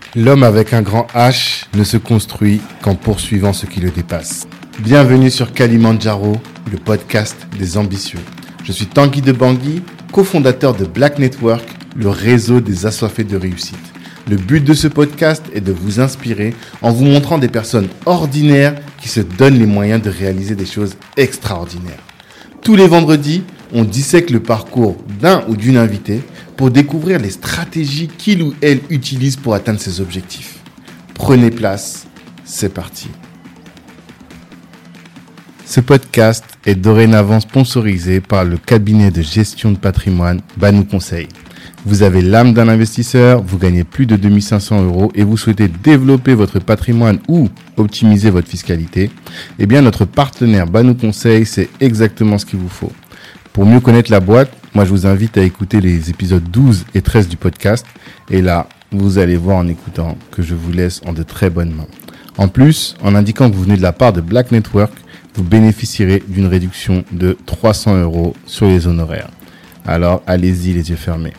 L'homme avec un grand H ne se construit qu'en poursuivant ce qui le dépasse. Bienvenue sur Kalimandjaro, le podcast des ambitieux. Je suis Tanguy de Bangui, cofondateur de Black Network, le réseau des assoiffés de réussite. Le but de ce podcast est de vous inspirer en vous montrant des personnes ordinaires qui se donnent les moyens de réaliser des choses extraordinaires. Tous les vendredis, on dissèque le parcours d'un ou d'une invitée pour découvrir les stratégies qu'il ou elle utilise pour atteindre ses objectifs. Prenez place, c'est parti. Ce podcast est dorénavant sponsorisé par le cabinet de gestion de patrimoine Banou Conseil. Vous avez l'âme d'un investisseur, vous gagnez plus de 2500 € et vous souhaitez développer votre patrimoine ou optimiser votre fiscalité, eh bien notre partenaire Banou Conseil, c'est exactement ce qu'il vous faut. Pour mieux connaître la boîte, moi je vous invite à écouter les épisodes 12 et 13 du podcast. Et là, vous allez voir en écoutant que je vous laisse en de très bonnes mains. En plus, en indiquant que vous venez de la part de Black Network, vous bénéficierez d'une réduction de 300 € sur les honoraires. Alors, allez-y les yeux fermés.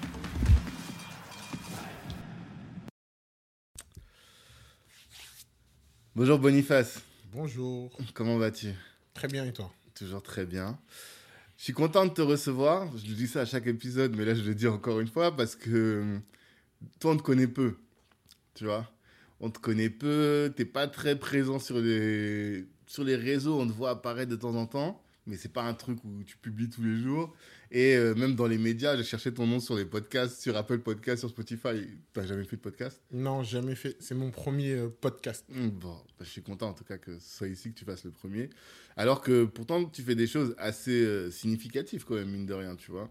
Bonjour Boniface. Bonjour. Comment vas-tu ? Très bien et toi ? Toujours très bien. Je suis content de te recevoir. Je dis ça à chaque épisode, mais là je le dis encore une fois parce que toi on te connaît peu, tu vois. On te connaît peu, t'es pas très présent sur les réseaux, on te voit apparaître de temps en temps, mais c'est pas un truc où tu publies tous les jours. Et même dans les médias, j'ai cherché ton nom sur les podcasts, sur Apple Podcasts, sur Spotify. T'as jamais fait de podcast ? Non, jamais fait. C'est mon premier podcast. Bon, je suis content en tout cas que ce soit ici que tu fasses le premier. Alors que pourtant, tu fais des choses assez significatives quand même, mine de rien, tu vois.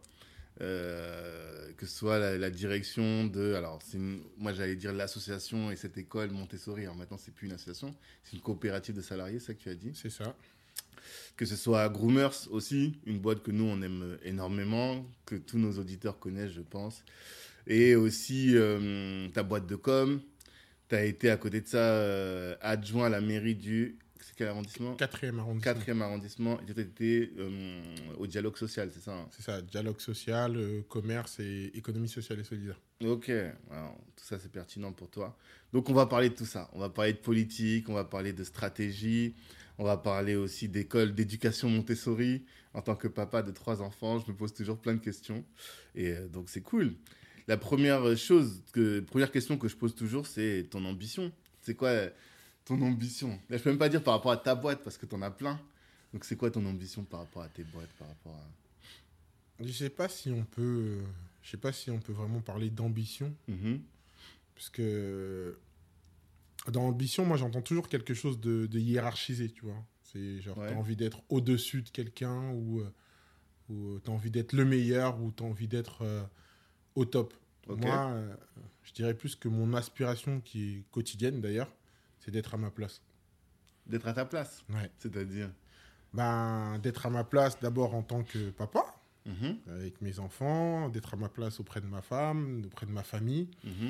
Que ce soit la direction de... Alors, moi, j'allais dire l'association et cette école Montessori. Alors maintenant, c'est plus une association, c'est une coopérative de salariés, c'est ça que tu as dit ? C'est ça. Que ce soit Groomers aussi, une boîte que nous, on aime énormément, que tous nos auditeurs connaissent, je pense. Et aussi ta boîte de com. Tu as été à côté de ça adjoint à la mairie du... C'est quel arrondissement ? 4e arrondissement. 4e arrondissement. Et tu étais au dialogue social, c'est ça ? C'est ça, dialogue social, commerce et économie sociale et solidaire. Ok, alors, tout ça c'est pertinent pour toi. Donc on va parler de tout ça. On va parler de politique, on va parler de stratégie, on va parler aussi d'école d'éducation Montessori. En tant que papa de 3 enfants, je me pose toujours plein de questions. Et donc c'est cool. La première question que je pose toujours, c'est ton ambition. C'est quoi ton ambition ? Là, je peux même pas dire par rapport à ta boîte parce que tu en as plein. Donc c'est quoi ton ambition par rapport à tes boîtes, par rapport à... Je sais pas si on peut vraiment parler d'ambition. Parce que dans l'ambition, moi j'entends toujours quelque chose de hiérarchisé, tu vois. C'est genre t'as envie d'être au-dessus de quelqu'un ou t'as envie d'être le meilleur ou t'as envie d'être au top. Okay. Moi, je dirais plus que mon aspiration, qui est quotidienne d'ailleurs, c'est d'être à ma place. D'être à ta place ? Ouais. C'est-à-dire ? D'être à ma place d'abord en tant que papa, avec mes enfants, d'être à ma place auprès de ma femme, auprès de ma famille,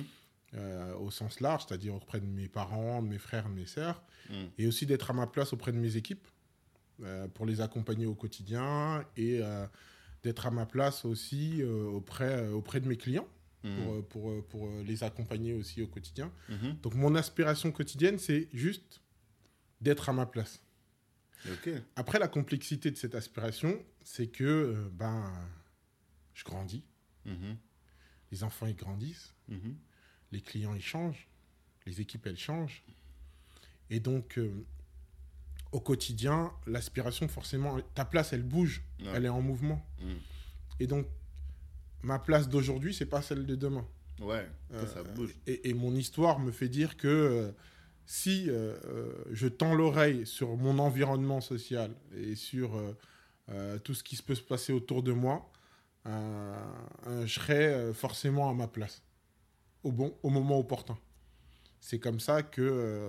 au sens large, c'est-à-dire auprès de mes parents, de mes frères, de mes sœurs, et aussi d'être à ma place auprès de mes équipes, pour les accompagner au quotidien, et d'être à ma place aussi auprès de mes clients, pour les accompagner aussi au quotidien. Donc mon aspiration quotidienne, c'est juste d'être à ma place. Okay. Après, la complexité de cette aspiration, c'est que je grandis, les enfants ils grandissent, les clients ils changent, les équipes elles changent, et donc au quotidien, l'aspiration forcément, ta place elle bouge, elle est en mouvement, et donc ma place d'aujourd'hui c'est pas celle de demain. Ouais, ça bouge. Et mon histoire me fait dire que si je tends l'oreille sur mon environnement social et sur tout ce qui peut se passer autour de moi, je serai forcément à ma place, au moment opportun. C'est comme ça que,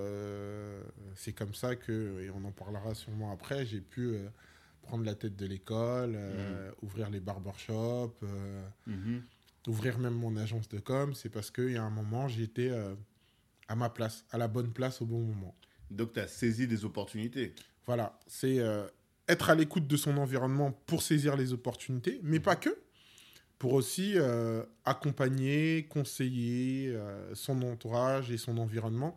et on en parlera sûrement après, j'ai pu prendre la tête de l'école, ouvrir les barbershops, ouvrir même mon agence de com. C'est parce qu'il y a un moment, j'étais... à ma place, à la bonne place au bon moment. Donc, tu as saisi des opportunités. Voilà, c'est être à l'écoute de son environnement pour saisir les opportunités, mais pas que, pour aussi accompagner, conseiller son entourage et son environnement.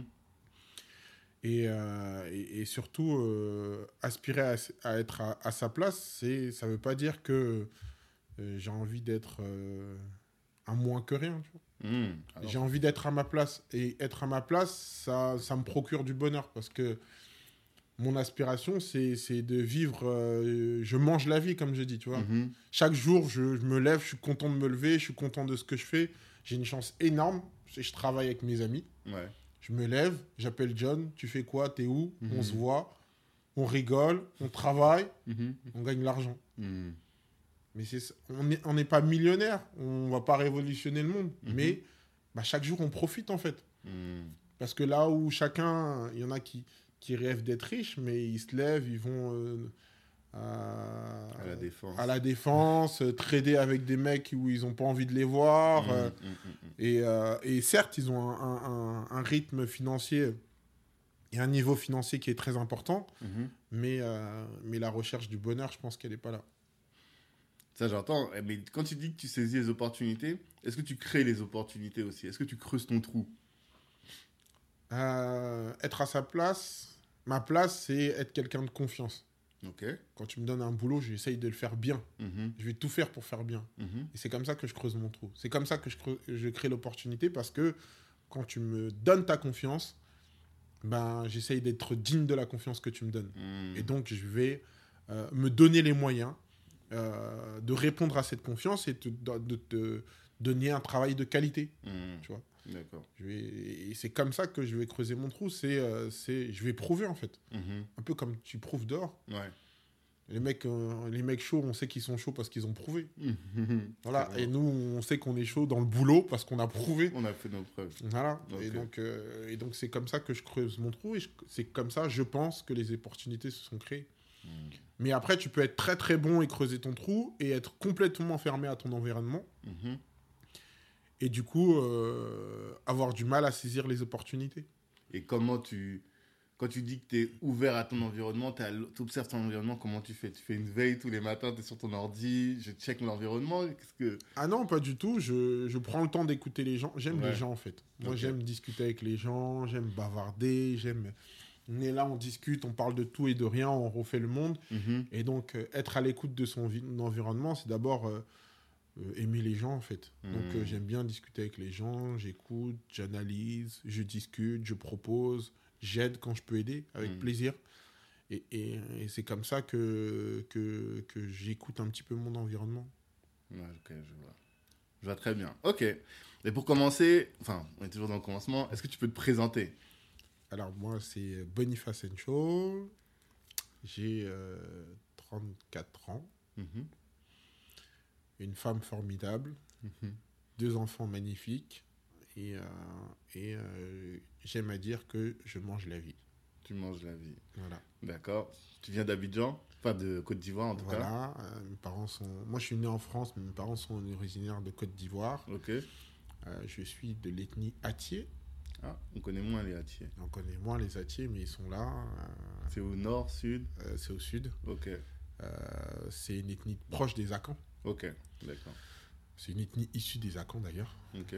Et surtout, aspirer à être à sa place, ça ne veut pas dire que j'ai envie d'être un moins que rien. Tu vois. J'ai envie d'être à ma place. Et être à ma place, ça me procure du bonheur. Parce que mon aspiration, c'est de vivre... je mange la vie, comme je dis. Tu vois. Chaque jour, je me lève, je suis content de me lever, je suis content de ce que je fais. J'ai une chance énorme. Je travaille avec mes amis. Ouais. Je me lève, j'appelle John, tu fais quoi, t'es où? On se voit, on rigole, on travaille, on gagne l'argent. Mais on n'est pas millionnaire, on va pas révolutionner le monde, mais chaque jour on profite en fait. Parce que là où chacun, il y en a qui rêvent d'être riches, mais ils se lèvent, ils vont à la défense, trader avec des mecs où ils n'ont pas envie de les voir. Et certes, ils ont un rythme financier et un niveau financier qui est très important, mais la recherche du bonheur, je pense qu'elle n'est pas là. Ça, j'entends. Mais quand tu dis que tu saisis les opportunités, est-ce que tu crées les opportunités aussi? Est-ce que tu creuses ton trou? Être à sa place, ma place, c'est être quelqu'un de confiance. Okay. Quand tu me donnes un boulot, j'essaye de le faire bien. Je vais tout faire pour faire bien. Et c'est comme ça que je creuse mon trou. C'est comme ça que je crée l'opportunité, parce que quand tu me donnes ta confiance, j'essaye d'être digne de la confiance que tu me donnes. Et donc, je vais me donner les moyens de répondre à cette confiance et de te donner un travail de qualité. Tu vois. D'accord. Et c'est comme ça que je vais creuser mon trou. Je vais prouver, en fait. Un peu comme tu prouves dehors. Ouais. Les mecs chauds, on sait qu'ils sont chauds parce qu'ils ont prouvé. Voilà. Et nous, on sait qu'on est chaud dans le boulot parce qu'on a prouvé. On a fait nos preuves. Voilà. Okay. Et donc, c'est comme ça que je creuse mon trou. Et c'est comme ça, je pense, que les opportunités se sont créées. Mais après, tu peux être très, très bon et creuser ton trou et être complètement fermé à ton environnement. Et du coup, avoir du mal à saisir les opportunités. Et quand tu dis que tu es ouvert à ton environnement, tu observes ton environnement, comment tu fais? Tu fais une veille tous les matins, tu es sur ton ordi, je check l'environnement. Ah non, pas du tout. Je prends le temps d'écouter les gens. J'aime les gens, en fait. Moi, j'aime discuter avec les gens, j'aime bavarder, on est là, on discute, on parle de tout et de rien, on refait le monde. Et donc, être à l'écoute de son environnement, c'est d'abord... aimer les gens, en fait. Donc j'aime bien discuter avec les gens, j'écoute, j'analyse, je discute, je propose, j'aide quand je peux aider, avec plaisir. Et c'est comme ça que j'écoute un petit peu mon environnement. Ouais, ok, je vois très bien. Ok. Et pour commencer, on est toujours dans le commencement, est-ce que tu peux te présenter? Alors moi, c'est Boniface Encho, j'ai 34 ans. Une femme formidable, 2 enfants magnifiques, et j'aime à dire que je mange la vie. Tu manges la vie. Voilà. D'accord. Tu viens d'Abidjan, pas de Côte d'Ivoire en tout cas. Voilà. Mes parents sont... Moi, je suis né en France, mais mes parents sont originaires de Côte d'Ivoire. Ok. Je suis de l'ethnie Atié. Ah, on connaît moins les Atiés. On connaît moins les Atiés, mais ils sont là. C'est au nord, sud? C'est au sud. Ok. C'est une ethnie proche des Akans. Ok, d'accord. C'est une ethnie issue des Akans, d'ailleurs. Ok.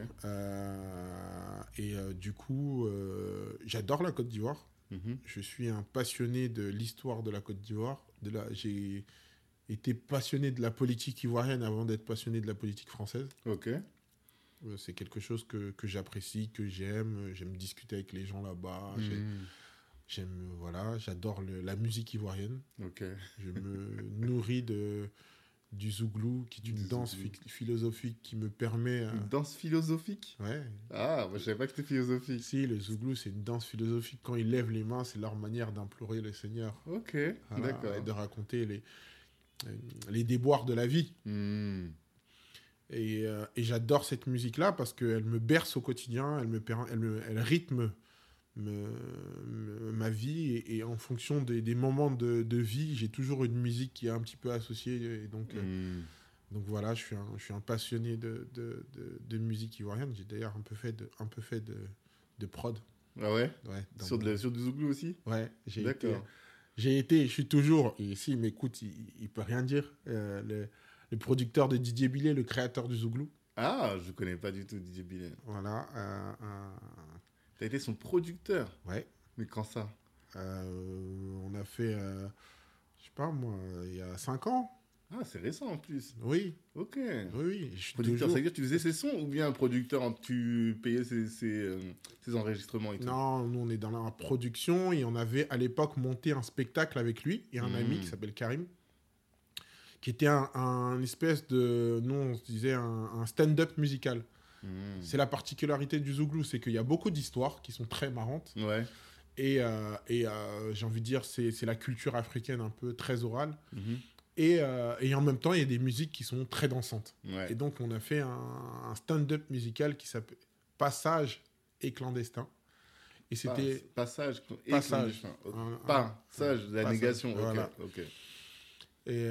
Du coup, j'adore la Côte d'Ivoire. Je suis un passionné de l'histoire de la Côte d'Ivoire. J'ai été passionné de la politique ivoirienne avant d'être passionné de la politique française. Ok. C'est quelque chose que j'apprécie, que j'aime. J'aime discuter avec les gens là-bas. J'adore la musique ivoirienne. Ok. Je me nourris du zouglou, qui est une danse philosophique qui me permet... Une danse philosophique? Ouais. Ah, moi je savais pas que c'était philosophique. Si, le zouglou, c'est une danse philosophique. Quand ils lèvent les mains, c'est leur manière d'implorer le Seigneur. Ok, voilà, d'accord. Et de raconter les déboires de la vie. Et j'adore cette musique-là parce qu'elle me berce au quotidien, elle rythme ma vie, et en fonction des moments de vie, j'ai toujours une musique qui est un petit peu associée. Et donc voilà, je suis un passionné de musique ivoirienne. J'ai d'ailleurs un peu fait de prod. Ah ouais? Ouais. Sur du zouglou aussi? Ouais. D'accord. Je suis toujours, et s'il m'écoute, il peut rien dire. le producteur de Didier Billet, le créateur du Zouglou. Ah, je connais pas du tout Didier Billet. Voilà. T'as été son producteur? Ouais. Mais quand ça? On a fait, je sais pas moi, il y a 5 ans. Ah, c'est récent en plus. Oui. Ok. Oui. Je suis Producteur, toujours... ça veut dire que tu faisais ses sons ou bien un producteur, tu payais ses enregistrements et tout? Non, nous on est dans la production et on avait à l'époque monté un spectacle avec lui et un ami qui s'appelle Karim, qui était un espèce de, nous on se disait un stand-up musical. C'est la particularité du Zouglou, c'est qu'il y a beaucoup d'histoires qui sont très marrantes. Ouais. Et j'ai envie de dire, c'est la culture africaine un peu très orale. Et en même temps, il y a des musiques qui sont très dansantes. Ouais. Et donc, on a fait un stand-up musical qui s'appelle Passage et clandestin. Et c'était... Passage et Passage. clandestin. Passage, la négation. Voilà. Ok. Et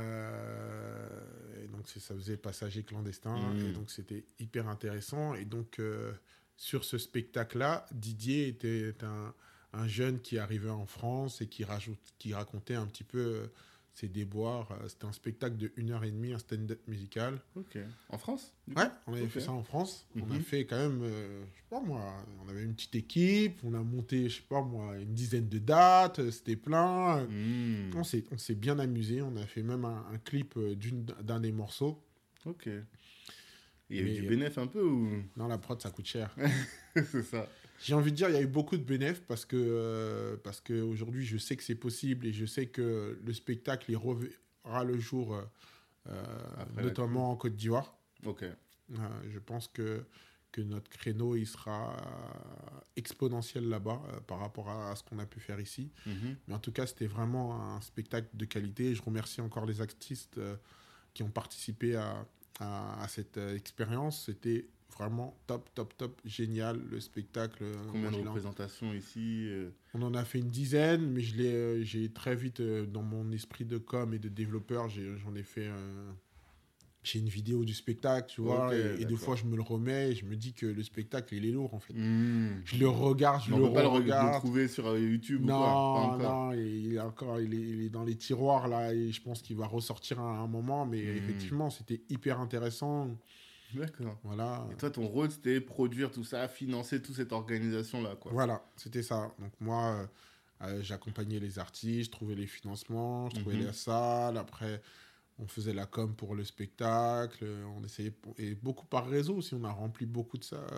donc, ça faisait Passage et clandestin. Et donc, c'était hyper intéressant. Et donc, sur ce spectacle-là, Didier était un jeune qui arrivait en France et qui racontait un petit peu ses déboires. C'était un spectacle de 1h30, un stand-up musical. Ok. En France? Ouais, on avait fait ça en France. On a fait quand même, je sais pas moi, on avait une petite équipe, on a monté, je sais pas moi, une dizaine de dates, c'était plein. On s'est bien amusé, on a fait même un clip d'un des morceaux. Ok. Il y a eu du bénéf un peu ou... Non, la prod, ça coûte cher. C'est ça. J'ai envie de dire, il y a eu beaucoup de bénéfices parce que aujourd'hui, je sais que c'est possible et je sais que le spectacle, il reverra le jour, notamment en Côte d'Ivoire. Ok. Je pense que notre créneau, il sera exponentiel là-bas par rapport à ce qu'on a pu faire ici. Mais en tout cas, c'était vraiment un spectacle de qualité. Je remercie encore les artistes qui ont participé à cette expérience. C'était vraiment top, génial, le spectacle. Combien de représentations ici On en a fait une dizaine, mais j'ai très vite, dans mon esprit de com et de développeur, j'en ai fait... J'ai une vidéo du spectacle, tu vois, et des fois, je me le remets et je me dis que le spectacle, il est lourd, en fait. Je le regarde, on ne peut pas le trouver sur YouTube ou quoi? Non, il est dans les tiroirs, là, et je pense qu'il va ressortir à un moment, mais effectivement, c'était hyper intéressant. D'accord. Voilà. Et toi, ton rôle, c'était produire tout ça, financer toute cette organisation-là, quoi. Voilà, c'était ça. Donc moi, j'accompagnais les artistes, je trouvais les financements, je trouvais les salles. Après, on faisait la com pour le spectacle. On essayait et beaucoup par réseau aussi. On a rempli beaucoup de ça.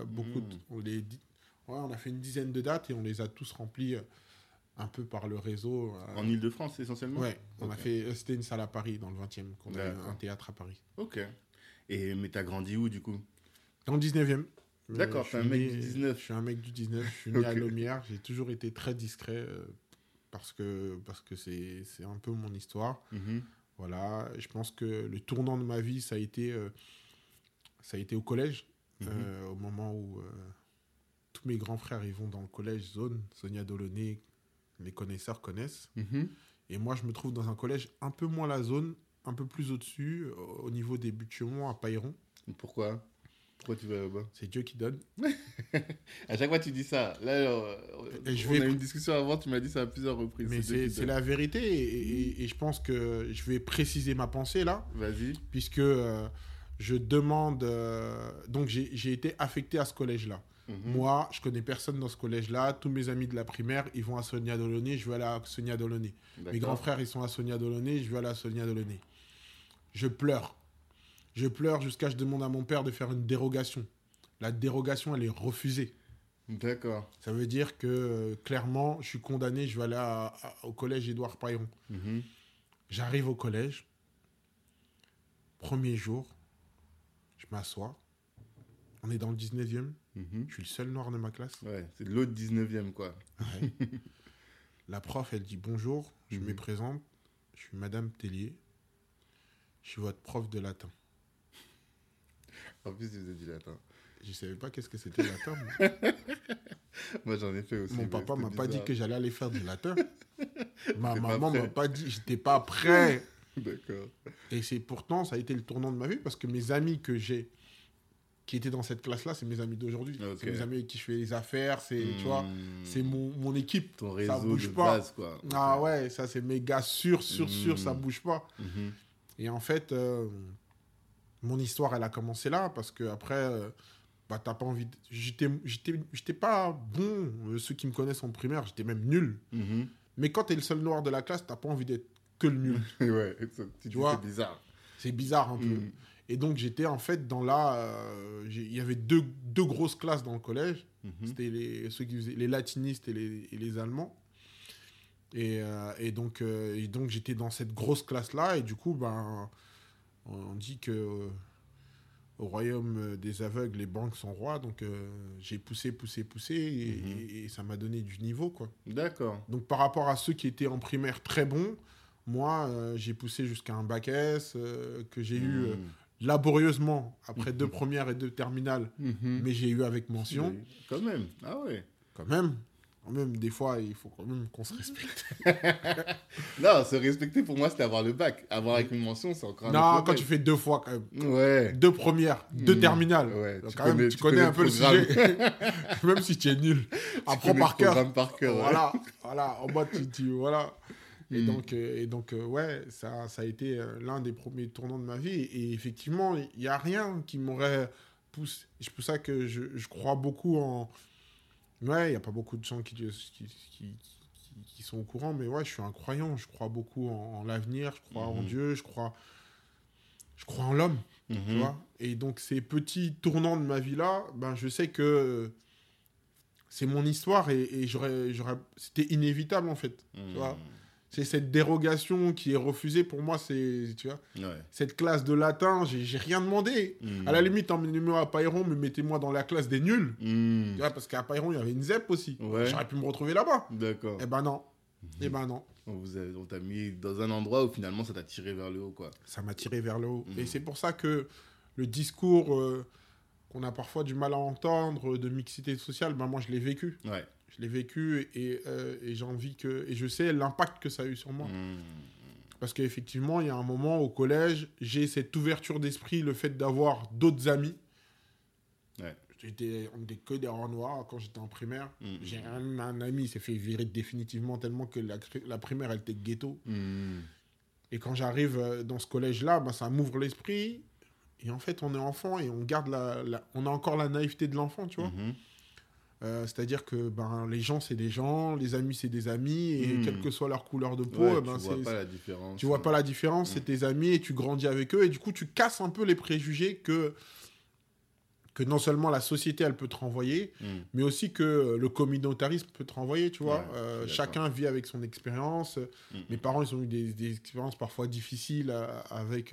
On a fait une dizaine de dates et on les a tous remplis un peu par le réseau. En Ile-de-France, essentiellement? Ouais, on a fait... C'était une salle à Paris, dans le 20e, qu'on a un théâtre à Paris. Ok. Mais t'as grandi où, du coup? Dans le 19e. D'accord, t'es un mec du 19. Je suis un mec du 19, je suis né à Lomière. J'ai toujours été très discret parce que c'est un peu mon histoire. Voilà, je pense que le tournant de ma vie, ça a été au collège, au moment où tous mes grands frères ils vont dans le collège Zone, Sonia Delaunay, les connaisseurs connaissent. Et moi, je me trouve dans un collège un peu moins la Zone, un peu plus au-dessus, au niveau des Buttes-Chaumont, à Pailleron. Pourquoi tu vas là-bas? C'est Dieu qui donne. À chaque fois, tu dis ça. Là, on a eu une discussion avant, tu m'as dit ça à plusieurs reprises. Mais c'est la vérité et je pense que je vais préciser ma pensée là. Vas-y. Puisque je demande... donc, j'ai été affecté à ce collège-là. Moi, je connais personne dans ce collège-là. Tous mes amis de la primaire, ils vont à Sonia Delaunay, je vais aller à Sonia Delaunay. Mes grands frères, ils sont à Sonia Delaunay, je vais aller à Sonia Delaunay. Je pleure. Je pleure jusqu'à je demande à mon père de faire une dérogation. La dérogation, elle est refusée. D'accord. Ça veut dire que, clairement, je suis condamné, je vais aller au collège Édouard Pailleron. J'arrive au collège. Premier jour, je m'assois. On est dans le 19e. Je suis le seul noir de ma classe. Ouais, c'est l'autre 19e, quoi. Ouais. La prof, elle dit bonjour. Je me présente. Je suis Madame Tellier. Je suis votre prof de latin. En plus, tu faisais du latin. Je ne savais pas qu'est-ce que c'était le latin. Moi, j'en ai fait aussi. Mon papa m'a pas dit que j'allais aller faire du latin. Ma maman m'a pas dit. J'étais pas prêt. D'accord. Et pourtant, ça a été le tournant de ma vie parce que mes amis que j'ai qui étaient dans cette classe-là, c'est mes amis d'aujourd'hui. Okay. C'est mes amis avec qui je fais les affaires, tu vois, c'est mon équipe. Ton réseau ça bouge de pas. base, quoi. Ah ouais, ça c'est méga sûr, ça bouge pas. Et en fait, mon histoire, elle a commencé là, parce que après, bah, t'as pas envie. J'étais pas bon. Ceux qui me connaissent en primaire, j'étais même nul. Mhm. Mais quand t'es le seul noir de la classe, t'as pas envie d'être que le nul. Ouais, tu dis vois, c'est bizarre. C'est bizarre un peu. Mhm. Et donc, j'étais en fait dans la. Il y avait deux grosses classes dans le collège. Mhm. C'était ceux qui faisaient les latinistes et les Allemands. Et donc, j'étais dans cette grosse classe-là. Et du coup, ben, on dit que au royaume des aveugles, les banques sont rois. Donc, j'ai poussé. Et ça m'a donné du niveau, quoi. D'accord. Donc, par rapport à ceux qui étaient en primaire très bons, moi, j'ai poussé jusqu'à un bac S que j'ai eu laborieusement après 2 premières et 2 terminales. Mais j'ai eu avec mention. Oui. Quand même. Ah ouais. Quand même, des fois, il faut quand même qu'on se respecte. Non, se respecter pour moi, c'était avoir le bac. Avoir avec une mention, c'est encore un Non, autre quand level. tu fais 2 fois, quand même. Ouais. 2 premières, 2 terminales. Ouais, Donc, tu quand même, tu connais un peu le programme. sujet. Même si tu es nul. Apprends connais par le cœur. programme par cœur, ouais. Voilà. En mode, voilà. Et donc, ouais, ça a été l'un des premiers tournants de ma vie. Et effectivement, il n'y a rien qui m'aurait poussé. C'est pour ça que je crois beaucoup en... Ouais, il n'y a pas beaucoup de gens qui sont au courant, mais ouais, je suis un croyant. Je crois beaucoup en l'avenir, je crois en Dieu, je crois en l'homme, tu vois. Et donc, ces petits tournants de ma vie-là, ben, je sais que c'est mon histoire et c'était inévitable, en fait, tu vois. C'est cette dérogation qui est refusée pour moi, tu vois, cette classe de latin, j'ai rien demandé. À la limite, emmenez-moi à Payron, mais mettez-moi dans la classe des nuls. Tu vois, parce qu'à Payron, il y avait une ZEP aussi. Ouais. J'aurais pu me retrouver là-bas. D'accord. Eh ben non. On t'a mis dans un endroit où finalement ça t'a tiré vers le haut, quoi. Ça m'a tiré vers le haut. Et c'est pour ça que le discours qu'on a parfois du mal à entendre de mixité sociale, ben moi je l'ai vécu. Ouais. Je l'ai vécu et j'ai envie que... Et je sais l'impact que ça a eu sur moi. Parce qu'effectivement, il y a un moment au collège, j'ai cette ouverture d'esprit, le fait d'avoir d'autres amis. Ouais. On était que des rangs noirs quand j'étais en primaire. J'ai un ami, il s'est fait virer définitivement tellement que la primaire, elle était ghetto. Et quand j'arrive dans ce collège-là, ben, ça m'ouvre l'esprit. Et en fait, on est enfant et on garde on a encore la naïveté de l'enfant, tu vois. C'est-à-dire que ben, les gens, c'est des gens, les amis, c'est des amis, et quelle que soit leur couleur de peau, ben, tu vois pas la différence. Tu vois pas la différence, c'est tes amis, et tu grandis avec eux, et du coup, tu casses un peu les préjugés que non seulement la société, elle peut te renvoyer, mais aussi que le communautarisme peut te renvoyer, tu vois. Chacun vit avec son expérience. Mes parents, ils ont eu des expériences parfois difficiles avec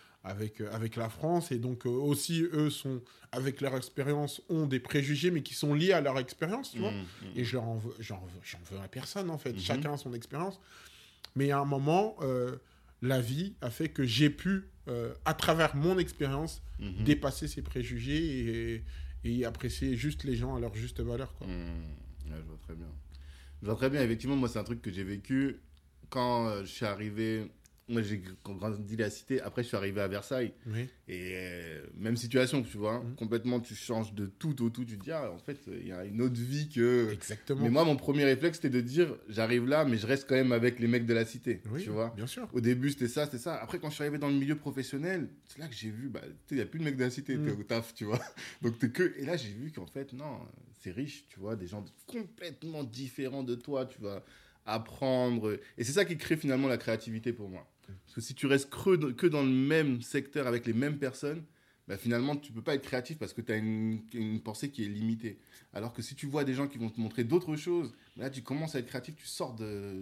la France, et donc aussi, eux, avec leur expérience, ont des préjugés, mais qui sont liés à leur expérience, tu vois. Et j'en veux à personne, en fait. Chacun a son expérience. Mais à un moment, la vie a fait que j'ai pu, à travers mon expérience, dépasser ces préjugés et apprécier juste les gens à leur juste valeur, quoi. Ouais, je vois très bien. Je vois très bien. Effectivement, moi, c'est un truc que j'ai vécu quand je suis arrivé... Moi, j'ai grandi la cité. Après, je suis arrivé à Versailles. Oui. Et même situation, tu vois. Complètement, tu changes de tout au tout. Tu te dis, en fait, il y a une autre vie que... Exactement. Mais moi, mon premier réflexe, c'était de dire, j'arrive là, mais je reste quand même avec les mecs de la cité. Oui, tu vois. Bien sûr. Au début, c'était ça. Après, quand je suis arrivé dans le milieu professionnel, c'est là que j'ai vu, il n'y a plus de mecs de la cité. T'es au taf, tu vois. Donc, t'es que... Et là, j'ai vu qu'en fait, non, c'est riche, tu vois. Des gens complètement différents de toi, tu vas apprendre. Et c'est ça qui crée finalement la créativité pour moi. Parce que si tu restes que dans le même secteur avec les mêmes personnes, bah finalement, tu ne peux pas être créatif parce que tu as une pensée qui est limitée. Alors que si tu vois des gens qui vont te montrer d'autres choses, là, tu commences à être créatif, tu sors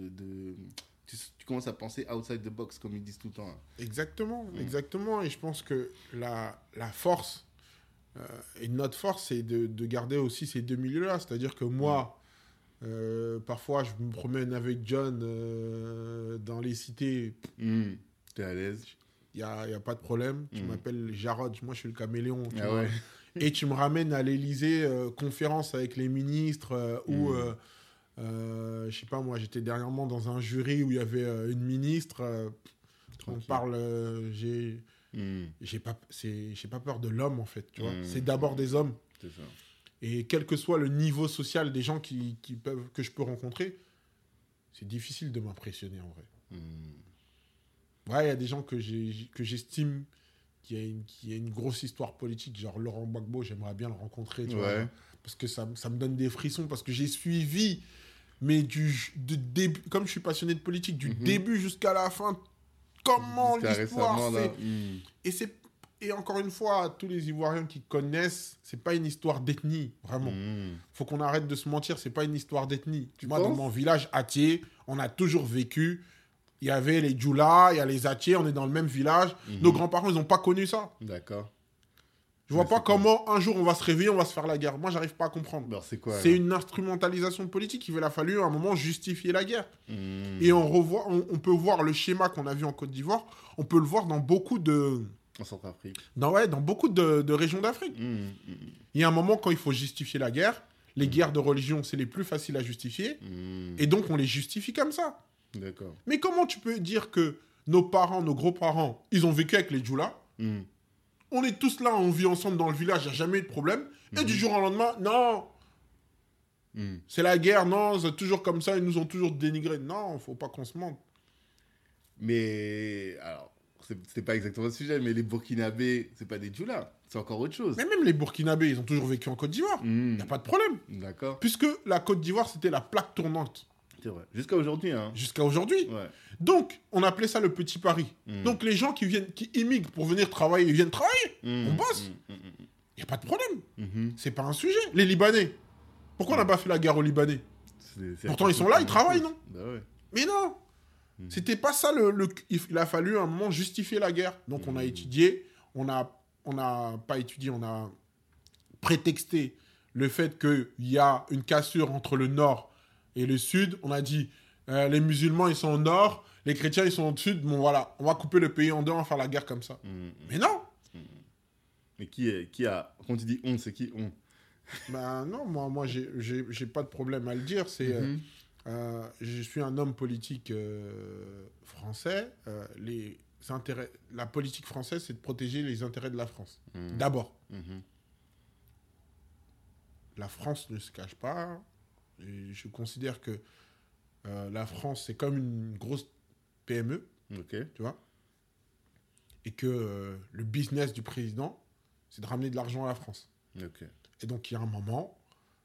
tu commences à penser outside the box, comme ils disent tout le temps. Exactement. Et je pense que la force, et notre force, c'est de garder aussi ces deux milieux-là. C'est-à-dire que moi... parfois, je me promène avec John dans les cités. T'es à l'aise. Il n'y a pas de problème. Tu m'appelles Jarod, moi je suis le caméléon. Ouais. Et tu me ramènes à l'Élysée, conférence avec les ministres, ou, je sais pas, moi j'étais dernièrement dans un jury où il y avait une ministre. On parle, j'ai pas peur de l'homme en fait. Tu vois. C'est d'abord des hommes. C'est ça. Et quel que soit le niveau social des gens que je peux rencontrer, c'est difficile de m'impressionner en vrai. Ouais, il y a des gens que j'estime qui a une grosse histoire politique, genre Laurent Gbagbo, j'aimerais bien le rencontrer, tu vois, parce que ça me donne des frissons, parce que j'ai suivi, mais comme je suis passionné de politique, du début jusqu'à la fin, comment l'histoire fait. Et encore une fois, tous les Ivoiriens qui connaissent, c'est pas une histoire d'ethnie, vraiment. Faut qu'on arrête de se mentir, c'est pas une histoire d'ethnie. Moi, dans mon village Atié, on a toujours vécu. Il y avait les Djoula, il y a les Atié, on est dans le même village. Nos grands-parents, ils n'ont pas connu ça. D'accord. Je vois pas comment un jour on va se réveiller, on va se faire la guerre. Moi, j'arrive pas à comprendre. Alors, c'est quoi? C'est une instrumentalisation politique. Il a fallu à un moment justifier la guerre. Et on peut voir le schéma qu'on a vu en Côte d'Ivoire. On peut le voir dans beaucoup de... En Centrafrique. Dans beaucoup de régions d'Afrique. Il y a un moment quand il faut justifier la guerre. Les guerres de religion, c'est les plus faciles à justifier. Et donc, on les justifie comme ça. D'accord. Mais comment tu peux dire que nos parents, nos gros-parents, ils ont vécu avec les Djoula? On est tous là, on vit ensemble dans le village, il n'y a jamais eu de problème. Et du jour au lendemain, non, c'est la guerre, non, c'est toujours comme ça, ils nous ont toujours dénigrés. Non, il ne faut pas qu'on se mente. Mais, alors, c'est pas exactement le sujet, mais les Burkinabés, c'est pas des Djoula, c'est encore autre chose. Mais même les Burkinabés, ils ont toujours vécu en Côte d'Ivoire. Il n'y a pas de problème. D'accord. Puisque la Côte d'Ivoire, c'était la plaque tournante. C'est vrai. Jusqu'à aujourd'hui, hein. Jusqu'à aujourd'hui. Ouais. Donc, on appelait ça le Petit Paris. Donc, les gens qui immigrent pour venir travailler, ils viennent travailler. On bosse. Il n'y a pas de problème. C'est pas un sujet. Les Libanais. Pourquoi on n'a pas fait la guerre aux Libanais? Pourtant, ils sont là, ils travaillent, non? Bah ouais. Mais non. C'était pas ça il a fallu à un moment justifier la guerre. Donc, on a étudié. On a pas étudié, on a prétexté le fait qu'il y a une cassure entre le Nord et le Sud. On a dit, les musulmans, ils sont au Nord, les chrétiens, ils sont au Sud. Bon, voilà, on va couper le pays en deux, on va faire la guerre comme ça. Mais non. Mais qui a... Quand tu dis on, c'est qui on? Ben non, moi j'ai pas de problème à le dire. Je suis un homme politique français. La politique française, c'est de protéger les intérêts de la France. D'abord. La France ne se cache pas. Et je considère que la France, c'est comme une grosse PME. Tu vois. Et que le business du président, c'est de ramener de l'argent à la France. Et donc, il y a un moment,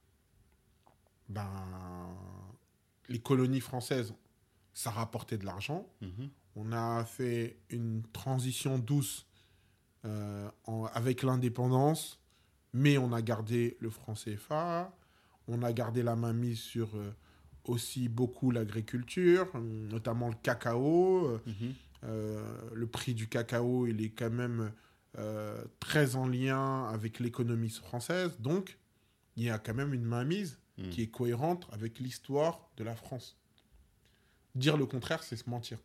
les colonies françaises, ça rapportait de l'argent. On a fait une transition douce avec l'indépendance, mais on a gardé le franc CFA, on a gardé la main mise sur aussi beaucoup l'agriculture, notamment le cacao. Le prix du cacao, il est quand même très en lien avec l'économie française. Donc, il y a quand même une mainmise qui est cohérente avec l'histoire de la France. Dire le contraire, c'est se mentir.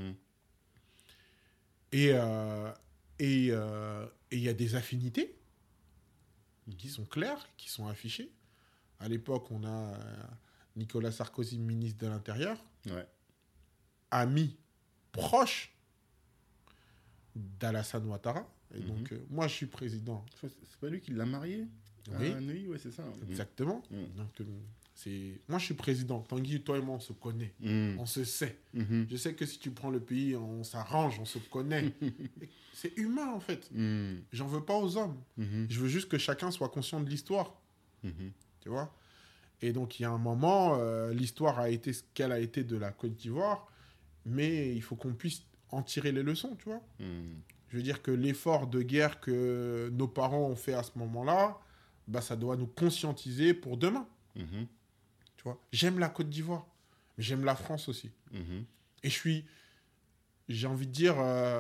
Et il y a des affinités qui sont claires, qui sont affichées. À l'époque, on a Nicolas Sarkozy, ministre de l'Intérieur, ami proche d'Alassane Ouattara. Et donc, moi, je suis président. C'est pas lui qui l'a marié? Oui. Oui, ouais, c'est ça. Exactement. Donc, moi, je suis président. Tanguy, toi et moi, on se connaît. On se sait. Je sais que si tu prends le pays, on s'arrange, on se connaît. C'est humain, en fait. J'en veux pas aux hommes. Je veux juste que chacun soit conscient de l'histoire. Tu vois? Et donc, il y a un moment, l'histoire a été ce qu'elle a été de la Côte d'Ivoire, mais il faut qu'on puisse en tirer les leçons, tu vois? Je veux dire que l'effort de guerre que nos parents ont fait à ce moment-là, ça doit nous conscientiser pour demain. Tu vois? J'aime la Côte d'Ivoire, mais j'aime la France aussi. Et j'ai envie de dire,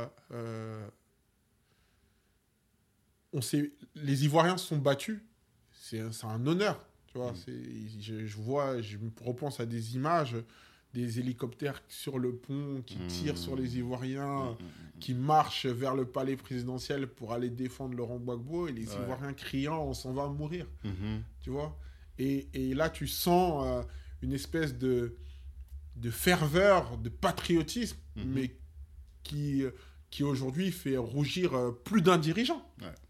les Ivoiriens se sont battus. C'est un honneur, tu vois? Je me repense à des images des hélicoptères sur le pont qui tirent sur les Ivoiriens, qui marchent vers le palais présidentiel pour aller défendre Laurent Gbagbo, et les Ivoiriens criant « on s'en va mourir ». Tu vois? Et là, tu sens une espèce de ferveur, de patriotisme, mais qui aujourd'hui fait rougir plus d'un dirigeant.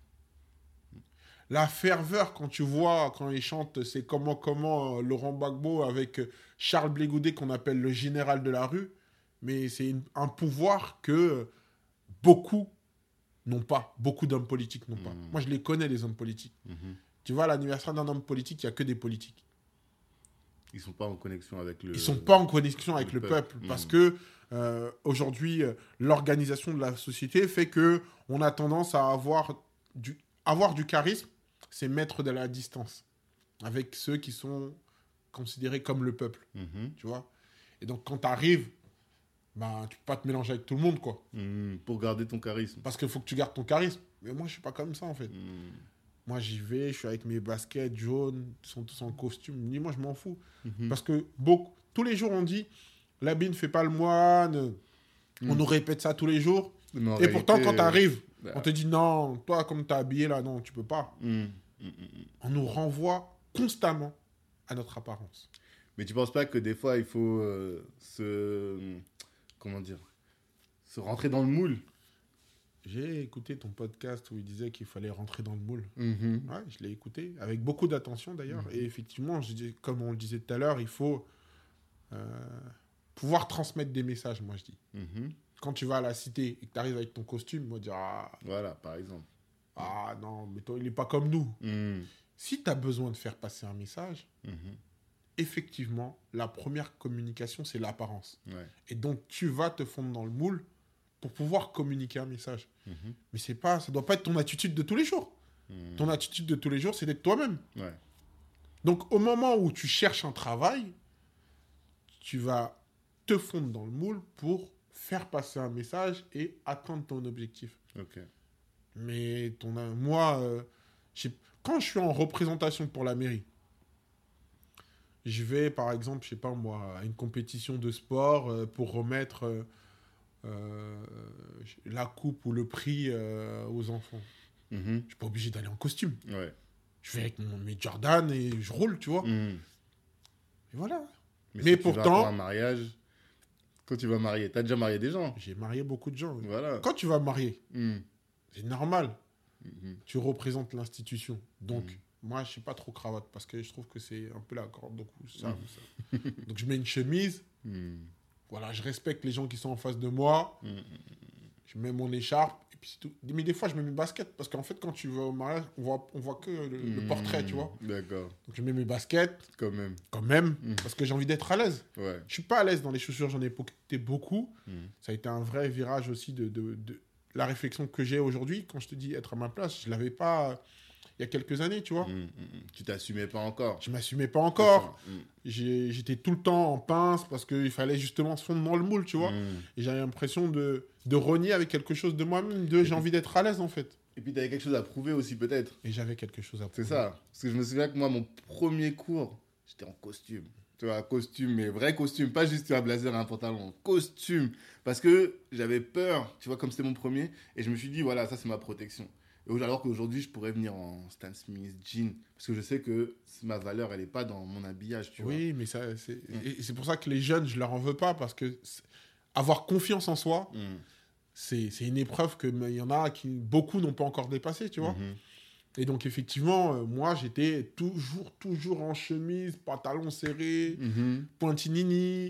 La ferveur, quand ils chantent « c'est comment Laurent Gbagbo » avec Charles Blé Goudé, qu'on appelle le général de la rue, mais c'est un pouvoir que beaucoup n'ont pas. Beaucoup d'hommes politiques n'ont pas. Moi, je les connais, les hommes politiques. Tu vois, à l'anniversaire d'un homme politique, il n'y a que des politiques. Ils sont pas en connexion avec le... Ils ne sont pas en connexion avec le peuple. Parce que aujourd'hui, l'organisation de la société fait qu'on a tendance à avoir du charisme, c'est mettre de la distance avec ceux qui sont considérés comme le peuple. Tu vois. Et donc, quand tu arrives, bah, tu peux pas te mélanger avec tout le monde, quoi. Pour garder ton charisme. Parce qu'il faut que tu gardes ton charisme. Mais moi, je suis pas comme ça, en fait. Moi, j'y vais, je suis avec mes baskets jaunes, ils sont tous en costume. Ni moi, je m'en fous. Parce que tous les jours, on dit, l'habit ne fait pas le moine. On nous répète ça tous les jours. Et pourtant, quand tu arrives, on te dit, non, toi, comme tu es habillé là, non, tu peux pas. On nous renvoie constamment à notre apparence. Mais tu penses pas que des fois, il faut comment dire, se rentrer dans le moule? J'ai écouté ton podcast où il disait qu'il fallait rentrer dans le moule. Ouais, je l'ai écouté, avec beaucoup d'attention d'ailleurs. Et effectivement, comme on le disait tout à l'heure, il faut pouvoir transmettre des messages, moi je dis. Quand tu vas à la cité et que tu arrives avec ton costume, on va dire voilà, par exemple. Ah non, mais toi, il n'est pas comme nous. Si tu as besoin de faire passer un message, effectivement, la première communication, c'est l'apparence. Et donc, tu vas te fondre dans le moule pour pouvoir communiquer un message. Mais ça ne doit pas être ton attitude de tous les jours. Ton attitude de tous les jours, c'est d'être toi-même. Donc, au moment où tu cherches un travail, tu vas te fondre dans le moule pour faire passer un message et atteindre ton objectif. Mais moi, quand je suis en représentation pour la mairie, je vais, par exemple, je sais pas moi, à une compétition de sport pour remettre la coupe ou le prix aux enfants. Je suis pas obligé d'aller en costume. Je vais avec mes Jordan et je roule, tu vois. Et voilà. Mais si pourtant, tu vas pour un mariage, quand tu vas marier, tu as déjà marié des gens. J'ai marié beaucoup de gens. Voilà. Quand tu vas marier, c'est normal. Tu représentes l'institution. Donc, moi, je ne suis pas trop cravate parce que je trouve que c'est un peu la corde. Donc, donc, je mets une chemise. Voilà, je respecte les gens qui sont en face de moi. Je mets mon écharpe. Et puis c'est tout. Mais des fois, je mets mes baskets. Parce qu'en fait, quand tu vas au mariage, on voit que le portrait, tu vois. D'accord. Donc, je mets mes baskets. Quand même. Parce que j'ai envie d'être à l'aise. Je ne suis pas à l'aise dans les chaussures. J'en ai porté beaucoup. Ça a été un vrai virage aussi de la réflexion que j'ai aujourd'hui. Quand je te dis être à ma place, je ne l'avais pas il y a quelques années, tu vois. Tu t'assumais pas encore. Je m'assumais pas encore. J'étais tout le temps en pince parce qu'il fallait justement se fondre dans le moule, tu vois. Et j'avais l'impression de renier avec quelque chose de moi-même, j'ai envie d'être à l'aise, en fait. Et puis, tu avais quelque chose à prouver aussi, peut-être. Et j'avais quelque chose à prouver. C'est ça. Parce que je me souviens que moi, mon premier cours, j'étais en costume. Tu vois, costume, mais vrai costume. Pas juste un blazer et un pantalon. Costume. Parce que j'avais peur, tu vois, comme c'était mon premier. Et je me suis dit, voilà, ça, c'est ma protection. Alors qu'aujourd'hui, je pourrais venir en Stan Smith, jean, parce que je sais que ma valeur, elle n'est pas dans mon habillage, tu vois. Oui, mais et c'est pour ça que les jeunes, je leur en veux pas, parce que avoir confiance en soi, c'est une épreuve que il y en a qui beaucoup n'ont pas encore dépassé, tu vois. Et donc, effectivement, moi, j'étais toujours en chemise, pantalon serré, pointinini.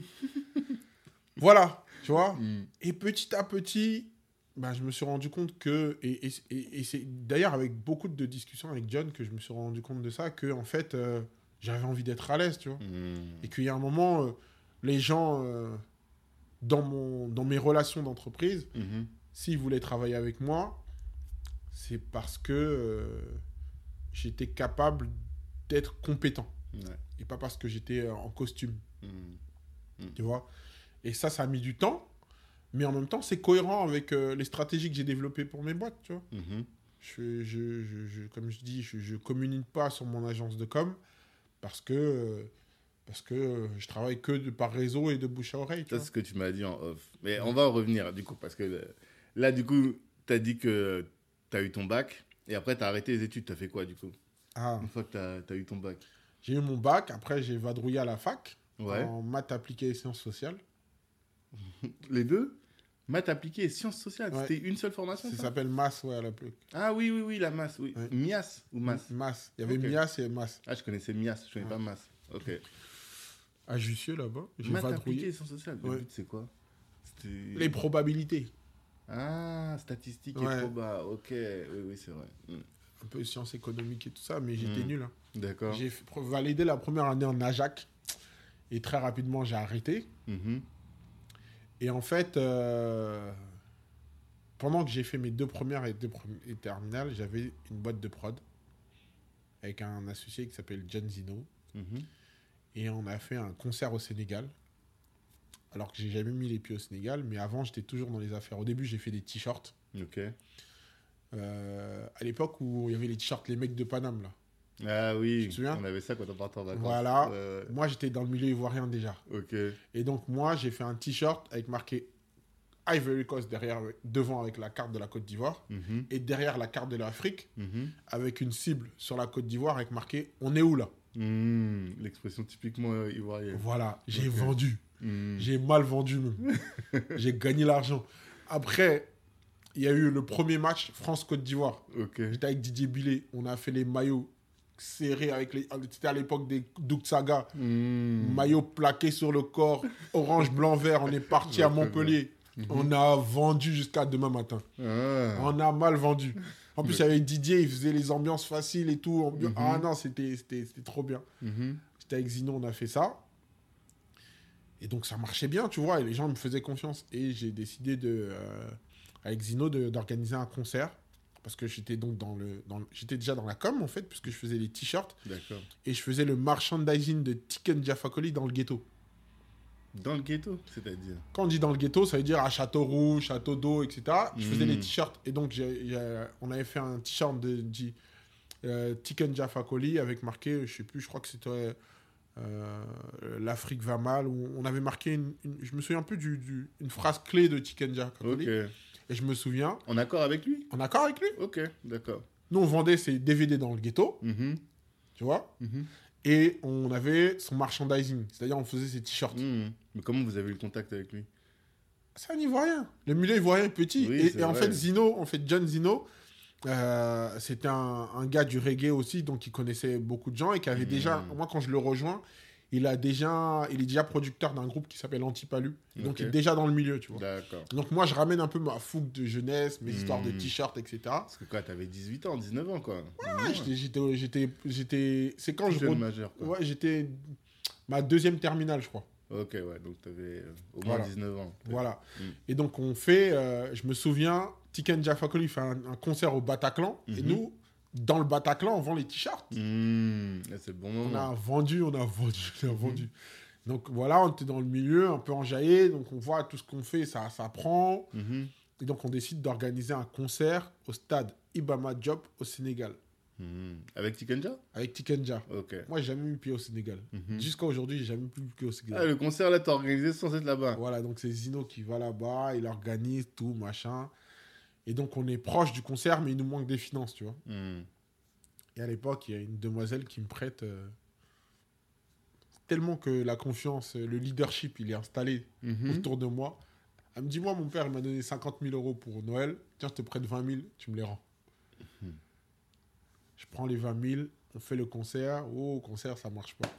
Voilà, tu vois. Et petit à petit... Ben, je me suis rendu compte que, et c'est d'ailleurs avec beaucoup de discussions avec John que je me suis rendu compte de ça, que en fait, j'avais envie d'être à l'aise, tu vois. Et qu'il y a un moment, les gens, dans mes relations d'entreprise, s'ils voulaient travailler avec moi, c'est parce que j'étais capable d'être compétent. Et pas parce que j'étais en costume. Tu vois. Et ça a mis du temps. Mais en même temps, c'est cohérent avec les stratégies que j'ai développées pour mes boîtes, tu vois. Comme je dis, je communique pas sur mon agence de com parce que je travaille que par réseau et de bouche à oreille. C'est ce que tu m'as dit en off. Mais on va en revenir, du coup, parce que là, du coup, tu as dit que tu as eu ton bac et après, tu as arrêté les études. Tu as fait quoi, du coup, une fois que tu as eu ton bac? J'ai eu mon bac. Après, j'ai vadrouillé à la fac en maths appliquées et sciences sociales. Les deux? Maths appliquées et sciences sociales. C'était une seule formation? Ça s'appelle MAS, à l'époque. Ah oui, la MAS, oui. MIAS ou MAS? MAS. Il y avait MIAS et MAS. Ah, je connaissais MIAS, je connais pas MAS. Ok. À Jussieu, là-bas. J'ai vadrouillé. Maths appliquées et sciences sociales. Le but, c'est quoi? Les probabilités. Ah, statistiques et proba. Ok, oui, c'est vrai. Un peu sciences économiques et tout ça, mais j'étais nul. Hein. D'accord. J'ai validé la première année en AJAC et très rapidement, j'ai arrêté. Et en fait, pendant que j'ai fait mes 2 premières et terminales, j'avais une boîte de prod avec un associé qui s'appelle John Zino. Et on a fait un concert au Sénégal. Alors que j'ai jamais mis les pieds au Sénégal, mais avant, j'étais toujours dans les affaires. Au début, j'ai fait des t-shirts. Ok. À l'époque où il y avait les t-shirts, les mecs de Paname, là. Ah oui, tu te souviens ? On avait ça quand on partait en vacances. Voilà. Moi, j'étais dans le milieu ivoirien déjà. Ok. Et donc, moi, j'ai fait un t-shirt avec marqué Ivory Coast devant avec la carte de la Côte d'Ivoire et derrière la carte de l'Afrique avec une cible sur la Côte d'Ivoire avec marqué « On est où là ?» L'expression typiquement ivoirienne. Voilà, j'ai vendu. J'ai mal vendu même. J'ai gagné l'argent. Après, il y a eu le premier match France-Côte d'Ivoire. J'étais avec Didier Billet. On a fait les maillots serrés avec les... C'était à l'époque des Doug Saga. Maillots plaqués sur le corps. Orange, blanc, vert. On est parti à Montpellier. On a vendu jusqu'à demain matin. On a mal vendu. En plus, il y avait Didier, il faisait les ambiances faciles et tout. Ah non, c'était trop bien. J'étais avec Zino, on a fait ça. Et donc, ça marchait bien, tu vois. Et les gens me faisaient confiance. Et j'ai décidé, avec Zino, d'organiser un concert. Parce que j'étais donc j'étais déjà dans la com, en fait, puisque je faisais les t-shirts. D'accord. Et je faisais le merchandising de Tiken Jah Fakoly dans le ghetto. Dans le ghetto, c'est-à-dire ? Quand on dit dans le ghetto, ça veut dire à Châteauroux, Château d'Eau, etc. Je faisais les t-shirts. Et donc, on avait fait un t-shirt de Tiken Jah Fakoly avec marqué, je sais plus, je crois que c'était l'Afrique va mal. Où on avait marqué, je me souviens un peu une phrase clé de Tiken Jah Fakoly. Et je me souviens... En accord avec lui ? En accord avec lui. Ok, d'accord. Nous, on vendait ses DVD dans le ghetto. Tu vois Et on avait son merchandising. C'est-à-dire, on faisait ses t-shirts. Mais comment vous avez eu le contact avec lui ? C'est un Ivoirien. Le milieu ivoirien est petit. Oui, et en fait, John Zino, c'était un gars du reggae aussi, donc il connaissait beaucoup de gens et qui avait déjà... Moi, quand je le rejoins, il est déjà producteur d'un groupe qui s'appelle Antipalu. Donc, il est déjà dans le milieu, tu vois. D'accord. Donc, moi, je ramène un peu ma fougue de jeunesse, mes histoires de t-shirts, etc. Parce que quoi, t'avais 18 ans, 19 ans, quoi. Ouais, j'étais... C'est quand je... Jeune majeur, quoi. Ouais, j'étais... Ma 2e terminale, je crois. Ok, ouais, donc t'avais au moins 19 ans. Voilà. Et donc, on fait... je me souviens, Tiken Jah Fakoly fait un concert au Bataclan. Et nous, dans le Bataclan, on vend les t-shirts. C'est le bon moment. On a vendu. Donc, voilà, on était dans le milieu, un peu enjaillé. Donc, on voit tout ce qu'on fait, ça prend. Et donc, on décide d'organiser un concert au stade Ibama Diop au Sénégal. Avec Tiken Jah ? Avec Tiken Jah. Ok. Moi, j'ai jamais mis pied au Sénégal. Jusqu'à aujourd'hui, j'ai jamais mis pied au Sénégal. Ah, le concert, là, t'as organisé sans être là-bas. Voilà, donc c'est Zino qui va là-bas, il organise tout, machin. Et donc, on est proche du concert, mais il nous manque des finances, tu vois. Et à l'époque, il y a une demoiselle qui me prête... tellement que la confiance, le leadership, il est installé autour de moi. Elle me dit, moi, mon père, il m'a donné 50 000 euros pour Noël. Tiens, je te prête 20 000, tu me les rends. Je prends les 20 000, on fait le concert. Oh, concert, ça marche pas.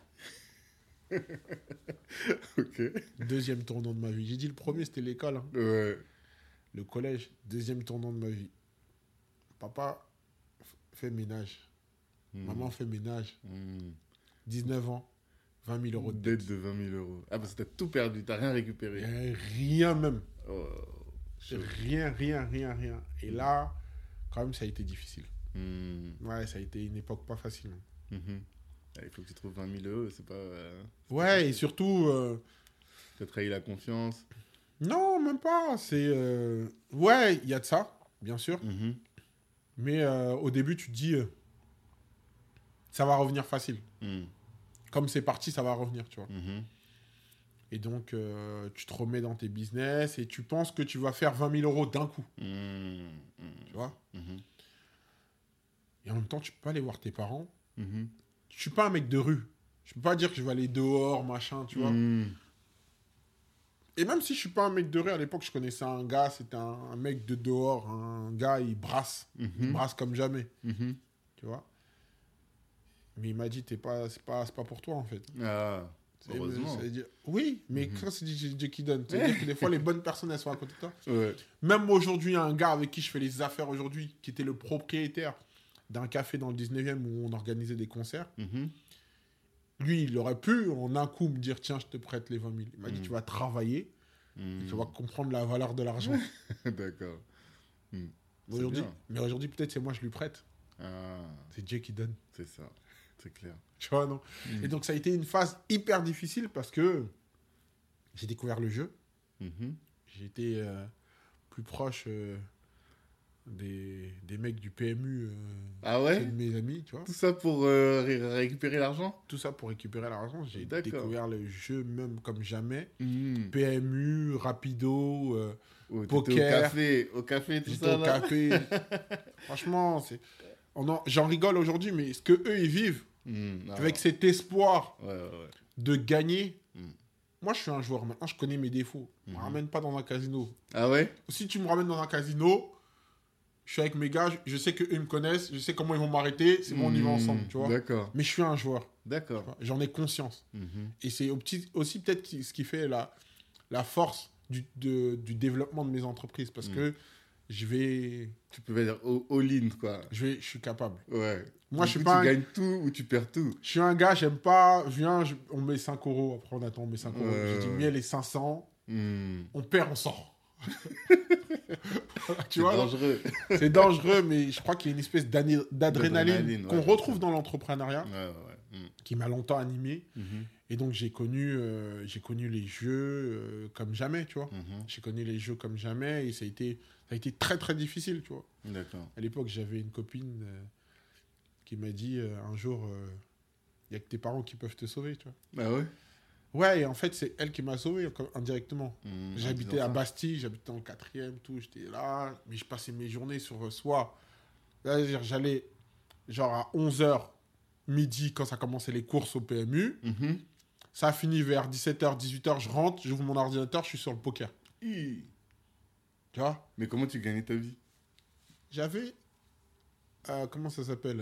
Ok. 2e tournant de ma vie. J'ai dit le premier, c'était l'école. Hein. Ouais. Le collège, 2e tournant de ma vie. Papa fait ménage. Maman fait ménage. 19 ans, 20 000 euros de dette de 20 000 euros. Ah, parce que t'as tout perdu, t'as rien récupéré. Rien même. Oh, rien. Et là, quand même, ça a été difficile. Ouais, ça a été une époque pas facile. Il faut que tu trouves 20 000 euros, c'est pas... ouais, et surtout... t'as trahi la confiance. Non, même pas. C'est... Ouais, il y a de ça, bien sûr. Mais au début, tu te dis... ça va revenir facile. Comme c'est parti, ça va revenir, tu vois. Et donc, tu te remets dans tes business et tu penses que tu vas faire 20 000 euros d'un coup. Tu vois. Et en même temps, tu peux pas aller voir tes parents. Je suis pas un mec de rue. Je peux pas dire que je vais aller dehors, machin, tu vois. Et même si je suis pas un mec de rue, à l'époque, je connaissais un gars, c'était un mec de dehors. Un gars, il brasse. Il brasse comme jamais. Tu vois. Mais il m'a dit, c'est pas pour toi, en fait. Ah. Heureusement. Ça veut dire... Oui, mais quand c'est Dieu qui donne, ça veut dire que des fois, les bonnes personnes, elles sont à côté de toi. Ouais. Même aujourd'hui, il y a un gars avec qui je fais les affaires aujourd'hui, qui était le propriétaire d'un café dans le 19e où on organisait des concerts. Lui, il aurait pu, en un coup, me dire, tiens, je te prête les 20 000. Il m'a dit, tu vas travailler, et tu vas comprendre la valeur de l'argent. D'accord. Mais aujourd'hui, peut-être, c'est moi, je lui prête. Ah, C'est Dieu qui donne. c'est ça. C'est clair. Tu vois, non? Et donc, ça a été une phase hyper difficile parce que j'ai découvert le jeu. J'ai été plus proche des mecs du PMU, Ah ouais? ceux de mes amis, tu vois. Tout ça pour récupérer l'argent? Tout ça pour récupérer l'argent. J'ai D'accord. découvert le jeu même comme jamais. Mhm. PMU, Rapido, Oh, t'étais poker. au café, tout J'étais ça au là? café. Franchement, j'en rigole aujourd'hui, mais ce que eux ils vivent avec cet espoir Ouais. de gagner. Moi, je suis un joueur. Maintenant, je connais mes défauts. Ne me Mhm. ramène pas dans un casino. Ah ouais? Si tu me ramènes dans un casino, je suis avec mes gars, je sais qu'eux ils me connaissent, je sais comment ils vont m'arrêter, c'est bon, on y va ensemble, tu vois. D'accord. Mais je suis un joueur, tu D'accord. vois. J'en ai conscience. Mhm. Et c'est aussi peut-être ce qui fait la force du développement de mes entreprises. Parce que Tu peux dire all-in, quoi. je suis capable. Ouais. Moi, Du je suis coup, pas tu un- gagnes tout ou tu perds tout. Je suis un gars, j'aime pas, on met 5 euros, après on attend, on met 5 euros. J'ai dit, Ouais. miel et 500, Hmm. on perd, on sort. Voilà, tu C'est vois, non? dangereux. C'est dangereux, mais je crois qu'il y a une espèce d'adrénaline D'adrénaline, qu'on ouais. retrouve dans l'entrepreneuriat, Ouais. qui m'a longtemps animé. Mhm. Et donc, j'ai connu les jeux comme jamais, tu vois. Mhm. J'ai connu les jeux comme jamais et ça a été très, très difficile, tu vois. D'accord. À l'époque, j'avais une copine qui m'a dit un jour, il n'y a que tes parents qui peuvent te sauver, tu vois. Ah ouais? Ouais, et en fait, c'est elle qui m'a sauvé indirectement. Hmm. J'habitais à Bastille, j'habitais en 4e, tout, j'étais là, mais je passais mes journées sur soit... C'est-à-dire, j'allais genre à 11h, midi, quand ça commençait les courses au PMU. Mhm. Ça a fini vers 17h, 18h, je rentre, j'ouvre mon ordinateur, je suis sur le poker. Hi. Tu vois? Mais comment tu gagnais ta vie? J'avais... comment ça s'appelle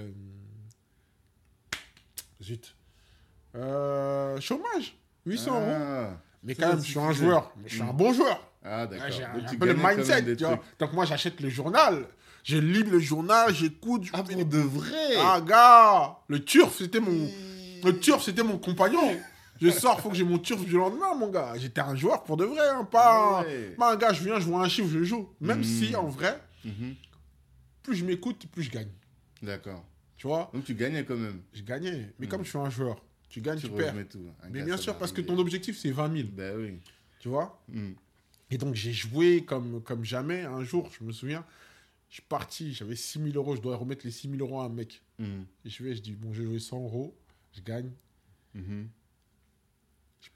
Zut. Chômage. 800 euros. Ah. Mais Ça, quand même, ça je suis un suffisait. joueur. Je suis un bon joueur. Ah, d'accord. J'ai Donc, un tu peu le gagnais quand mindset, même des tu vois. trucs. Donc moi, j'achète le journal. Je lis le journal, j'écoute. Ah, pour de vrai? Ah, gars, le turf, c'était mon compagnon. Je sors, faut que j'ai mon turf du lendemain, mon gars. J'étais un joueur pour de vrai, hein, pas Ouais. un gars, je viens, je vois un chiffre, je joue. Même Mm. si, en vrai, Mhm. plus je m'écoute, plus je gagne. D'accord. Tu vois, Donc, tu gagnais quand même. je gagnais. Mais Mm. comme je suis un joueur, tu gagnes, tu Tu perds. remets tout. Un Mais gars, bien ça sûr, va parce que arriver. ton objectif, c'est 20 000. Ben oui. Tu vois. Hmm. Et donc, j'ai joué comme jamais. Un jour, je me souviens, je suis parti, j'avais 6 000 euros. Je dois remettre les 6 000 euros à un mec. Hmm. Et je dis, bon, je vais jouer 100 euros. Je gagne. Mhm. Je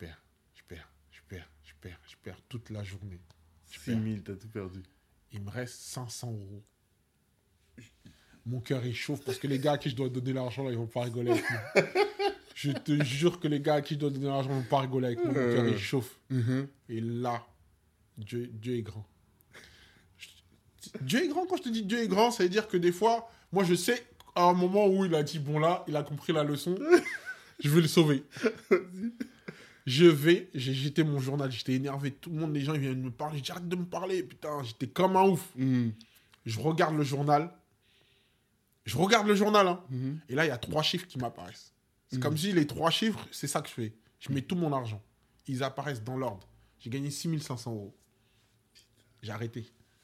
perds toute la journée. 6 000, t'as tout perdu. Il me reste 500 euros. Mon cœur, il chauffe parce que les gars à qui je dois donner l'argent, là, ils vont pas rigoler avec moi. Je te jure que les gars à qui je dois donner l'argent vont pas rigoler avec moi. Mon cœur, il chauffe. Et là, Dieu est grand. Dieu est grand, quand je te dis Dieu est grand, ça veut dire que des fois, moi je sais, à un moment où il a dit, bon là, il a compris la leçon, je vais le sauver. J'ai jeté mon journal, j'étais énervé, tout le monde, les gens, ils viennent me parler, j'ai dit, arrête de me parler, putain, j'étais comme un ouf. Hmm. Je regarde le journal, hein. Mhm. Et là, il y a 3 chiffres qui m'apparaissent. C'est comme si les 3 chiffres, c'est ça que je fais. Je mets tout mon argent. Ils apparaissent dans l'ordre. J'ai gagné 6 500 euros. J'ai arrêté.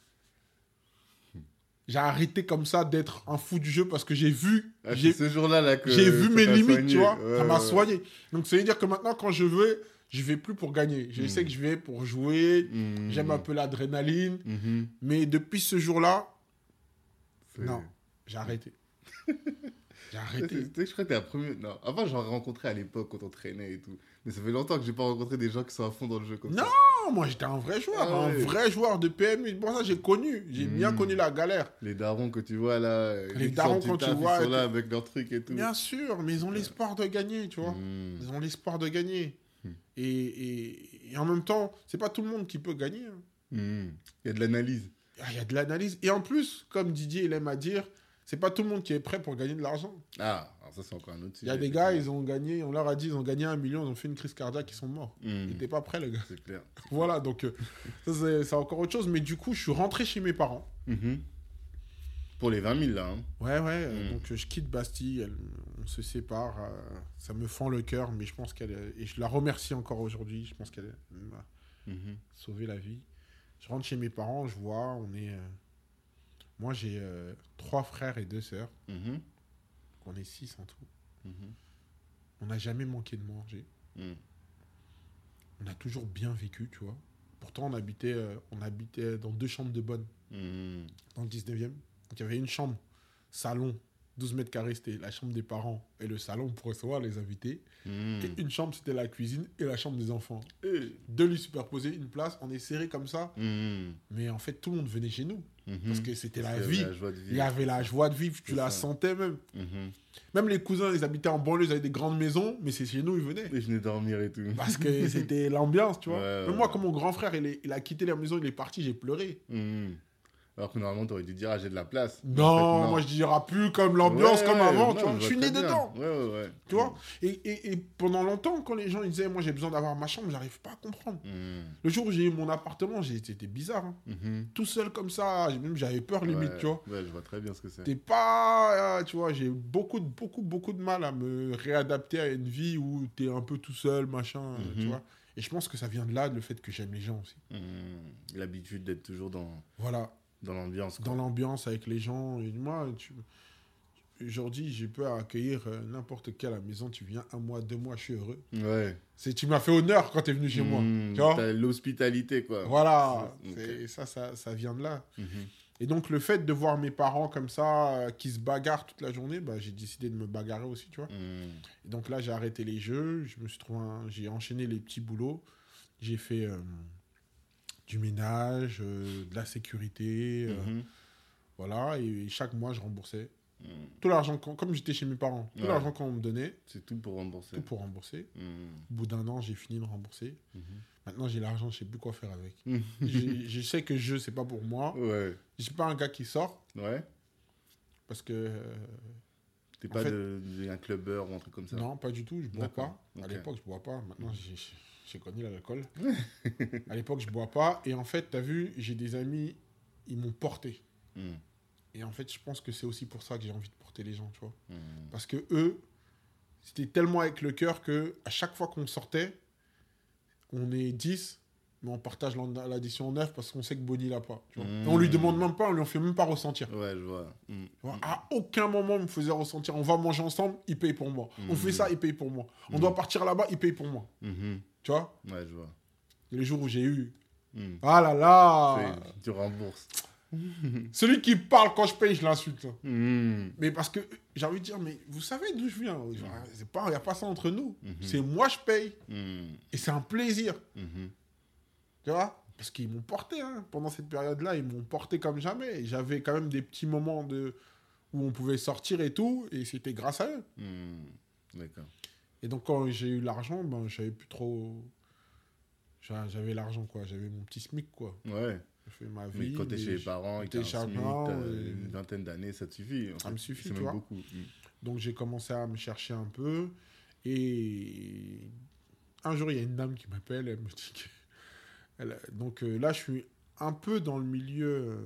J'ai arrêté comme ça d'être un fou du jeu parce que j'ai vu... Ah, j'ai c'est ce jour-là là que j'ai vu ça mes t'a limites, soigné. tu vois. Ouais, Ça m'a ouais. soigné. Donc, ça veut dire que maintenant, quand je vais plus pour gagner. Je sais que je vais pour jouer. Hmm. J'aime un peu l'adrénaline. Mhm. Mais depuis ce jour-là, C'est- non, j'ai arrêté. J'ai arrêté. Je crois que t'es la première. Non, avant, j'en rencontrais à l'époque quand on traînait et tout. Mais ça fait longtemps que j'ai pas rencontré des gens qui sont à fond dans le jeu comme ça. Non, moi, j'étais un vrai joueur. Ah Un ouais. vrai joueur de PMU. Pour ça, j'ai connu. J'ai bien connu la galère. Les darons que tu vois là. Les qui darons sortent du quand tu taf, vois, Ils sont là avec leurs trucs et tout. Bien sûr, mais ils ont l'espoir de gagner, tu vois. Hmm. Ils ont l'espoir de gagner. Et en même temps, c'est pas tout le monde qui peut gagner. Hein. Hmm. Il y a de l'analyse. Il y a de l'analyse. Et en plus, comme Didier, il aime à dire, C'est pas tout le monde qui est prêt pour gagner de l'argent. Ah, alors ça, c'est encore un autre sujet. Il y a des gars, ils ont gagné, on leur a dit, ils ont gagné 1 million, ils ont fait une crise cardiaque, ils sont morts. Mm. Ils n'étaient pas prêts, les gars. C'est clair. Voilà, donc ça, c'est encore autre chose. Mais du coup, je suis rentré chez mes parents. Mhm. Pour les 20 000, là. Hein. Ouais, donc je quitte Bastille, on se sépare. Ça me fend le cœur, mais je pense et je la remercie encore aujourd'hui. Je pense qu'elle m'a Mhm. sauvé la vie. Je rentre chez mes parents, je vois, moi, j'ai 3 frères et 2 sœurs. Mhm. On est 6 en tout. Mhm. On n'a jamais manqué de manger. Mm. On a toujours bien vécu, tu vois. Pourtant, on habitait dans 2 chambres de bonne, Mm. dans le 19e. Donc, il y avait une chambre, salon, 12 mètres carrés, c'était la chambre des parents et le salon pour recevoir les invités. Mm. Et une chambre, c'était la cuisine et la chambre des enfants. Et 2 lits superposés, une place, on est serré comme ça. Mm. Mais en fait, tout le monde venait chez nous. Mhm. Parce que c'était la Parce vie. qu'il y avait la joie de vivre. Il y avait la joie de vivre, tu C'est la ça. sentais même. Mhm. Même les cousins, ils habitaient en banlieue, ils avaient des grandes maisons, mais c'est chez nous, ils venaient. Et je venais dormir et tout. Parce que c'était l'ambiance, tu vois. Ouais, Même moi, quand mon grand frère, il a quitté la maison, il est parti, j'ai pleuré. Mhm. Alors que normalement, t'aurais dû dire, ah, j'ai de la place. Mais Non, en fait, moi je dirai plus comme l'ambiance, Ouais, comme avant, non, tu vois. Je suis né très bien. dedans, Ouais. tu vois. Et pendant longtemps, quand les gens ils disaient, moi j'ai besoin d'avoir ma chambre, j'arrive pas à comprendre. Mhm. Le jour où j'ai eu mon appartement, c'était bizarre. Hein. Mhm. Tout seul comme ça, même j'avais peur limite, Ouais. tu vois. Ouais, je vois très bien ce que c'est. T'es pas, tu vois, j'ai eu beaucoup de mal à me réadapter à une vie où t'es un peu tout seul, machin, tu Mhm. vois. Et je pense que ça vient de là, le fait que j'aime les gens aussi. Mhm. L'habitude d'être toujours Voilà, dans l'ambiance. quoi. dans l'ambiance avec les gens. Et moi, aujourd'hui, je peux accueillir n'importe qui à la maison. Tu viens 1 mois, 2 mois, je suis heureux. Ouais. Tu m'as fait honneur quand t'es venu chez moi. Tu vois. T'as l'hospitalité, quoi. Voilà, Ok. ça vient de là. Mhm. Et donc, le fait de voir mes parents comme ça, qui se bagarrent toute la journée, bah, j'ai décidé de me bagarrer aussi, tu vois. Mhm. Et donc là, j'ai arrêté les jeux, j'ai enchaîné les petits boulots. J'ai fait du ménage, de la sécurité, Mhm. voilà. Et chaque mois, je remboursais. Mhm. Tout l'argent, comme j'étais chez mes parents, tout Ouais. l'argent qu'on me donnait, C'est tout pour rembourser. tout pour rembourser. Mhm. Au bout d'1 an, j'ai fini de rembourser. Mhm. Maintenant, j'ai l'argent, je sais plus quoi faire avec. Mhm. Je sais que c'est pas pour moi. Ouais. Je suis pas un gars qui sort Ouais. parce que T'es En pas fait- un clubbeur ou un truc comme ça. non, pas du tout. Je bois D'accord. pas. À Ok. l'époque, je bois pas. Maintenant, j'ai connu l'alcool. À l'époque, je bois pas. Et en fait, t'as vu, j'ai des amis, ils m'ont porté. Mhm. Et en fait, je pense que c'est aussi pour ça que j'ai envie de porter les gens, tu vois. Mhm. Parce que eux, c'était tellement avec le cœur que à chaque fois qu'on sortait, on est 10, mais on partage l'addition 9 parce qu'on sait que Bonnie l'a pas. Tu vois. Mmh. Et on lui demande même pas, on lui en fait même pas ressentir. Ouais, je vois. Mhm. Tu vois. À aucun moment, on me faisait ressentir. On va manger ensemble, il paye pour moi. On fait ça, il paye pour moi. On doit partir là-bas, il paye pour moi. Mhm. Tu vois. Ouais, je vois. Et le jour où j'ai eu, Mhm. ah là là, Tu rembourses. celui qui parle quand je paye, je l'insulte. Mhm. Mais parce que j'ai envie de dire, mais vous savez d'où je viens. Il n'y a pas ça entre nous. Mhm. C'est moi, je paye. Mhm. Et c'est un plaisir. Mhm. Tu vois. Parce qu'ils m'ont porté. Hein. Pendant cette période-là, ils m'ont porté comme jamais. Et j'avais quand même des petits moments où on pouvait sortir et tout. Et c'était grâce à eux. Mhm. D'accord. Et donc, quand j'ai eu l'argent, ben, je savais plus trop. J'avais l'argent, quoi. J'avais mon petit SMIC, quoi. Ouais. J'ai fait ma Mais vie. quand t'es chez les parents et que t'es t'as un chez SMIC, parents, t'as et- une vingtaine d'années, ça te suffit. En Ça fait. me suffit, C'est tu même vois. beaucoup. Mhm. Donc, j'ai commencé à me chercher un peu. Et un jour, il y a une dame qui m'appelle. Elle me dit que... Donc là, je suis un peu dans le milieu...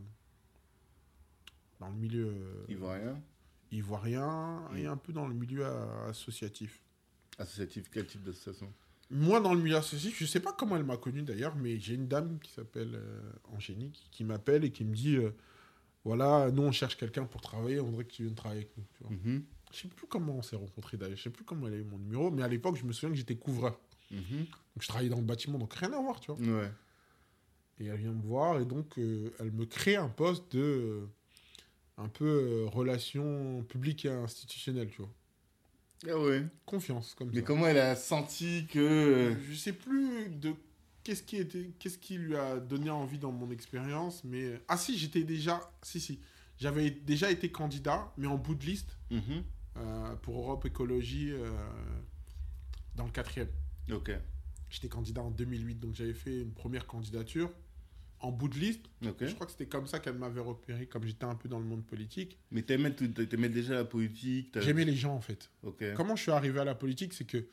Ivoirien. ivoirien et un peu dans le milieu associatif. Associatif, quel type d'association? Moi, dans le milieu associatif, je sais pas comment elle m'a connu d'ailleurs, mais j'ai une dame qui s'appelle Angélique qui m'appelle et qui me dit voilà, nous on cherche quelqu'un pour travailler, on voudrait que tu viennes travailler avec nous. Tu vois. Mhm. Je sais plus comment on s'est rencontrés d'ailleurs, je sais plus comment elle a eu mon numéro, mais à l'époque, je me souviens que j'étais couvreur. Mhm. Donc je travaillais dans le bâtiment, donc rien à voir, tu vois. Ouais. Et elle vient me voir et donc elle me crée un poste de un peu relations publiques et institutionnelles, tu vois. Ah ouais. Confiance, comme Mais ça. comment elle a senti que... Je sais plus de qu'est-ce qui lui a donné envie dans mon expérience, mais ah si, j'avais déjà été candidat, mais en bout de liste Mhm. pour Europe Écologie dans le 4e. Ok. J'étais candidat en 2008, donc j'avais fait une première candidature en bout de liste. Ok. Je crois que c'était comme ça qu'elle m'avait repéré, comme j'étais un peu dans le monde politique. Mais t'aimais déjà la politique. J'aimais les gens, en fait. Ok. Comment je suis arrivé à la politique, c'est que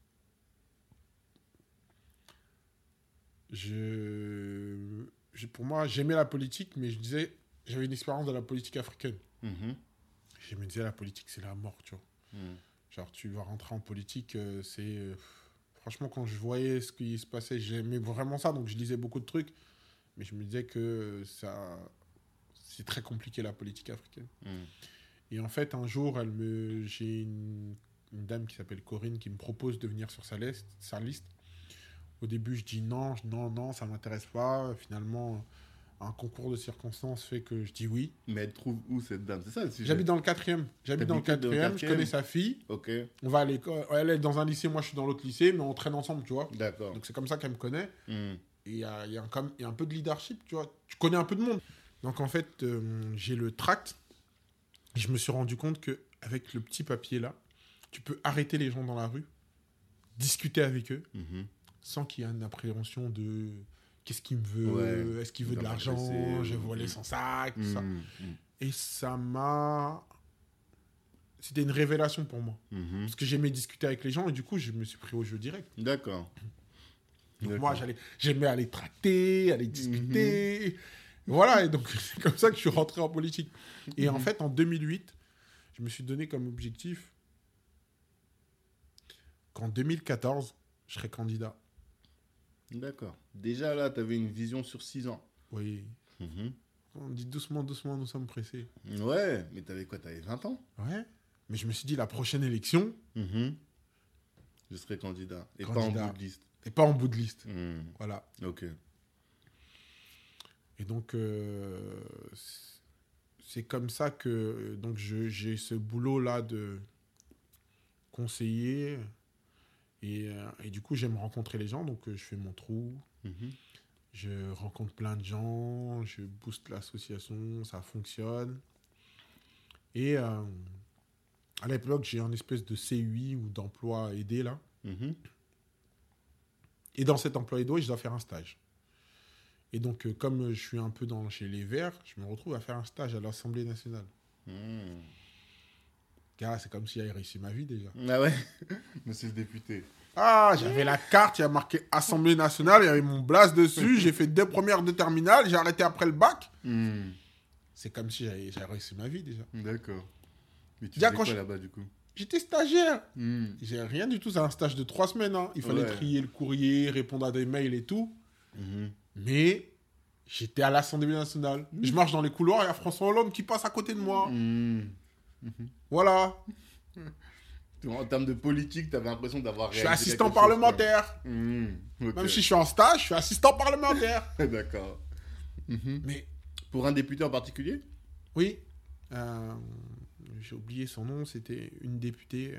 pour moi, j'aimais la politique, mais j'avais une expérience de la politique africaine. Mhm. Je me disais, la politique, c'est la mort, tu vois. Mhm. Genre, tu vas rentrer en politique, franchement, quand je voyais ce qui se passait, j'aimais vraiment ça, donc je lisais beaucoup de trucs. Mais je me disais que c'est très compliqué, la politique africaine. Mhm. Et en fait, un jour, j'ai une dame qui s'appelle Corinne qui me propose de venir sur sa liste. Au début, je dis non, ça ne m'intéresse pas. Finalement, un concours de circonstances fait que je dis oui. Mais elle trouve où cette dame? C'est ça le sujet. J'habite dans le 4e. Je connais sa fille. Ok. On va à l'école. Elle est dans un lycée, moi je suis dans l'autre lycée, mais on traîne ensemble, tu vois. D'accord. Donc c'est comme ça qu'elle me connaît. Mhm. Et il y a un peu de leadership, tu vois. Tu connais un peu de monde. Donc en fait, j'ai le tract. Et je me suis rendu compte qu'avec le petit papier là, tu peux arrêter les gens dans la rue, discuter avec eux, Mhm. sans qu'il y ait une appréhension de qu'est-ce qu'il me veut, Ouais. est-ce qu'il veut de Il va l'argent, m'agresser, j'ai volé son sac, tout ça. Mhm. Et ça m'a... C'était une révélation pour moi. Mhm. Parce que j'aimais discuter avec les gens et du coup, je me suis pris au jeu direct. D'accord. Donc D'accord. moi, j'aimais aller tracter, aller discuter. Voilà, et donc c'est comme ça que je suis rentré en politique. Et en fait, en 2008, je me suis donné comme objectif qu'en 2014, je serais candidat. D'accord. Déjà là, tu avais une vision sur 6 ans. Oui. Mhm. On dit doucement, doucement, nous sommes pressés. Ouais, mais t'avais quoi? T'avais 20 ans? Ouais. Mais je me suis dit, la prochaine élection, Mhm. Je serai candidat. Et pas en Candidat. bout de liste. et pas en bout de liste. Mhm. Voilà. Ok. Et donc, c'est comme ça que donc j'ai ce boulot-là de conseiller. Et du coup, j'aime rencontrer les gens. Donc, je fais mon trou. Mhm. Je rencontre plein de gens. Je booste l'association. Ça fonctionne. Et à l'époque, j'ai un espèce de CUI ou d'emploi aidé, là. Mhm. Et dans cet emploi aidé, je dois faire un stage. Et donc, comme je suis un peu chez les Verts, je me retrouve à faire un stage à l'Assemblée nationale. Mhm. Car c'est comme si j'avais réussi ma vie déjà. Ah ouais. Monsieur le député. Ah, j'avais la carte, il y a marqué Assemblée nationale, il y avait mon blast dessus, j'ai fait 2 premières de terminale, j'ai arrêté après le bac. Mhm. C'est comme si j'avais réussi ma vie déjà. D'accord. Mais tu Déjà, faisais quand quoi je- là-bas du coup? J'étais stagiaire. Mhm. J'ai rien du tout, c'est un stage de 3 semaines. Hein. Il fallait Ouais. trier le courrier, répondre à des mails et tout. Mhm. Mais j'étais à l'Assemblée nationale. Je marche dans les couloirs, il y a François Hollande qui passe à côté de moi. Mhm. Voilà. En termes de politique, t'avais l'impression d'avoir Je suis réalisé assistant quelque chose, quoi. parlementaire. Mhm. Ok. Même si je suis en stage, je suis assistant parlementaire. D'accord. Mhm. Mais Pour un député en particulier? oui, j'ai oublié son nom, c'était une députée.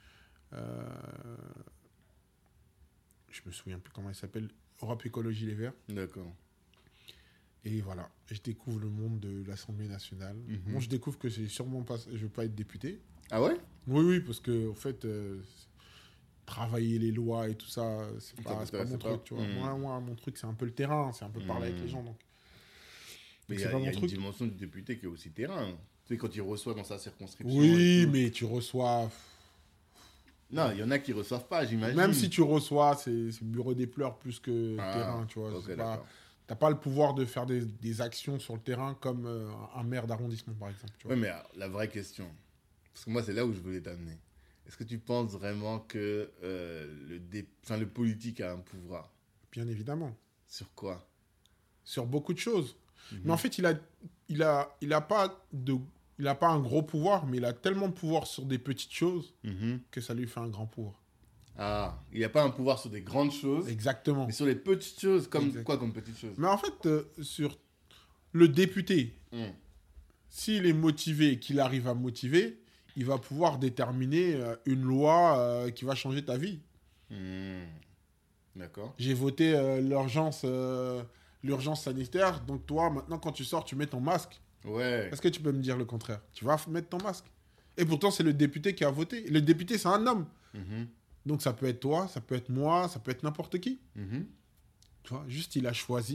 Je me souviens plus comment elle s'appelle. Europe Écologie Les Verts. D'accord. Et voilà, je découvre le monde de l'Assemblée nationale. Mhm. Bon, je découvre que c'est sûrement pas, je veux pas être député. Ah ouais? Oui, parce que en fait, travailler les lois et tout ça, c'est Ça pas mon t'intéresse truc, pas. tu vois. Mhm. Moi, mon truc, c'est un peu le terrain, c'est un peu parler avec les gens. Donc Mais il y c'est a, pas il y mon a une truc. dimension du député qui est aussi terrain. Tu sais, quand il reçoit dans sa circonscription. Oui, et tout. mais tu reçois. Non, il y en a qui reçoivent pas, j'imagine. Même si tu reçois, c'est bureau des pleurs plus que Ah, terrain, tu vois. ok, C'est pas- d'accord. T'as pas le pouvoir de faire des actions sur le terrain comme un maire d'arrondissement, par exemple. Tu vois. Ouais, mais la vraie question, parce que moi, c'est là où je voulais t'amener. Est-ce que tu penses vraiment que le politique a un pouvoir? Bien évidemment. Sur quoi? Sur beaucoup de choses. Mhm. Mais en fait, il a pas un gros pouvoir, mais il a tellement de pouvoir sur des petites choses Mhm. que ça lui fait un grand pouvoir. Ah, il n'y a pas un pouvoir sur des grandes choses, Exactement. mais sur les petites choses, comme Exact. quoi comme petites choses? Mais en fait, sur le député, Mhm. s'il est motivé et qu'il arrive à motiver, il va pouvoir déterminer une loi qui va changer ta vie. Mhm. D'accord. J'ai voté l'urgence sanitaire, donc toi, maintenant, quand tu sors, tu mets ton masque. Ouais. Est-ce que tu peux me dire le contraire? Tu vas mettre ton masque. Et pourtant, c'est le député qui a voté. Le député, c'est un homme. Mhm. Donc, ça peut être toi, ça peut être moi, ça peut être n'importe qui. Mhm. Tu vois, juste, il a choisi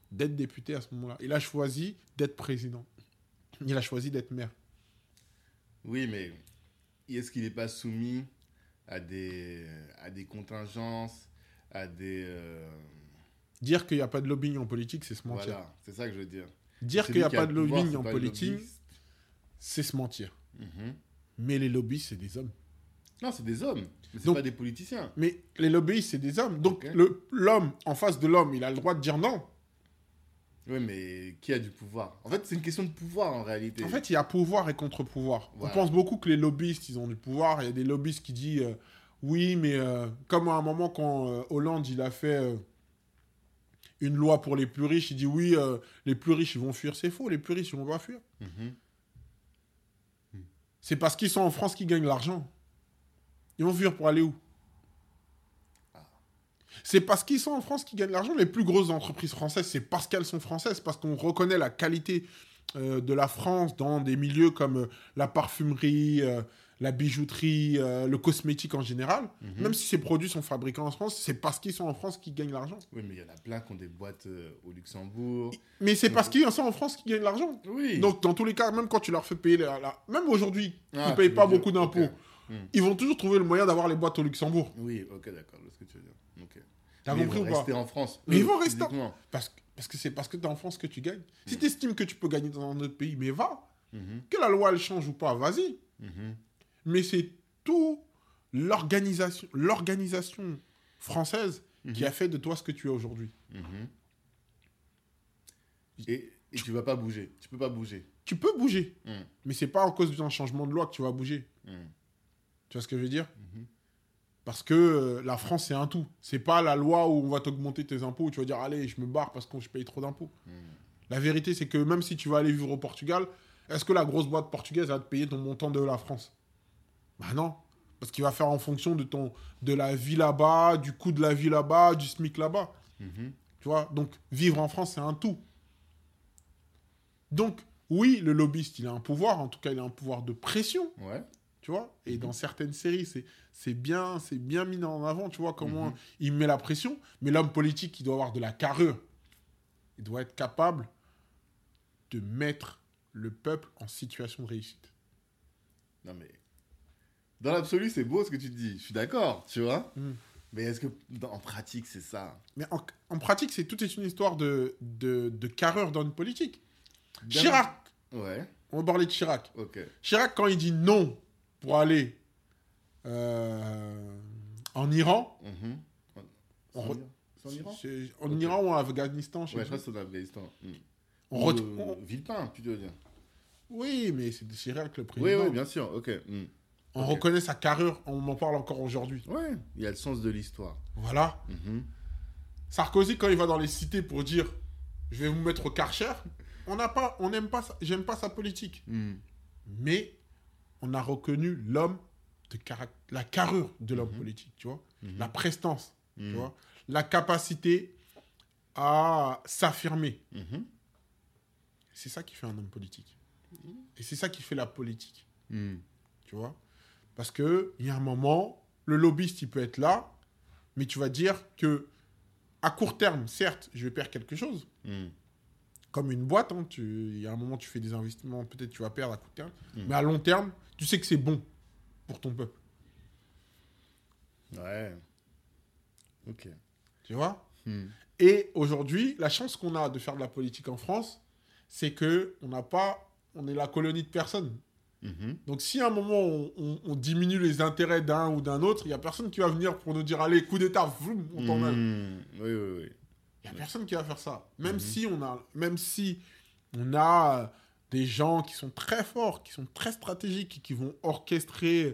d'être député à ce moment-là. Il a choisi d'être président. Il a choisi d'être maire. Oui, mais est-ce qu'il n'est pas soumis à des contingences, à des... Dire qu'il n'y a pas de lobbying en politique, c'est se mentir. Voilà, c'est ça que je veux dire. Dire qu'il n'y a pas de lobbying en politique, lobbyiste. c'est se mentir. Mhm. Mais les lobbyistes, c'est des hommes. Non, c'est des hommes, mais c'est Donc, pas des politiciens. Mais les lobbyistes, c'est des hommes. Donc, Ok. l'homme, en face de l'homme, il a le droit de dire non. Oui, mais qui a du pouvoir? En fait, c'est une question de pouvoir, en réalité. En fait, il y a pouvoir et contre-pouvoir. Voilà. On pense beaucoup que les lobbyistes, ils ont du pouvoir. Il y a des lobbyistes qui disent oui, mais comme à un moment, quand Hollande, il a fait une loi pour les plus riches, il dit oui, les plus riches, ils vont fuir. C'est faux, les plus riches, ils vont pas fuir. Mhm. C'est parce qu'ils sont en France qu'ils gagnent l'argent. Ils vont fuir pour aller où? C'est parce qu'ils sont en France qu'ils gagnent l'argent. Les plus grosses entreprises françaises, c'est parce qu'elles sont françaises, parce qu'on reconnaît la qualité de la France dans des milieux comme la parfumerie, la bijouterie, le cosmétique en général. Mhm. Même si ces produits sont fabriqués en France, c'est parce qu'ils sont en France qu'ils gagnent l'argent. Oui, mais il y en a plein qui ont des boîtes au Luxembourg. Mais c'est parce qu'ils sont en France qu'ils gagnent l'argent. Oui. Donc, dans tous les cas, même quand tu leur fais payer, même aujourd'hui, Ah, ils ne payent tu pas veux dire, beaucoup d'impôts. ok. Ils vont toujours trouver le moyen d'avoir les boîtes au Luxembourg. Oui, ok, d'accord, je vois ce que tu veux dire. Ok. T'as Mais compris ils ou vont pas? rester en France. Mais eux, ils vont rester. physiquement. Parce que c'est parce que tu es en France que tu gagnes. Si tu estimes que tu peux gagner dans un autre pays, mais va. Mhm. Que la loi elle change ou pas, vas-y. Mhm. Mais c'est tout l'organisation française qui a fait de toi ce que tu es aujourd'hui. Mhm. Et tu vas pas bouger. Tu peux pas bouger. Tu peux bouger, Mhm. mais c'est pas en cause d'un changement de loi que tu vas bouger. Mhm. Tu vois ce que je veux dire? Mhm. Parce que la France, c'est un tout. C'est pas la loi où on va t'augmenter tes impôts, où tu vas dire, allez, je me barre parce que je paye trop d'impôts. Mhm. La vérité, c'est que même si tu vas aller vivre au Portugal, est-ce que la grosse boîte portugaise va te payer ton montant de la France? Bah non. Parce qu'il va faire en fonction de la vie là-bas, du coût de la vie là-bas, du SMIC là-bas. Mhm. Tu vois? Donc, vivre en France, c'est un tout. Donc, oui, le lobbyiste, il a un pouvoir. En tout cas, il a un pouvoir de pression. Ouais. Tu vois? Et dans certaines séries, c'est bien mis en avant. Tu vois comment Mhm. il met la pression. Mais l'homme politique, il doit avoir de la carrure. Il doit être capable de mettre le peuple en situation de réussite. Non, mais dans l'absolu, c'est beau ce que tu dis. Je suis d'accord, tu vois. Mm. Mais est-ce que en pratique, c'est ça? Mais en pratique, tout est une histoire de carrure dans une politique. Bien- Chirac, Ouais, on va parler de Chirac. ok. Chirac, quand il dit non pour aller en Iran, Mhm. On C'est re- en Iran? c'est en Ok. Iran ou en Afghanistan, je sais Ouais, je plus. crois que c'est en Afghanistan. Mhm. On Ou, ret- Villepin, tu veux dire. Oui, mais c'est Chirac le Oui, président. oui, bien sûr, ok. Mhm. On Ok. reconnaît sa carrure, on en parle encore aujourd'hui. Ouais, il y a le sens de l'histoire. Voilà. Mhm. Sarkozy, quand il va dans les cités pour dire je vais vous mettre au Karcher, on n'aime pas ça, j'aime pas sa politique. Mhm. Mais on a reconnu l'homme la carrure de l'homme Mhm. politique, tu vois, Mhm. la prestance, Mhm. tu vois, la capacité à s'affirmer. Mhm. C'est ça qui fait un homme politique. Et c'est ça qui fait la politique, Mhm. tu vois. Parce qu'il y a un moment, le lobbyiste, il peut être là, mais tu vas dire que à court terme, certes, je vais perdre quelque chose, Mhm. comme une boîte, hein, il y a un moment, tu fais des investissements, peut-être tu vas perdre à court terme, Mhm. mais à long terme, tu sais que c'est bon pour ton peuple, Ouais. Ok. tu vois. Mhm. Et aujourd'hui, la chance qu'on a de faire de la politique en France, c'est que on est la colonie de personne. Mhm. Donc si à un moment on diminue les intérêts d'un ou d'un autre, il n'y a personne qui va venir pour nous dire allez, coup d'État, vroom, on t'en a. Mhm. Oui, oui, oui. Il n'y a personne qui va faire ça. Même Mhm. si on a des gens qui sont très forts, qui sont très stratégiques et qui vont orchestrer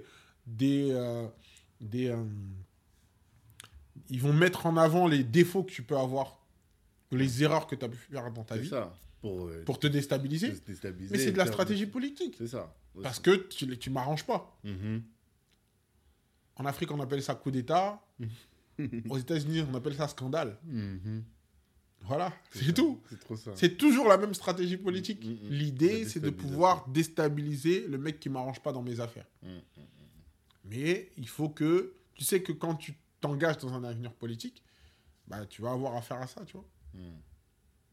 ils vont mettre en avant les défauts que tu peux avoir, les erreurs que tu as pu faire dans ta C'est vie, ça. pour te déstabiliser. se déstabiliser. Mais c'est de la faire- stratégie politique. C'est ça. Parce que tu m'arranges pas. Mhm. En Afrique, on appelle ça coup d'État. Aux États-Unis, on appelle ça scandale. Mhm. Voilà, c'est ça. tout. C'est trop ça. C'est toujours la même stratégie politique. Mm. L'idée, La c'est de déstabilisation. pouvoir déstabiliser le mec qui m'arrange pas dans mes affaires. Mm. Mais il faut que... Tu sais que quand tu t'engages dans un avenir politique, bah, tu vas avoir affaire à ça, tu vois. Mm.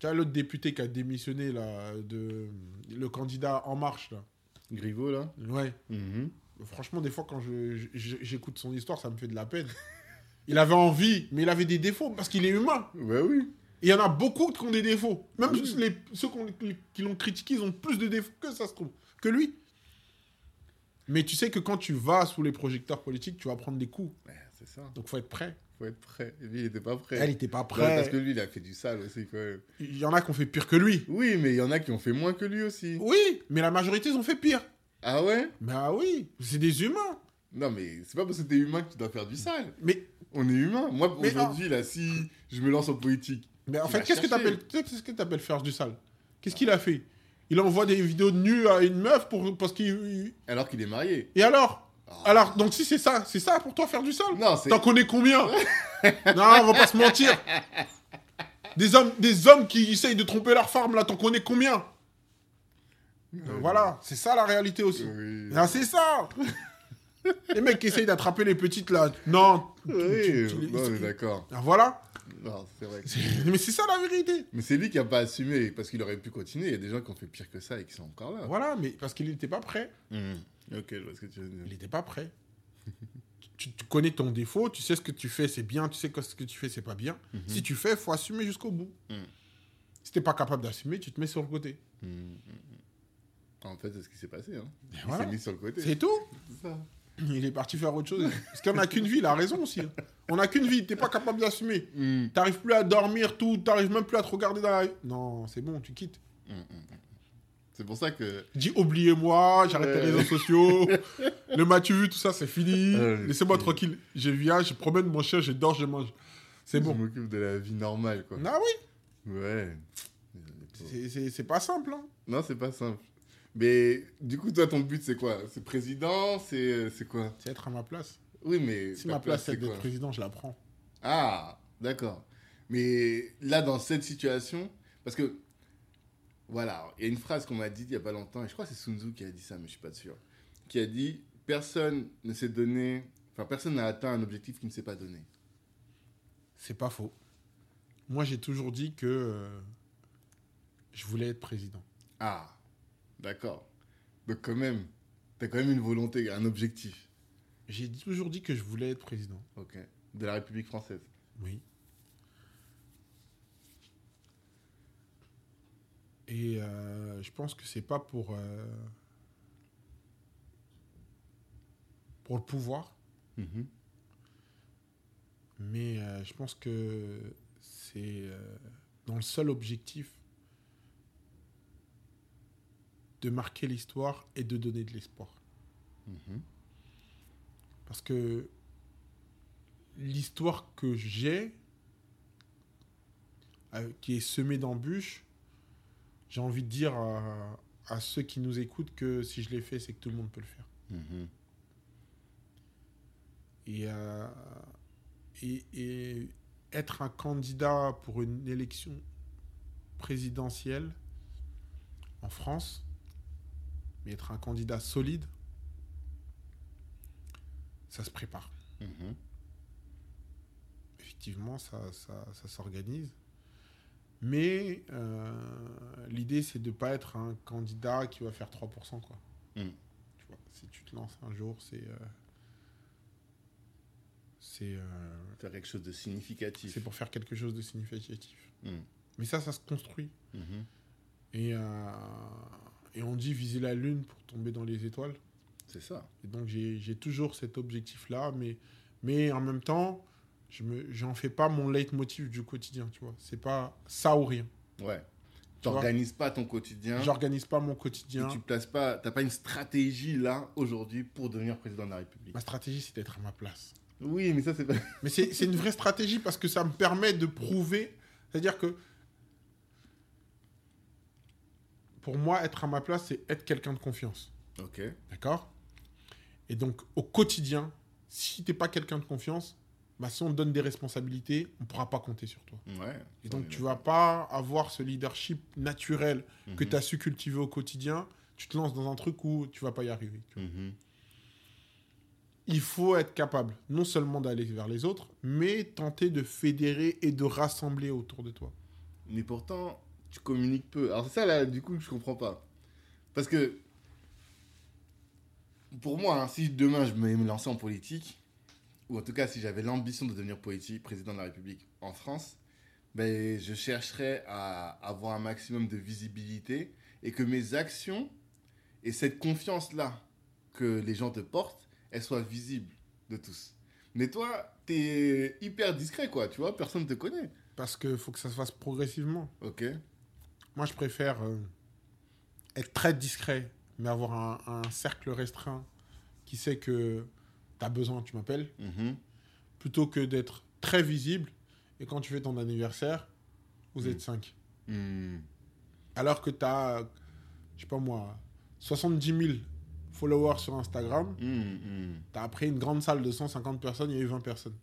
Tu vois, l'autre député qui a démissionné, là, le candidat En Marche, là. Griveaux, là. Ouais. Mhm. Franchement, des fois, quand j'écoute son histoire, ça me fait de la peine. Il avait envie, mais il avait des défauts, parce qu'il est humain. Ouais, oui. Et il y en a beaucoup qui ont des défauts. Même ceux qui l'ont critiqué, ils ont plus de défauts que ça se trouve, que lui. Mais tu sais que quand tu vas sous les projecteurs politiques, tu vas prendre des coups. Ouais, c'est ça. Donc, faut être prêt. Faut être prêt. Et lui, il était pas prêt. Elle n'était pas Ouais, prêt. parce que lui, il a fait du sale aussi, quand même. Il y en a qui ont fait pire que lui. Oui, mais il y en a qui ont fait moins que lui aussi. Oui, mais la majorité, ils ont fait pire. Ah ouais? Bah oui, c'est des humains. Non, mais c'est pas parce que t'es humain que tu dois faire du sale. Mais, On est humain. Moi, Mais aujourd'hui, là, si je me lance en politique... en Tu fait, vas qu'est-ce que chercher. t'appelles faire du sale? Qu'est-ce qu'il a fait? Il envoie des vidéos de nus à une meuf parce qu'il... Alors qu'il est marié. Et alors? Ah. Alors, donc si c'est ça pour toi faire du sale? Non, c'est... T'en connais combien? Non, on va pas se mentir. Des hommes qui essayent de tromper leur femme, là, t'en connais combien? Voilà, c'est ça la réalité aussi. Oui. Ah, c'est ça. Les mecs qui essayent d'attraper les petites, là, non. Oui, non, on est d'accord. Ah, voilà. Non, c'est vrai. Mais c'est ça la vérité. Mais c'est lui qui a pas assumé, parce qu'il aurait pu continuer. Il y a des gens qui ont fait pire que ça et qui sont encore là. Voilà, mais parce qu'il n'était pas prêt. Ok, je vois ce que tu veux dire. Il n'était pas prêt. Tu connais ton défaut, tu sais ce que tu fais, c'est bien, tu sais que ce que tu fais, c'est pas bien. Si tu fais, il faut assumer jusqu'au bout. Si t'es pas capable d'assumer, tu te mets sur le côté. En fait, c'est ce qui s'est passé. Hein. Et Il voilà. s'est mis sur le côté. C'est tout. C'est ça. Il est parti faire autre chose. Parce qu'on n'a qu'une vie, il a raison aussi. On n'a qu'une vie, t'es pas capable d'assumer. T'arrives plus à dormir, tout, t'arrives même plus à te regarder dans la... Non, c'est bon, tu quittes. C'est pour ça que... Dis oubliez-moi, j'arrête les réseaux sociaux. Le m'as-tu vu, tout ça, c'est fini. Laissez-moi tranquille. Je viens, je promène mon chien, je dors, je mange. C'est Je bon. m'occupe de la vie normale, quoi. Ah oui, Ouais. c'est pas simple. Hein. Non, c'est pas simple. Mais du coup, toi, ton but, c'est quoi? C'est président? C'est quoi? C'est être à ma place. Oui, mais... Si ta ma place c'est c'est d'être quoi? président, je la prends. Ah, d'accord. Mais là, dans cette situation, parce que, voilà, il y a une phrase qu'on m'a dite il y a pas longtemps, et je crois que c'est Sun Tzu qui a dit ça, mais je suis pas sûr, qui a dit « Personne ne s'est donné, enfin, personne n'a atteint un objectif qu'il ne s'est pas donné. C'est pas faux. Moi, j'ai toujours dit que je voulais être président. » Ah, d'accord. Donc quand même, t'as quand même une volonté, un objectif. J'ai toujours dit que je voulais être président. Ok. De la République française. Oui. Et je pense que c'est pas pour le pouvoir, mais je pense que c'est dans le seul objectif de marquer l'histoire et de donner de l'espoir. Parce que l'histoire que j'ai, qui est semée d'embûches, j'ai envie de dire à ceux qui nous écoutent que si je l'ai fait, c'est que tout le monde peut le faire. Et être un candidat pour une élection présidentielle en France, mais être un candidat solide, ça se prépare. Effectivement, ça s'organise. Mais l'idée, c'est de ne pas être un candidat qui va faire 3%. Quoi. Tu vois, si tu te lances un jour, c'est Faire quelque chose de significatif. pour faire quelque chose de significatif. Mais ça se construit. Et on dit viser la lune pour tomber dans les étoiles. C'est ça. Et donc, j'ai toujours cet objectif-là. Mais en même temps, j'en fais pas mon leitmotiv du quotidien, tu vois. C'est pas ça ou rien. Ouais. Tu n'organises pas ton quotidien. J'organise pas mon quotidien. Tu places pas, t'as pas une stratégie là aujourd'hui pour devenir président de la République. Ma stratégie, c'est d'être à ma place. Oui, mais ça c'est pas. Mais c'est une vraie stratégie parce que ça me permet de prouver. C'est-à-dire que pour moi, être à ma place, c'est être quelqu'un de confiance. Ok. D'accord ? Et donc, au quotidien, si t'es pas quelqu'un de confiance, bah, si on te donne des responsabilités, on ne pourra pas compter sur toi. Ouais. Et donc, tu ne vas pas avoir ce leadership naturel que tu as su cultiver au quotidien. Tu te lances dans un truc où tu ne vas pas y arriver. Il faut être capable, non seulement d'aller vers les autres, mais tenter de fédérer et de rassembler autour de toi. Mais pourtant, tu communiques peu. Alors, c'est ça, là, du coup, que je comprends pas. Parce que, pour moi, hein, si demain je me lançais en politique, ou en tout cas, si j'avais l'ambition de devenir président de la République en France, ben, je chercherais à avoir un maximum de visibilité et que mes actions et cette confiance-là que les gens te portent, elle soit visible de tous. Mais toi, t'es hyper discret, quoi, tu vois, personne ne te connaît. Parce qu'il faut que ça se fasse progressivement. Ok. Moi, je préfère être très discret, mais avoir un cercle restreint qui sait que tu as besoin, tu m'appelles, plutôt que d'être très visible et quand tu fais ton anniversaire, vous êtes 5. Alors que tu as, je sais pas moi, 70 000 followers sur Instagram, tu as pris une grande salle de 150 personnes, il y a eu 20 personnes.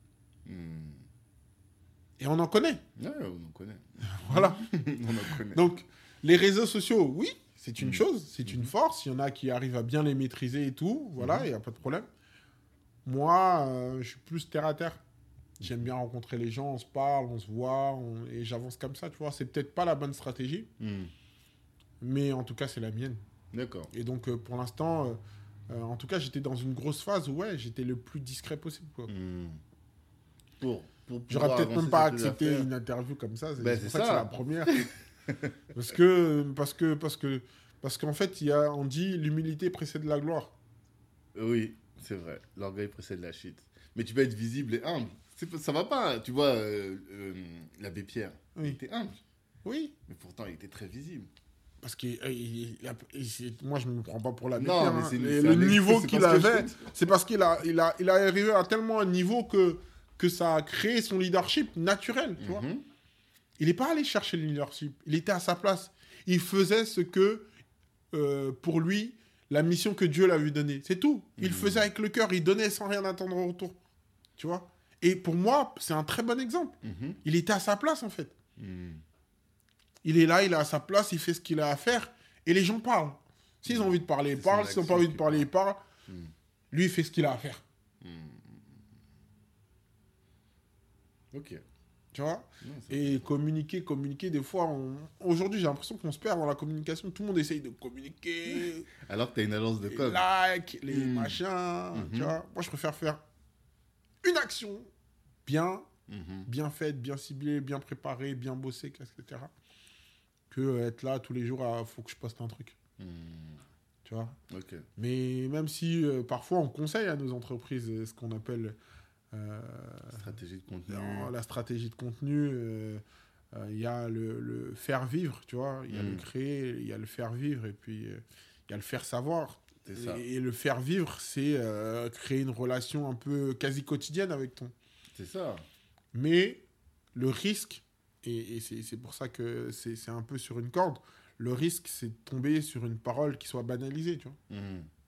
Et on en connaît. Ouais, on en connaît. Voilà. On en connaît. Donc, les réseaux sociaux, oui, c'est une chose, c'est une force. Il y en a qui arrivent à bien les maîtriser et tout. Voilà, il n'y a pas de problème. Moi, je suis plus terre à terre. J'aime bien rencontrer les gens, on se parle, on se voit, et j'avance comme ça, tu vois. C'est peut-être pas la bonne stratégie, mais en tout cas, c'est la mienne. D'accord. Et donc, pour l'instant, en tout cas, j'étais dans une grosse phase où, ouais, j'étais le plus discret possible, quoi. J'aurais peut-être même pas accepté une interview comme ça. C'est pour ça que c'est la première. parce qu'en fait, on dit l'humilité précède la gloire. Oui, c'est vrai. L'orgueil précède la chute. Mais tu peux être visible et humble. Ça va pas. Tu vois, l'abbé Pierre, il était humble. Oui. Mais pourtant, il était très visible. Parce que moi, je ne me prends pas pour l'abbé non, Pierre. Mais le niveau qu'il avait, c'est parce qu'il il a arrivé à tellement un niveau que ça a créé son leadership naturel, tu vois. Il n'est pas allé chercher le leadership. Il était à sa place. Il faisait ce que, pour lui, la mission que Dieu lui donnée. C'est tout. Il faisait avec le cœur. Il donnait sans rien attendre en retour. Tu vois. Et pour moi, c'est un très bon exemple. Il était à sa place, en fait. Il est là, il est à sa place, il fait ce qu'il a à faire. Et les gens parlent. S'ils ont envie de parler, ils parlent. S'ils n'ont pas envie de parler, ils parlent. Lui, il fait ce qu'il a à faire. Ok. Tu vois. Et communiquer, des fois, aujourd'hui, j'ai l'impression qu'on se perd dans la communication. Tout le monde essaye de communiquer. Alors que tu as une agence de com. Les likes, les machins, tu vois. Moi, je préfère faire une action bien faite, bien ciblée, bien préparée, bien bossée, etc. Que être là tous les jours, faut que je poste un truc. Tu vois. Okay. Mais même si, parfois, on conseille à nos entreprises ce qu'on appelle... stratégie de contenu. La stratégie de contenu, il y a le faire vivre, tu vois. Il y a le créer, il y a le faire vivre, et puis il y a le faire savoir. Et le faire vivre, c'est créer une relation un peu quasi quotidienne avec ton. C'est ça. Mais le risque, et c'est pour ça que c'est un peu sur une corde, le risque, c'est de tomber sur une parole qui soit banalisée, tu vois.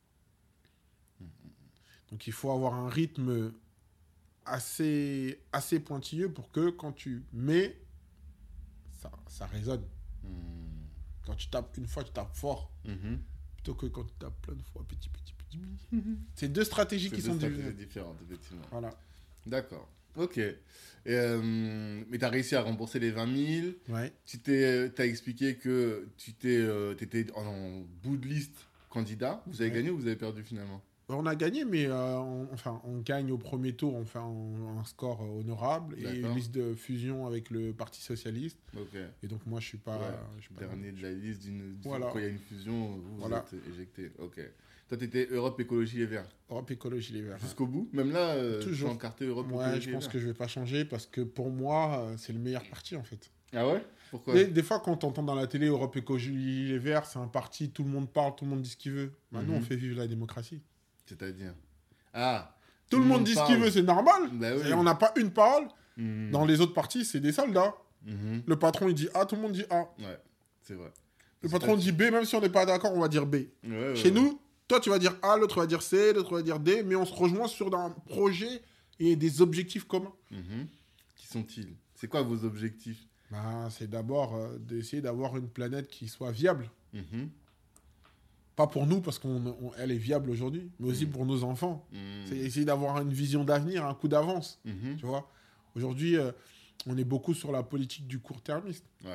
Donc il faut avoir un rythme assez pointilleux pour que quand tu mets, ça résonne. Quand tu tapes une fois, tu tapes fort. Plutôt que quand tu tapes plein de fois, petit. C'est deux stratégies qui sont différentes, effectivement. Voilà. D'accord. Ok. Mais tu as réussi à rembourser les 20 000. Ouais. Tu t'as expliqué que tu étais en bout de liste candidat. Vous avez gagné ou vous avez perdu finalement? On a gagné, mais on gagne au premier tour, on fait un score honorable. D'accord. Et une liste de fusion avec le Parti Socialiste. Okay. Et donc moi, je suis pas... dernier de la liste voilà. Quand il y a une fusion, vous êtes éjecté. Ok. Toi, tu étais Europe Écologie Les Verts. Europe Écologie Les Verts. Jusqu'au bout? Même là, toujours encarté Europe Écologie Les Verts. Je pense que je vais pas changer parce que pour moi, c'est le meilleur parti en fait. Ah ouais? Pourquoi? Des fois, quand on entend dans la télé Europe Écologie Les Verts, c'est un parti, tout le monde parle, tout le monde dit ce qu'il veut. Maintenant, on fait vivre la démocratie. C'est-à-dire? Tout le monde dit ce qu'il veut, c'est normal. Bah oui. Et on n'a pas une parole. Dans les autres partis, c'est des soldats. Le patron, il dit A, tout le monde dit A. Ouais, c'est vrai. Le patron dit B, même si on n'est pas d'accord, on va dire B. Chez nous, toi, tu vas dire A, l'autre va dire C, l'autre va dire D, mais on se rejoint sur un projet et des objectifs communs. Qui sont-ils? C'est quoi vos objectifs? C'est d'abord d'essayer d'avoir une planète qui soit viable. Pas pour nous, parce qu'elle est viable aujourd'hui, mais aussi pour nos enfants. C'est essayer d'avoir une vision d'avenir, un coup d'avance. Tu vois. Aujourd'hui, on est beaucoup sur la politique du court-termiste. Ouais.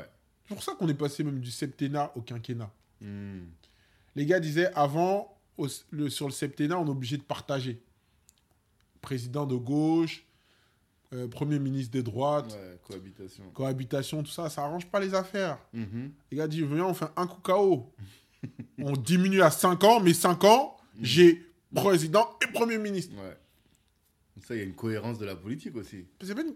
C'est pour ça qu'on est passé même du septennat au quinquennat. Hmm. Les gars disaient, avant, sur le septennat, on est obligé de partager. Président de gauche, Premier ministre de droite, Ouais, cohabitation, tout ça, ça arrange pas les affaires. Mhm. Les gars disent, viens, on fait un coup KO. On diminue à 5 ans, mais 5 ans, j'ai président et Premier ministre. Ouais. Ça, il y a une cohérence de la politique aussi.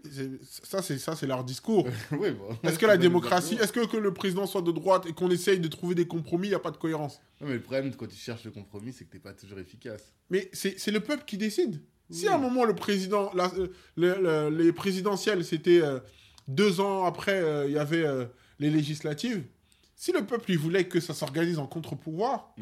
Ça, c'est leur discours. Oui, bon. Est-ce que la démocratie, est-ce que le président soit de droite et qu'on essaye de trouver des compromis, il n'y a pas de cohérence? Non, mais le problème, quand tu cherches le compromis, c'est que tu n'es pas toujours efficace. Mais c'est le peuple qui décide. Oui. Si à un moment, le président, les présidentielles, c'était 2 ans après, il y avait les législatives, si le peuple il voulait que ça s'organise en contre-pouvoir,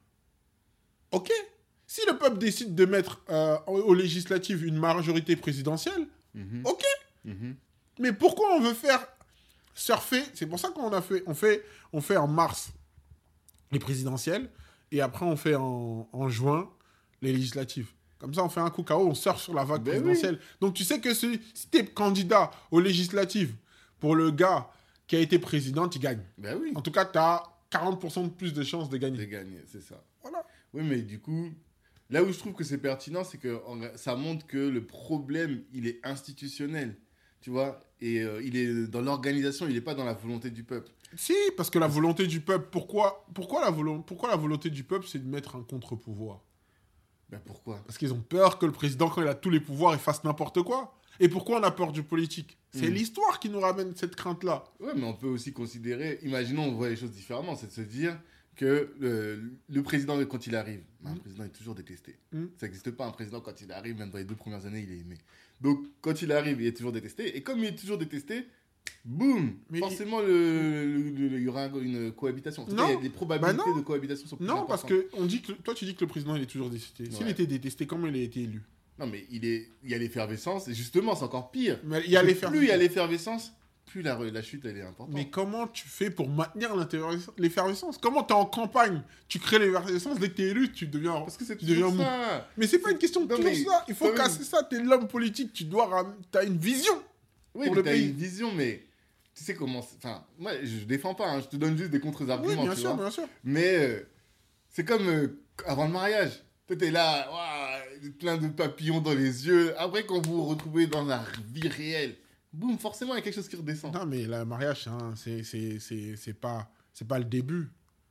ok. Si le peuple décide de mettre aux législatives une majorité présidentielle, ok. Mais pourquoi on veut faire surfer? C'est pour ça qu'on fait en mars les présidentielles et après on fait en juin les législatives. Comme ça, on fait un coup KO, on surfe sur la vague présidentielle. Oui. Donc tu sais que si tu es candidat aux législatives pour le gars qui a été président, tu gagnes. Ben oui. En tout cas, tu as 40% de plus de chances de gagner. De gagner, c'est ça. Voilà. Oui, mais du coup, là où je trouve que c'est pertinent, c'est que ça montre que le problème, il est institutionnel, tu vois, et il est dans l'organisation, il n'est pas dans la volonté du peuple. Si, parce que la volonté du peuple, pourquoi la volonté du peuple, c'est de mettre un contre-pouvoir? Ben pourquoi? Parce qu'ils ont peur que le président, quand il a tous les pouvoirs, il fasse n'importe quoi. Et pourquoi on a peur du politique? C'est l'histoire qui nous ramène cette crainte-là. Ouais, mais on peut aussi considérer, imaginons, on voit les choses différemment, c'est de se dire que le président, quand il arrive, un président est toujours détesté. Ça n'existe pas un président, quand il arrive, même dans les 2 premières années, il est aimé. Donc, quand il arrive, il est toujours détesté. Et comme il est toujours détesté, boum, forcément, il y aura une cohabitation. Il y a des probabilités de cohabitation sont plus importantes. Parce que toi, tu dis que le président, il est toujours détesté. S'il était détesté, comment il a été élu? Non, mais il y a l'effervescence, et justement, c'est encore pire. Mais plus il y a l'effervescence, plus la chute, elle est importante. Mais comment tu fais pour maintenir l'effervescence? Comment tu es en campagne, tu crées l'effervescence, dès que tu es élu, tu deviens Parce que c'est toujours ça. Mais c'est pas une question de toujours ça. Il faut casser ça. Tu es l'homme politique, tu as une vision. Oui, mais tu as une vision, mais tu sais comment... Enfin, moi, je défends pas, hein, je te donne juste des contre-arguments, oui, bien sûr. Mais c'est comme avant le mariage. Toi, t'es là, plein de papillons dans les yeux. Après, quand vous vous retrouvez dans la vie réelle, boum, forcément, il y a quelque chose qui redescend. Non, mais le mariage, hein, c'est pas le début.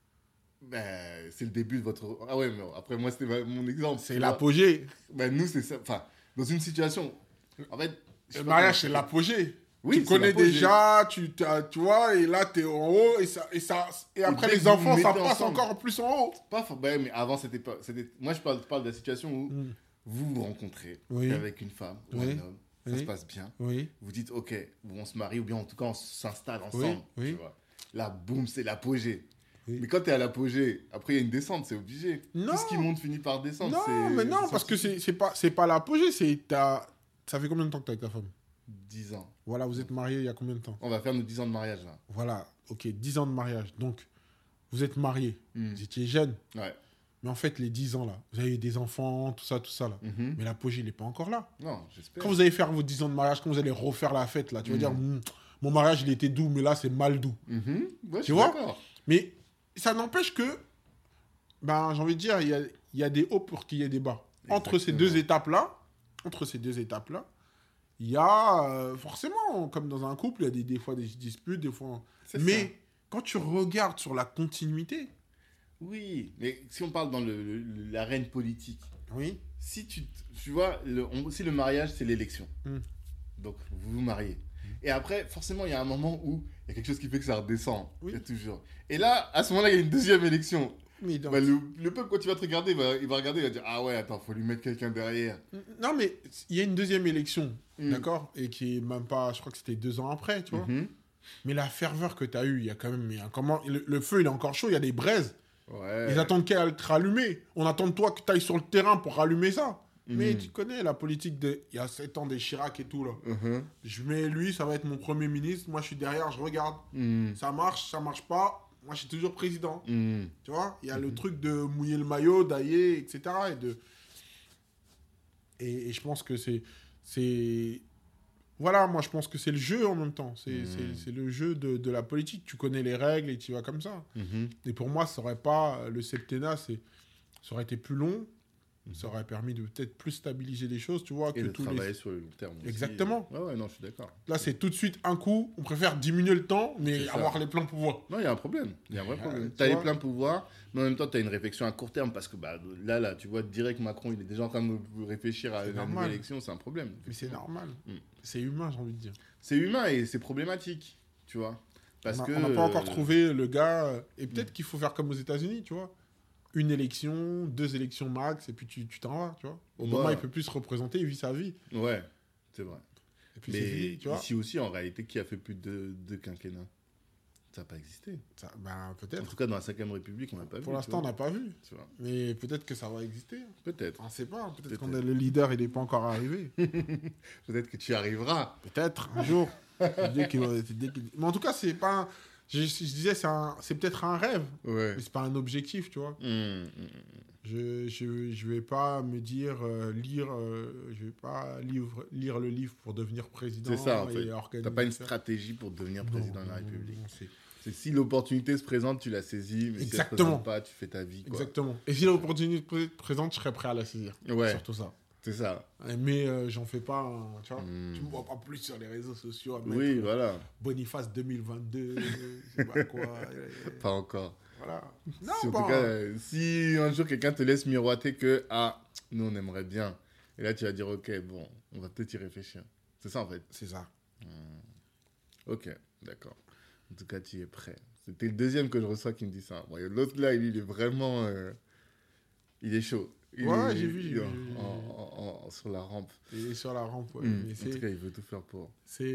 Ben, c'est le début de votre... Ah ouais, mais après, moi, c'était mon exemple. C'est l'apogée. Ben, nous, c'est ça. Enfin, dans une situation... En fait... Le mariage, c'est l'apogée. Oui, tu connais déjà, tu vois, et là, t'es en haut, et après, les enfants, ça passe encore plus en haut. Mais avant, c'était pas... Moi, je parle de la situation où vous vous rencontrez avec une femme ou un homme, ça se passe bien. Vous dites, ok, on se marie, ou bien en tout cas, on s'installe ensemble. Tu vois. Là, boum, c'est l'apogée. Mais quand t'es à l'apogée, après, il y a une descente, c'est obligé. Non. Tout ce qui monte finit par descendre. Non, parce que c'est pas l'apogée, ça fait combien de temps que t'es avec ta femme? 10 ans. Voilà, vous êtes mariés il y a combien de temps? On va faire nos 10 ans de mariage, là. Voilà, ok, 10 ans de mariage. Donc, vous êtes mariés, vous étiez jeune. Ouais. Mais en fait, les 10 ans, là, vous avez eu des enfants, tout ça, là. Mais l'apogée, il n'est pas encore là. Non, j'espère. Quand vous allez faire vos 10 ans de mariage, quand vous allez refaire la fête, là, tu vas dire, mon mariage, il était doux, mais là, c'est mal doux. Ouais, tu vois? Mais ça n'empêche que, j'ai envie de dire, il y a des hauts pour qu'il y ait des bas. Exactement. Entre ces deux étapes-là, il y a forcément, comme dans un couple, il y a des fois des disputes, des fois... Mais ça. Quand tu regardes sur la continuité... Oui, mais si on parle dans l'arène politique, si tu vois, si le mariage, c'est l'élection, donc vous vous mariez. Et après, forcément, il y a un moment où il y a quelque chose qui fait que ça redescend. Il y a toujours. Et là, à ce moment-là, il y a une deuxième élection. Mais donc... le peuple, quand il va te regarder, il va regarder, il va dire, ah ouais, attends, faut lui mettre quelqu'un derrière. Non, mais il y a une deuxième élection, d'accord? Et qui est même pas, je crois que c'était 2 ans après, tu vois. Mais la ferveur que tu as eue, il y a quand même... le feu, il est encore chaud, il y a des braises. Ouais. Ils attendent qu'elle être rallumée. On attend de toi que tu ailles sur le terrain pour rallumer ça. Mais tu connais la politique il y a 7 ans des Chirac et tout, là. Je mets lui, ça va être mon premier ministre. Moi, je suis derrière, je regarde. Ça marche pas. Moi, je suis toujours président. Tu vois, il y a le truc de mouiller le maillot, d'ailler, etc. Et je pense que c'est... Voilà, moi je pense que c'est le jeu en même temps. C'est le jeu de la politique. Tu connais les règles et tu y vas comme ça. Et pour moi, ça aurait pas... Le septennat, ça aurait été plus long. Ça aurait permis de peut-être plus stabiliser les choses, tu vois. Et de travailler sur le long terme aussi. Exactement. Ouais, non, je suis d'accord. Là, c'est tout de suite un coup. On préfère diminuer le temps, mais avoir les pleins pouvoirs. Non, il y a un problème. Il y a un vrai problème. Tu as les pleins pouvoirs, mais en même temps, tu as une réflexion à court terme parce que là, tu vois, direct, Macron, il est déjà en train de réfléchir à une nouvelle élection. C'est un problème. Mais c'est normal. C'est humain, j'ai envie de dire. C'est humain et c'est problématique, tu vois. Parce on n'a pas encore trouvé le gars. Et peut-être qu'il faut faire comme aux États-Unis, tu vois. Une élection, 2 élections max, et puis tu t'en vas, tu vois. Au moment où il peut plus se représenter, il vit sa vie. Ouais, c'est vrai. Et puis mais fini, tu vois. Ici aussi, en réalité, qui a fait plus de quinquennats? Ça n'a pas existé. Peut-être. En tout cas, dans la 5ème République, on n'a pas vu. Pour l'instant, on n'a pas vu. Tu vois. Mais peut-être que ça va exister. Peut-être. On ne sait pas. Peut-être qu'on a le leader, il n'est pas encore arrivé. Peut-être que tu y arriveras. Peut-être, un jour. Mais en tout cas, c'est pas... Je disais, c'est peut-être un rêve, mais c'est pas un objectif, tu vois. Je vais pas me dire je vais pas lire le livre pour devenir président. C'est ça, en fait. T'as pas une stratégie pour devenir président de la République. Non, c'est si l'opportunité se présente, tu la saisis, mais si elle se présente pas, tu fais ta vie, quoi. Exactement. Et si l'opportunité se présente, je serais prêt à la saisir. Ouais. Surtout ça. C'est ça. Mais j'en fais pas, tu vois. Tu me vois pas plus sur les réseaux sociaux. Oui, voilà. Boniface 2022, je sais pas quoi. Pas encore. Voilà. Non, en tout cas, si un jour quelqu'un te laisse miroiter que, nous on aimerait bien. Et là, tu vas dire, ok, bon, on va peut-être y réfléchir. C'est ça, en fait. C'est ça. Ok, d'accord. En tout cas, tu es prêt. C'était le deuxième que je reçois qui me dit ça. Bon, l'autre, là, il est vraiment... il est chaud. J'ai vu. Sur la rampe. Il est sur la rampe, ouais. En tout cas, il veut tout faire pour.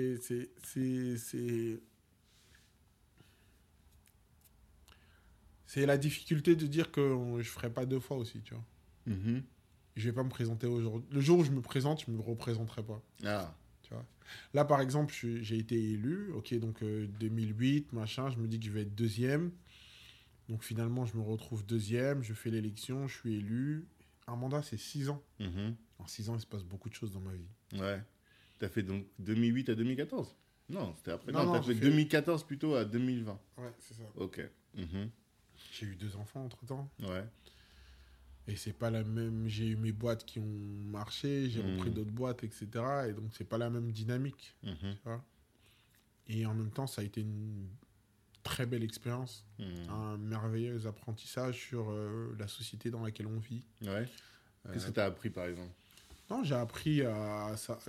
C'est la difficulté de dire que je ferai pas 2 fois aussi, tu vois. Je vais pas me présenter aujourd'hui. Le jour où je me présente, je me représenterai pas. Tu vois. Là, par exemple, j'ai été élu. Ok, donc 2008, machin. Je me dis que je vais être 2e. Donc finalement, je me retrouve 2e. Je fais l'élection, je suis élu. Un mandat, c'est 6 ans. En 6 ans, il se passe beaucoup de choses dans ma vie. Ouais. Tu as fait donc 2008 à 2014 ? Non, c'était après. Non, tu as fait 2014 plutôt à 2020. Ouais, c'est ça. Ok. J'ai eu 2 enfants entre-temps. Ouais. Et c'est pas la même... J'ai eu mes boîtes qui ont marché, j'ai repris d'autres boîtes, etc. Et donc, c'est pas la même dynamique. Tu vois. Et en même temps, ça a été une très belle expérience. Un merveilleux apprentissage sur la société dans laquelle on vit. Ouais. Qu'est-ce que tu as appris, par exemple ? Non, j'ai appris à ça.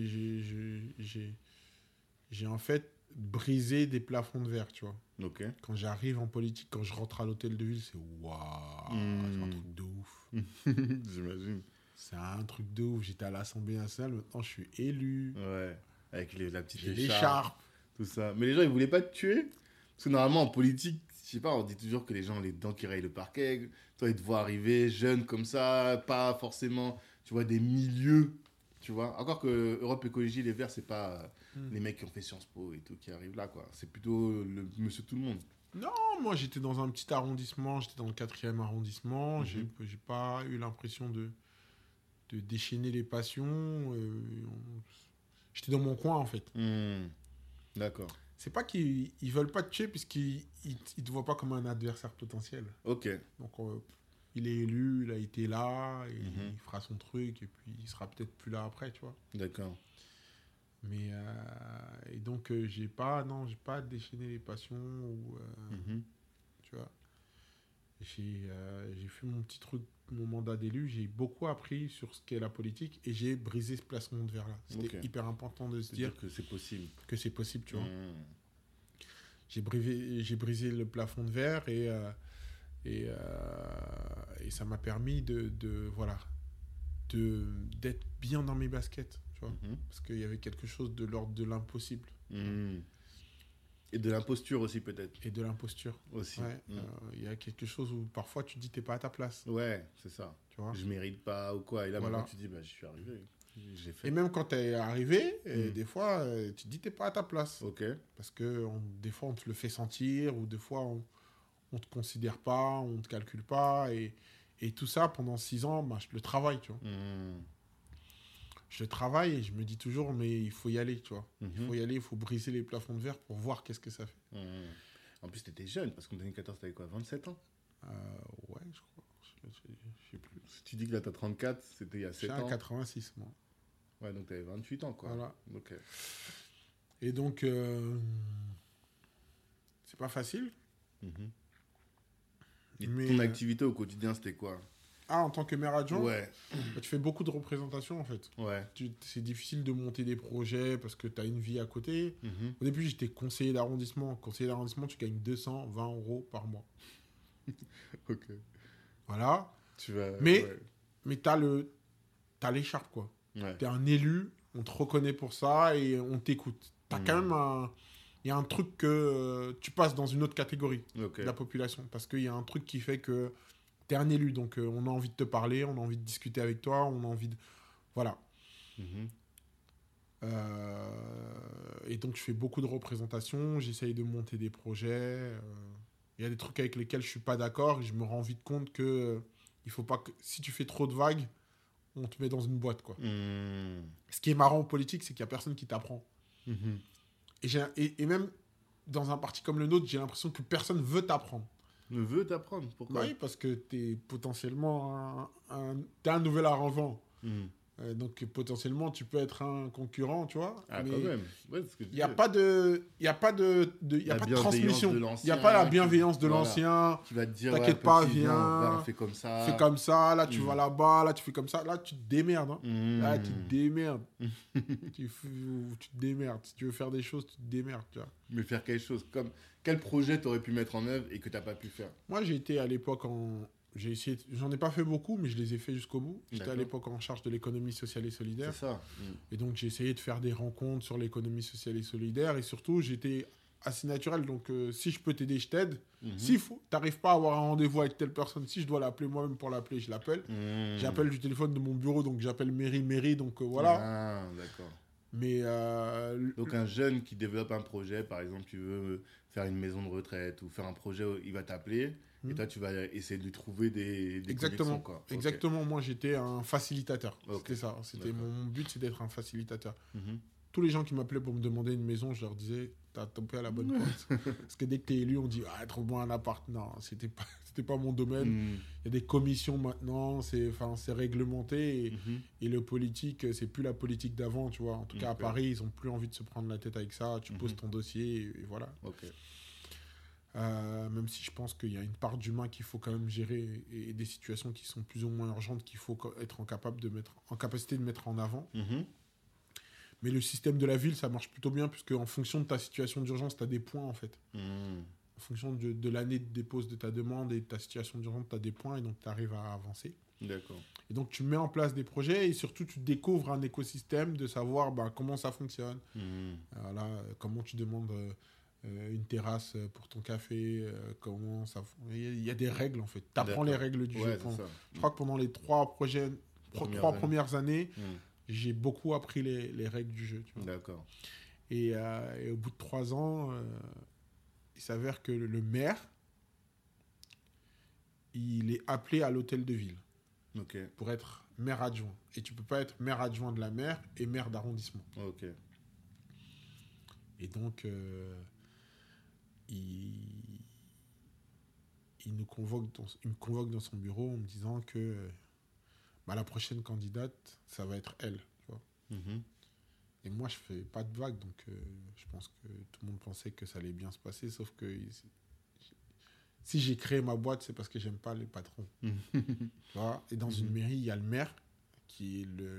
J'ai en fait brisé des plafonds de verre, tu vois. Ok. Quand j'arrive en politique, quand je rentre à l'hôtel de ville, c'est waouh, c'est un truc de ouf. J'imagine. C'est un truc de ouf. J'étais à l'Assemblée nationale, maintenant je suis élu. Ouais. Avec la petite écharpe. Tout ça. Mais les gens, ils voulaient pas te tuer ? Parce que normalement, en politique, je sais pas, on dit toujours que les gens ont les dents qui rayent le parquet. Toi, ils te voient arriver jeune comme ça, pas forcément, tu vois, des milieux, tu vois. Encore que Europe Écologie Les Verts, c'est pas les mecs qui ont fait Sciences Po et tout qui arrivent là, quoi. C'est plutôt le monsieur tout le monde. Non, moi, j'étais dans un petit arrondissement, j'étais dans le 4e arrondissement. J'ai pas eu l'impression de déchaîner les passions. J'étais dans mon coin, en fait. D'accord. C'est pas qu'ils veulent pas te tuer puisqu'ils te voient pas comme un adversaire potentiel. Ok. Donc, il est élu, il a été là, et il fera son truc, et puis il sera peut-être plus là après, tu vois. D'accord. Mais, et donc, j'ai pas déchaîné les passions, ou, tu vois. J'ai fait mon petit truc, mon mandat d'élu, j'ai beaucoup appris sur ce qu'est la politique, et j'ai brisé ce plafond de verre-là. C'était hyper important de se dire que c'est possible. Que c'est possible, tu vois. J'ai brisé le plafond de verre, et ça m'a permis d'être bien dans mes baskets, tu vois. Parce qu'il y avait quelque chose de l'ordre de l'impossible. Et de l'imposture aussi, peut-être. Et de l'imposture. Aussi. Ouais. Il y a quelque chose où parfois tu te dis t'es pas à ta place. Ouais, c'est ça. Tu vois. Je mérite pas ou quoi. Et là, maintenant, tu te dis, je suis arrivé. J'ai fait. Et même quand tu es arrivé, des fois, tu te dis t'es pas à ta place. Ok. Parce que des fois, on te le fait sentir, ou des fois, on te considère pas, on te calcule pas. Et tout ça, pendant 6 ans, je le travaille, tu vois. je travaille et je me dis toujours, mais il faut y aller, tu vois. Il faut y aller, il faut briser les plafonds de verre pour voir qu'est-ce que ça fait. En plus, t'étais jeune, parce qu'en 2014, t'avais quoi, 27 ans? Ouais, je crois. Je sais plus. Si tu dis que là, t'as 34, c'était il y a 7 ans. J'ai un 86, moi. Ouais, donc t'avais 28 ans, quoi. Voilà. Ok. Et donc, c'est pas facile. Et Mais, ton activité au quotidien, c'était quoi? en tant que maire adjoint, Ouais. tu fais beaucoup de représentations, en fait. Ouais. C'est difficile de monter des projets parce que tu as une vie à côté. Au début, j'étais conseiller d'arrondissement. Conseiller d'arrondissement, tu gagnes 220 € par mois. Ok. Voilà. Mais t'as l'écharpe, quoi. Ouais. T'es un élu, on te reconnaît pour ça et on t'écoute. T'as quand même il y a un truc que tu passes dans une autre catégorie de la population. Parce qu'il y a un truc qui fait que t'es un élu. Donc, on a envie de te parler, on a envie de discuter avec toi, on a envie de... Voilà. Et donc, je fais beaucoup de représentations, j'essaye de monter des projets. Il y a des trucs avec lesquels je suis pas d'accord et je me rends vite compte que il faut pas que... Si tu fais trop de vagues, on te met dans une boîte, quoi. Ce qui est marrant en politique, c'est qu'il y a personne qui t'apprend. Et même dans un parti comme le nôtre, j'ai l'impression que personne veut t'apprendre. Ne veut t'apprendre? Pourquoi? Oui, parce que t'es potentiellement t'es un nouvel arrivant. Donc potentiellement tu peux être un concurrent, tu vois. Ah, mais quand même. Ouais, il n'y a pas de transmission. Il n'y a pas la bienveillance de l'ancien. Qui va te dire, t'inquiète pas, viens, fais comme ça. Fais comme ça, là tu vas là-bas, là tu fais comme ça, là tu te démerdes. Là tu te démerdes. tu te démerdes. Si tu veux faire des choses, tu te démerdes, tu vois. Mais faire quelque chose comme... Quel projet t'aurais pu mettre en œuvre et que t'as pas pu faire? Moi, j'ai été à l'époque J'ai essayé... J'en ai pas fait beaucoup, mais je les ai fait jusqu'au bout. J'étais à l'époque en charge de l'économie sociale et solidaire. C'est ça. Et donc, j'ai essayé de faire des rencontres sur l'économie sociale et solidaire. Et surtout, j'étais assez naturel. Donc, si je peux t'aider, je t'aide. S'il faut, t'arrives pas à avoir un rendez-vous avec telle personne. Si je dois l'appeler moi-même pour l'appeler, je l'appelle. J'appelle du téléphone de mon bureau, donc j'appelle mairie. Donc, voilà. Ah, d'accord. Mais donc un jeune qui développe un projet, par exemple, tu veux faire une maison de retraite ou faire un projet, il va t'appeler et toi tu vas essayer de lui trouver des Exactement. Quoi. Exactement. Moi j'étais un facilitateur. C'était ça. Mon but, c'est d'être un facilitateur. Tous les gens qui m'appelaient pour me demander une maison, je leur disais t'as tombé à la bonne porte. Parce que dès que t'es élu, on dit trouve-moi un appart. Non, c'était pas mon domaine. Il y a des commissions maintenant, c'est réglementé et le politique, c'est plus la politique d'avant, tu vois. En tout cas à Paris, ils ont plus envie de se prendre la tête avec ça. Tu poses ton dossier et voilà. Même si je pense qu'il y a une part d'humain qu'il faut quand même gérer et des situations qui sont plus ou moins urgentes qu'il faut être en capacité de mettre en avant. Mais le système de la ville, ça marche plutôt bien, puisque en fonction de ta situation d'urgence, tu as des points, en fait. En fonction de l'année de dépose de ta demande et de ta situation d'urgence, tu as des points, et donc tu arrives à avancer. D'accord. Et donc, tu mets en place des projets, et surtout, tu découvres un écosystème de savoir comment ça fonctionne. Voilà, comment tu demandes une terrasse pour ton café, comment ça... Il y a des règles, en fait. Tu apprends les règles du jeu. Je crois que pendant les trois premières années... J'ai beaucoup appris les règles du jeu. Tu vois. D'accord. Et au bout de 3 ans, il s'avère que le maire, il est appelé à l'hôtel de ville pour être maire adjoint. Et tu ne peux pas être maire adjoint de la maire et maire d'arrondissement. Et donc, il me convoque dans son bureau en me disant que... la prochaine candidate, ça va être elle. Tu vois. Et moi, je fais pas de vague, donc je pense que tout le monde pensait que ça allait bien se passer, sauf que si j'ai créé ma boîte, c'est parce que j'aime pas les patrons. Tu vois. Et dans une mairie, il y a le maire qui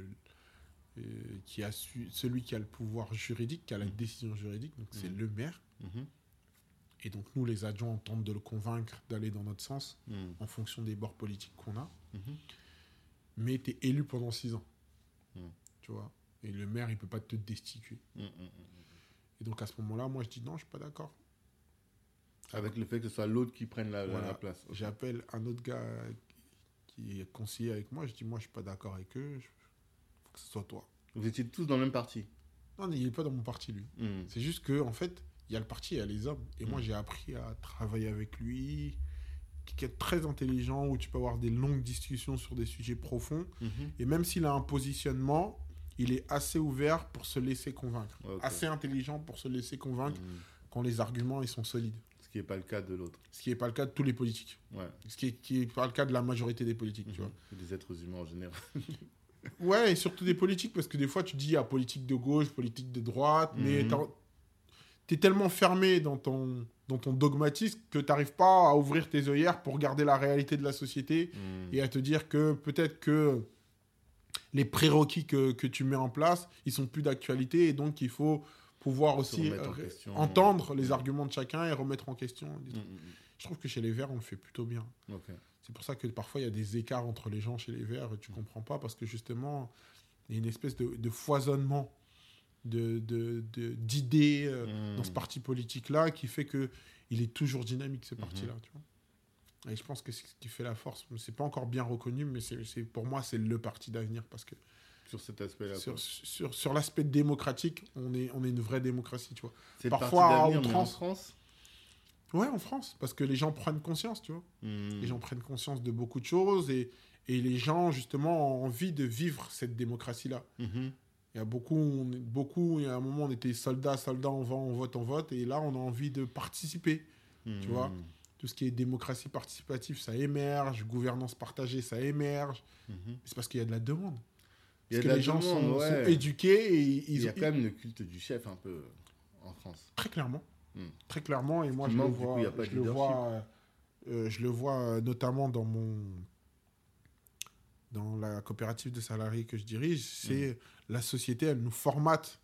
est celui qui a le pouvoir juridique, qui a la décision juridique, donc c'est le maire. Et donc nous, les adjoints, on tente de le convaincre d'aller dans notre sens en fonction des bords politiques qu'on a. Mais tu es élu pendant 6 ans. Tu vois. Et le maire, il peut pas te destituer. Et donc, à ce moment-là, moi, je dis non, je suis pas d'accord. Avec le fait que ce soit l'autre qui prenne la place. J'appelle un autre gars qui est conseiller avec moi. Je dis, moi, je suis pas d'accord avec eux. Il faut que ce soit toi. Vous étiez tous dans le même parti? Non, il est pas dans mon parti, lui. C'est juste que, en fait, il y a le parti et il y a les hommes. Et moi, j'ai appris à travailler avec lui... qui est très intelligent, où tu peux avoir des longues discussions sur des sujets profonds. Et même s'il a un positionnement, il est assez ouvert pour se laisser convaincre. Ouais, ok. Assez intelligent pour se laisser convaincre quand les arguments ils sont solides. Ce qui n'est pas le cas de l'autre. Ce qui n'est pas le cas de tous les politiques. Ouais. Ce qui est pas le cas de la majorité des politiques, tu vois. Des êtres humains en général. Ouais, et surtout des politiques, parce que des fois, tu dis, il y a politique de gauche, politique de droite, mais t'es tellement fermé dans ton dogmatisme que tu n'arrives pas à ouvrir tes œillères pour regarder la réalité de la société et à te dire que peut-être que les prérequis que tu mets en place, ils sont plus d'actualité, et donc il faut pouvoir aussi entendre les arguments de chacun et remettre en question. Je trouve que chez les Verts, on le fait plutôt bien. Ok. C'est pour ça que parfois, il y a des écarts entre les gens chez les Verts et tu comprends pas, parce que justement, il y a une espèce de foisonnement d'idées dans ce parti politique-là qui fait qu'il est toujours dynamique, ce parti-là. Tu vois. Et je pense que c'est ce qui fait la force. C'est pas encore bien reconnu, mais pour moi, c'est le parti d'avenir, parce que sur cet aspect-là. Sur l'aspect démocratique, on est une vraie démocratie, tu vois. C'est parfois le parti d'avenir, mais en France. Ouais, en France, parce que les gens prennent conscience, tu vois. Les gens prennent conscience de beaucoup de choses, et les gens, justement, ont envie de vivre cette démocratie-là. Il y a beaucoup, il y a un moment, on était soldats, on vote, et là, on a envie de participer, tu vois. Tout ce qui est démocratie participative, ça émerge, gouvernance partagée, ça émerge. C'est parce qu'il y a de la demande. Parce que les gens sont éduqués, et il y a quand même le culte du chef, un peu, en France. Très clairement. Très clairement, et moi je le vois notamment dans la coopérative de salariés que je dirige. C'est la société, elle nous formate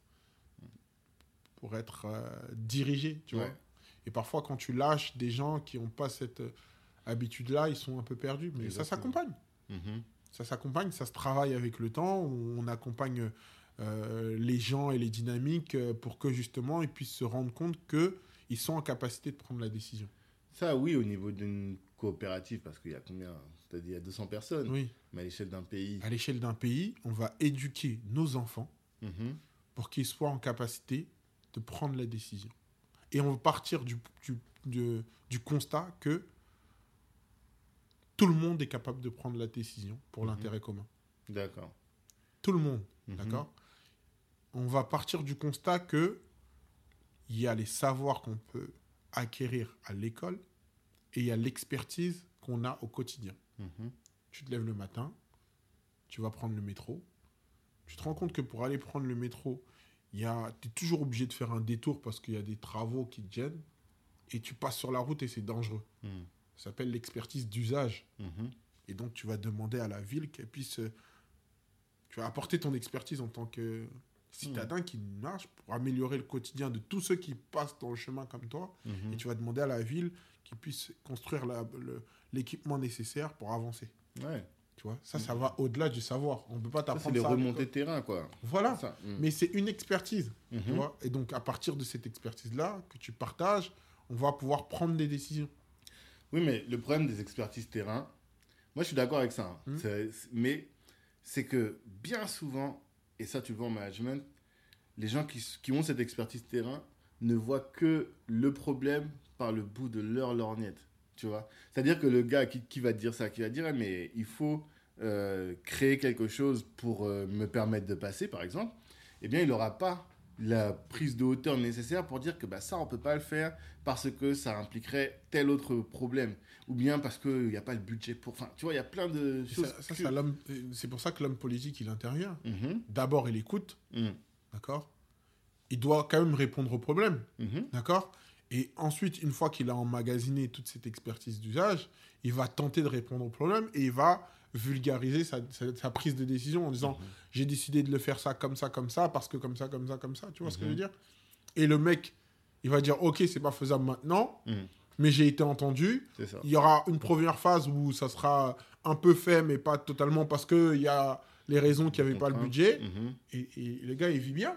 pour être dirigés, tu vois. Et parfois, quand tu lâches des gens qui n'ont pas cette habitude-là, ils sont un peu perdus. Mais ça s'accompagne. Ça s'accompagne, ça se travaille avec le temps. On accompagne les gens et les dynamiques pour que justement ils puissent se rendre compte qu'ils sont en capacité de prendre la décision. Ça, oui, au niveau d'une coopérative, parce qu'il y a combien? Tu as dit il y a 200 personnes. Oui. Mais à l'échelle d'un pays. À l'échelle d'un pays, on va éduquer nos enfants pour qu'ils soient en capacité de prendre la décision. Et on va partir du constat que tout le monde est capable de prendre la décision pour l'intérêt commun. D'accord. Tout le monde, d'accord. On va partir du constat qu'il y a les savoirs qu'on peut acquérir à l'école et il y a l'expertise qu'on a au quotidien. Tu te lèves le matin, tu vas prendre le métro. Tu te rends compte que pour aller prendre le métro, tu es toujours obligé de faire un détour parce qu'il y a des travaux qui te gênent et tu passes sur la route et c'est dangereux. Ça s'appelle l'expertise d'usage. Et donc, tu vas demander à la ville qu'elle puisse... tu vas apporter ton expertise en tant que citadin qui marche pour améliorer le quotidien de tous ceux qui passent dans le chemin comme toi. Et tu vas demander à la ville qu'ils puisse construire l'équipement nécessaire pour avancer. Ouais. Tu vois, ça va au-delà du savoir. On ne peut pas t'apprendre ça. C'est les remontées de terrain, quoi. Voilà. Ça. Mais c'est une expertise. Tu vois. Et donc, à partir de cette expertise-là que tu partages, on va pouvoir prendre des décisions. Oui, mais le problème des expertises terrain, moi, je suis d'accord avec ça. Mais c'est que bien souvent, et ça, tu le vois en management, les gens qui ont cette expertise terrain ne voient que le problème par le bout de leur lorgnette. Tu vois, c'est-à-dire que le gars qui va te dire ça, qui va dire mais il faut créer quelque chose pour me permettre de passer, par exemple, eh bien, il n'aura pas la prise de hauteur nécessaire pour dire que ça, on ne peut pas le faire parce que ça impliquerait tel autre problème. Ou bien parce qu'il n'y a pas le budget pour... Enfin, tu vois, il y a plein de choses... C'est pour ça que l'homme politique, il intervient. D'abord, il écoute, d'accord. Il doit quand même répondre aux problèmes, d'accord. Et ensuite, une fois qu'il a emmagasiné toute cette expertise d'usage, il va tenter de répondre aux problèmes et il va vulgariser sa prise de décision en disant « J'ai décidé de le faire ça, parce que comme ça. » Tu vois ce que je veux dire? Et le mec, il va dire « Ok, c'est pas faisable maintenant, mais j'ai été entendu. » Il y aura une première phase où ça sera un peu fait, mais pas totalement parce qu'il y a les raisons qu'il n'y avait pas le budget. Et le gars, il vit bien.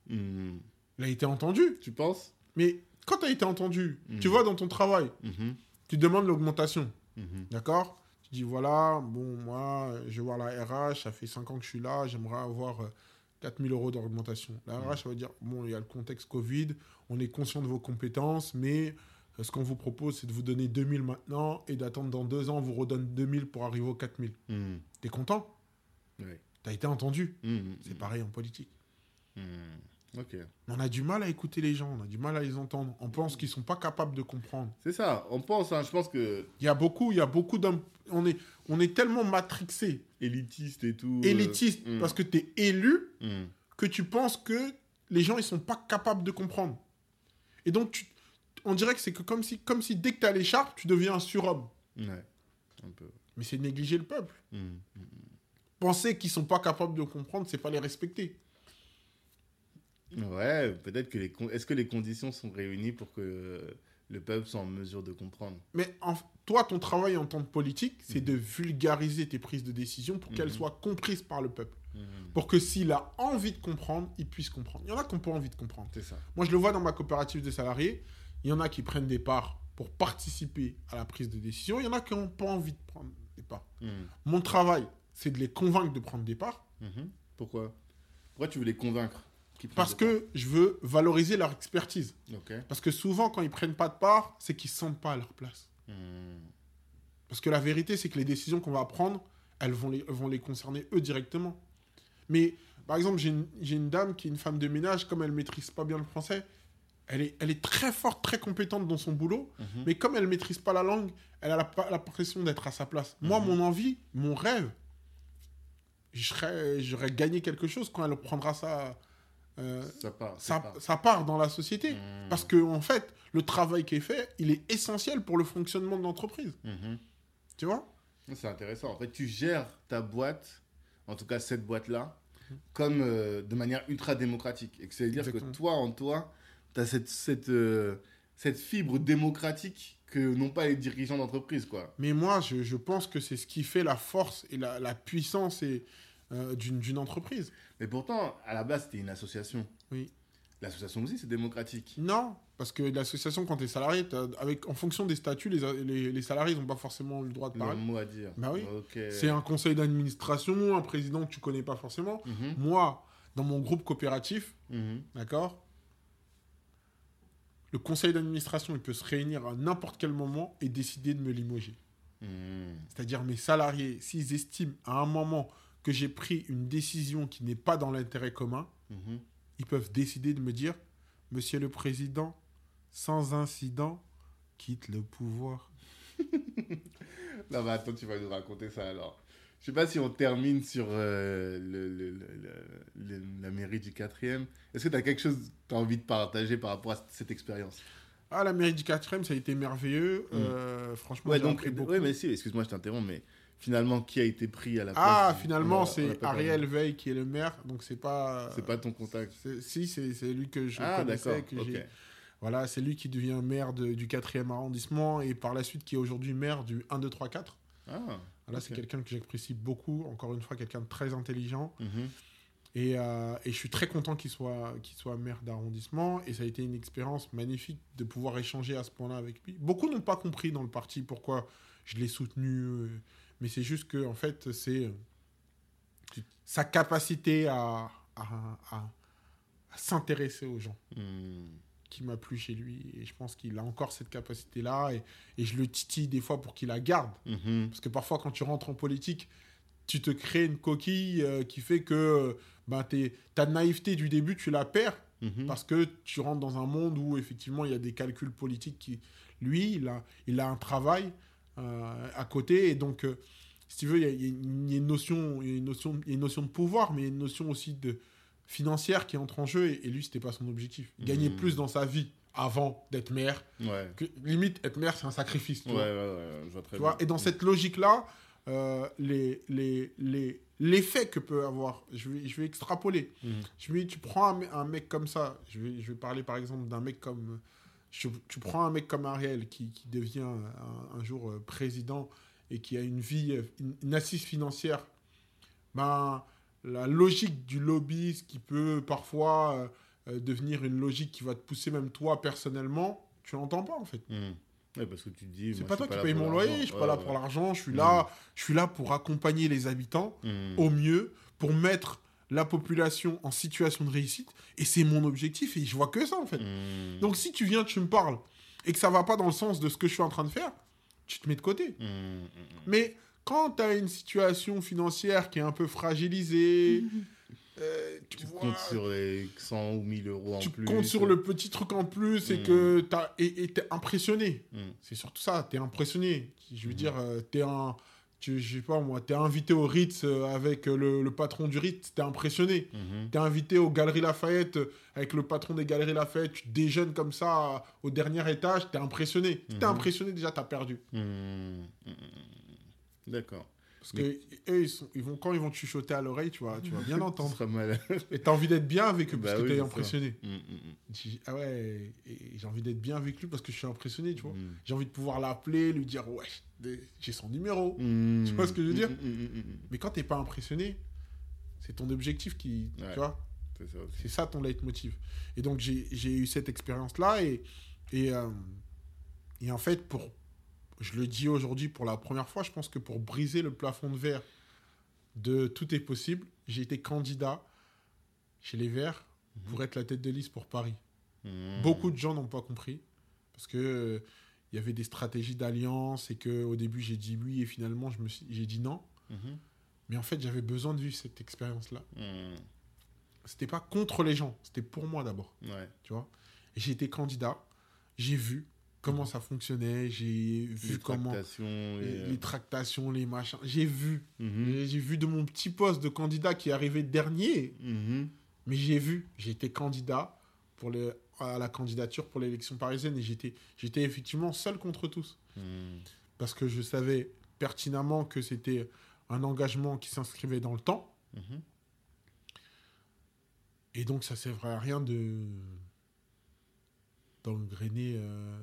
Il a été entendu. Tu penses? Mais... Quand tu as été entendu, tu vas dans ton travail, tu demandes l'augmentation, d'accord? Tu dis, voilà, bon, moi, je vais voir la RH, ça fait 5 ans que je suis là, j'aimerais avoir 4 000 € d'augmentation. La RH va dire, bon, il y a le contexte Covid, on est conscient de vos compétences, mais ce qu'on vous propose, c'est de vous donner 2 000 maintenant et d'attendre dans 2 ans, on vous redonne 2 000 pour arriver aux 4 000. T'es content? Oui. tu as été entendu. C'est pareil en politique. Ok. On a du mal à écouter les gens, on a du mal à les entendre. On pense qu'ils sont pas capables de comprendre. C'est ça, on pense, je pense que... Il y a beaucoup d'hommes... On est tellement matrixés. Élitiste et tout. Élitiste, parce que tu es élu, que tu penses que les gens, ils sont pas capables de comprendre. Et donc, on dirait que c'est comme si dès que tu as l'écharpe, tu deviens un surhomme. Ouais, un peu. Mais c'est négliger le peuple. Penser qu'ils sont pas capables de comprendre, c'est pas les respecter. Ouais, peut-être que est-ce que les conditions sont réunies pour que le peuple soit en mesure de comprendre? Mais toi, ton travail en tant que politique, c'est de vulgariser tes prises de décision pour qu'elles soient comprises par le peuple. Pour que s'il a envie de comprendre, il puisse comprendre. Il y en a qui n'ont pas envie de comprendre. C'est ça. Moi, je le vois dans ma coopérative des salariés. Il y en a qui prennent des parts pour participer à la prise de décision. Il y en a qui n'ont pas envie de prendre des parts. Mon travail, c'est de les convaincre de prendre des parts. Pourquoi tu veux les convaincre? Parce que je veux valoriser leur expertise. Okay. Parce que souvent, quand ils ne prennent pas de part, c'est qu'ils ne se sentent pas à leur place. Parce que la vérité, c'est que les décisions qu'on va prendre, elles vont les concerner eux directement. Mais, par exemple, j'ai une dame qui est une femme de ménage, comme elle ne maîtrise pas bien le français, elle est très forte, très compétente dans son boulot, mais comme elle ne maîtrise pas la langue, elle a la pression d'être à sa place. Moi, mon envie, mon rêve, j'aurais gagné quelque chose quand elle prendra ça... ça part dans la société. Parce que, en fait, le travail qui est fait, il est essentiel pour le fonctionnement de l'entreprise. Tu vois ? C'est intéressant. En fait, tu gères ta boîte, en tout cas cette boîte-là, comme de manière ultra démocratique. Et que ça veut dire que toi, en toi, tu as cette fibre démocratique que n'ont pas les dirigeants d'entreprise, quoi. Mais moi, je pense que c'est ce qui fait la force et la puissance d'une entreprise. Mais pourtant, à la base, c'était une association. Oui. L'association aussi, c'est démocratique. Non, parce que l'association, quand tu es salarié, en fonction des statuts, les salariés n'ont pas forcément le droit de parler. Le mot à dire. Bah oui. Okay. C'est un conseil d'administration, un président que tu connais pas forcément. Moi, dans mon groupe coopératif, d'accord, le conseil d'administration, il peut se réunir à n'importe quel moment et décider de me limoger. C'est-à-dire mes salariés, s'ils estiment à un moment que j'ai pris une décision qui n'est pas dans l'intérêt commun, ils peuvent décider de me dire « Monsieur le Président, sans incident, quitte le pouvoir. » Non, mais attends, tu vas nous raconter ça alors. Je sais pas si on termine sur la mairie du 4e. Est-ce que tu as quelque chose que tu as envie de partager par rapport à cette expérience? Ah, la mairie du 4e, ça a été merveilleux. Franchement, ouais, j'ai appris beaucoup. Oui, mais si, excuse-moi, je t'interromps, mais finalement, qui a été pris à la place? Ah, finalement, c'est Ariel Veil qui est le maire, donc c'est pas... C'est pas ton contact? Si, c'est lui que je connaissais, que j'ai... Voilà, c'est lui qui devient maire du 4e arrondissement et par la suite qui est aujourd'hui maire du 1, 2, 3, 4. Ah, voilà, c'est quelqu'un que j'apprécie beaucoup, encore une fois, quelqu'un de très intelligent. Et je suis très content qu'il soit maire d'arrondissement. Et ça a été une expérience magnifique de pouvoir échanger à ce point-là avec lui. Beaucoup n'ont pas compris dans le parti pourquoi je l'ai soutenu. Mais c'est juste que, en fait, c'est sa capacité à s'intéresser aux gens qui m'a plu chez lui. Et je pense qu'il a encore cette capacité-là. Et je le titille des fois pour qu'il la garde. Parce que parfois, quand tu rentres en politique, tu te crées une coquille qui fait que ta naïveté du début, tu la perds. Parce que tu rentres dans un monde où, effectivement, il y a des calculs politiques qui... Lui, il a un travail à côté. Et donc, si tu veux, il y a une notion de pouvoir, mais il y a une notion aussi financière qui entre en jeu. Et lui, c'était pas son objectif. Gagner plus dans sa vie avant d'être maire. Ouais. Limite, être maire, c'est un sacrifice. Tu vois, je vois très bien. Et dans cette logique-là, l'effet que peut avoir, je vais extrapoler. Tu prends un mec comme ça, je vais parler par exemple d'un mec comme... Tu prends un mec comme Ariel qui devient un jour président et qui a une vie, une assise financière, la logique du lobbyiste qui peut parfois devenir une logique qui va te pousser même toi personnellement, tu l'entends pas en fait. Ouais, parce que tu te dis... C'est pas toi qui paye mon loyer, je suis pas là pour l'argent, je suis là pour accompagner les habitants au mieux, pour mettre la population en situation de réussite, et c'est mon objectif, et je vois que ça en fait. Donc si tu viens, tu me parles, et que ça va pas dans le sens de ce que je suis en train de faire, tu te mets de côté. Mais Quand tu as une situation financière qui est un peu fragilisée, tu comptes sur les 100 ou 1000 euros en plus. Tu comptes sur le petit truc en plus et que t'es impressionné. C'est surtout ça, t'es impressionné. Je veux dire, je sais pas moi, t'es invité au Ritz avec le patron du Ritz, t'es impressionné. T'es invité aux Galeries Lafayette avec le patron des Galeries Lafayette, tu déjeunes comme ça au dernier étage, t'es impressionné. Si t'es impressionné, déjà, t'as perdu. D'accord. Parce que eux, quand ils vont te chuchoter à l'oreille, tu vas bien entendre. Ça sera mal. Et t'as envie d'être bien avec eux parce que t'es impressionné. Ah ouais, et j'ai envie d'être bien avec lui parce que je suis impressionné, tu vois. J'ai envie de pouvoir l'appeler, lui dire, ouais, j'ai son numéro. Tu vois ce que je veux dire? Mais quand t'es pas impressionné, c'est ton objectif qui, tu vois. C'est ça ton leitmotiv. Et donc, j'ai eu cette expérience-là et en fait, je le dis aujourd'hui pour la première fois, je pense que pour briser le plafond de verre de tout est possible, j'ai été candidat chez les Verts pour être la tête de liste pour Paris. Beaucoup de gens n'ont pas compris parce que il y avait des stratégies d'alliance et qu'au début j'ai dit oui et finalement j'ai dit non. Mais en fait, j'avais besoin de vivre cette expérience-là. C'était pas contre les gens, c'était pour moi d'abord. Tu vois. Et j'ai été candidat, j'ai vu comment ça fonctionnait, j'ai vu les tractations, les machins. J'ai vu. J'ai vu de mon petit poste de candidat qui est arrivé dernier. Mais j'ai été candidat à la candidature pour l'élection parisienne et j'étais effectivement seul contre tous. Parce que je savais pertinemment que c'était un engagement qui s'inscrivait dans le temps. Et donc, ça ne servait à rien d'engrainer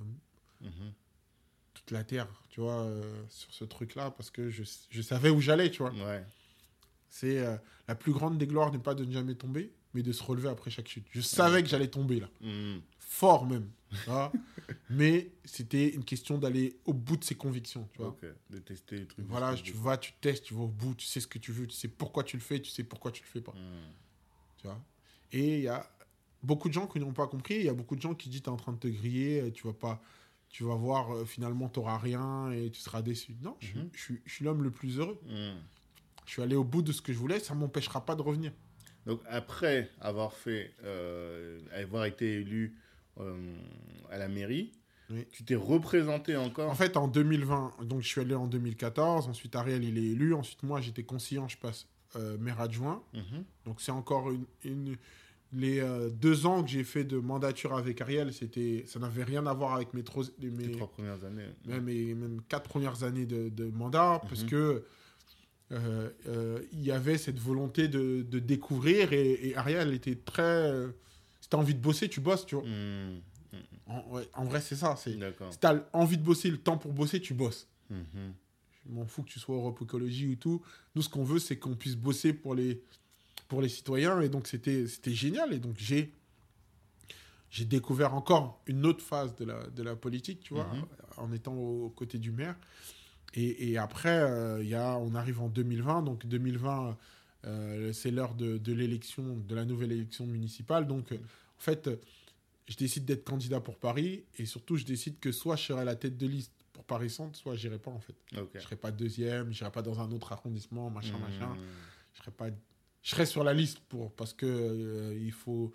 toute la terre, tu vois, sur ce truc-là, parce que je savais où j'allais, tu vois. C'est la plus grande des gloires n'est pas de ne jamais tomber, mais de se relever après chaque chute. Je savais que j'allais tomber, là. Fort, même. Mais c'était une question d'aller au bout de ses convictions, tu vois. De tester les trucs. Voilà, tu testes, tu vas au bout, tu sais ce que tu veux, tu sais pourquoi tu le fais, tu sais pourquoi tu le fais pas. Tu vois. Et il y a beaucoup de gens qui n'ont pas compris. Il y a beaucoup de gens qui disent, t'es en train de te griller, tu vas voir, finalement, t'auras rien et tu seras déçu. Non, je suis l'homme le plus heureux. Je suis allé au bout de ce que je voulais, ça ne m'empêchera pas de revenir. Donc, après avoir été élu à la mairie, tu t'es représenté encore. En fait, en 2020, donc je suis allé en 2014, ensuite Ariel, il est élu, ensuite moi, j'étais conseillant, je passe maire adjoint. Donc, c'est encore les 2 ans que j'ai fait de mandature avec Ariel, ça n'avait rien à voir avec mes 3 premières années. Même 4 premières années de mandat, parce que il y avait cette volonté de découvrir et Ariel était très... si tu as envie de bosser, tu bosses, tu vois. En vrai, c'est ça. Si tu as envie de bosser, le temps pour bosser, tu bosses. Je m'en fous que tu sois Europe Écologie ou tout. Nous, ce qu'on veut, c'est qu'on puisse bosser pour les citoyens. Et donc, c'était génial. Et donc, j'ai découvert encore une autre phase de la politique, tu vois, en étant aux côtés du maire. Et après, on arrive en 2020. Donc, 2020, c'est l'heure de l'élection, de la nouvelle élection municipale. Donc, en fait, je décide d'être candidat pour Paris. Et surtout, je décide que soit je serai à la tête de liste pour Paris Centre, soit je n'irai pas, en fait. Je ne serai pas deuxième, je n'irai pas dans un autre arrondissement, machin. Je serai sur la liste parce que il faut...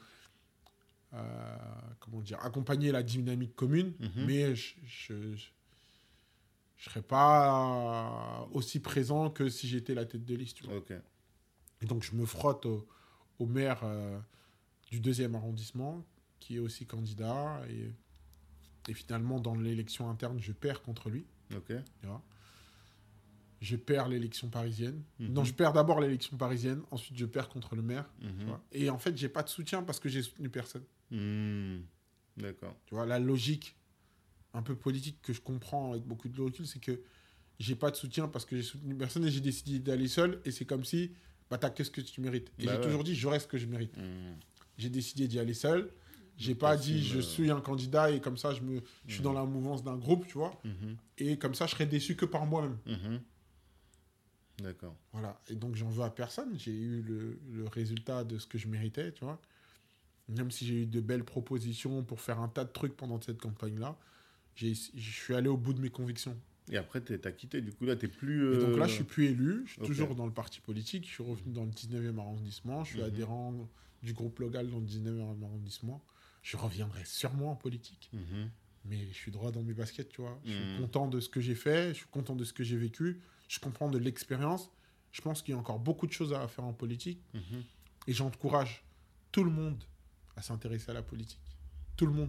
accompagner la dynamique commune, mais je serais pas aussi présent que si j'étais la tête de liste. Tu vois. Et donc, je me frotte au maire du 2e arrondissement, qui est aussi candidat. Et finalement, dans l'élection interne, je perds contre lui. Tu vois. Je perds l'élection parisienne. Non, je perds d'abord l'élection parisienne, ensuite je perds contre le maire. Tu vois. Et en fait, j'ai pas de soutien parce que j'ai soutenu personne. D'accord. Tu vois, la logique un peu politique que je comprends avec beaucoup de recul, c'est que j'ai pas de soutien parce que j'ai soutenu personne et j'ai décidé d'aller seul. Et c'est comme si, t'as qu'est-ce que tu mérites. Et j'ai toujours dit, j'aurai ce que je mérite. J'ai décidé d'y aller seul. J'ai pas dit, je suis un candidat et comme ça, je suis dans la mouvance d'un groupe, tu vois. Et comme ça, je serais déçu que par moi-même. D'accord. Voilà. Et donc, j'en veux à personne. J'ai eu le résultat de ce que je méritais, tu vois. Même si j'ai eu de belles propositions pour faire un tas de trucs pendant cette campagne-là, je suis allé au bout de mes convictions. Et après, t'as quitté. Du coup, là, t'es plus... Et donc là, je suis plus élu. Je suis Ok. toujours dans le parti politique. Je suis revenu dans le 19e arrondissement. Je suis adhérent du groupe local dans le 19e arrondissement. Je reviendrai sûrement en politique. Mais je suis droit dans mes baskets, tu vois. Je suis content de ce que j'ai fait. Je suis content de ce que j'ai vécu. Je comprends de l'expérience. Je pense qu'il y a encore beaucoup de choses à faire en politique. Et j'encourage tout le monde à s'intéresser à la politique. Tout le monde.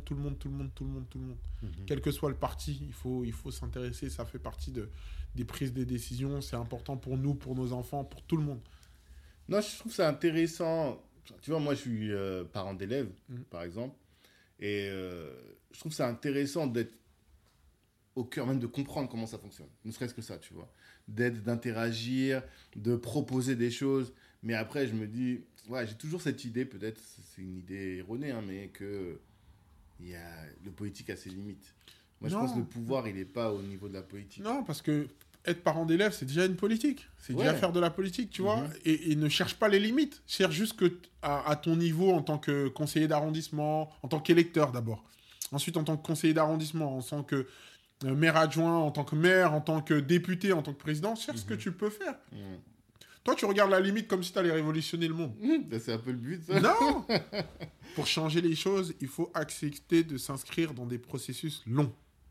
Quel que soit le parti, il faut s'intéresser. Ça fait partie des prises de décisions. C'est important pour nous, pour nos enfants, pour tout le monde. Non, je trouve ça intéressant. Tu vois, moi, je suis parent d'élèves, par exemple. Et je trouve ça intéressant d'être au cœur même de comprendre comment ça fonctionne. Ne serait-ce que ça, tu vois. D'interagir, de proposer des choses. Mais après, je me dis, ouais, j'ai toujours cette idée, peut-être, c'est une idée erronée, hein, mais que le politique a ses limites. Moi, je pense que le pouvoir, il n'est pas au niveau de la politique. Non, parce que être parent d'élève, c'est déjà une politique. C'est déjà faire de la politique, tu vois. Et ne cherche pas les limites. Cherche juste à ton niveau en tant que conseiller d'arrondissement, en tant qu'électeur d'abord. Ensuite, en tant que conseiller d'arrondissement, en tant que maire adjoint, en tant que maire, en tant que député, en tant que président, cherche ce que tu peux faire. Toi, tu regardes la limite comme si tu allais révolutionner le monde. Ben, c'est un peu le but, ça. Non. Pour changer les choses, il faut accepter de s'inscrire dans des processus longs.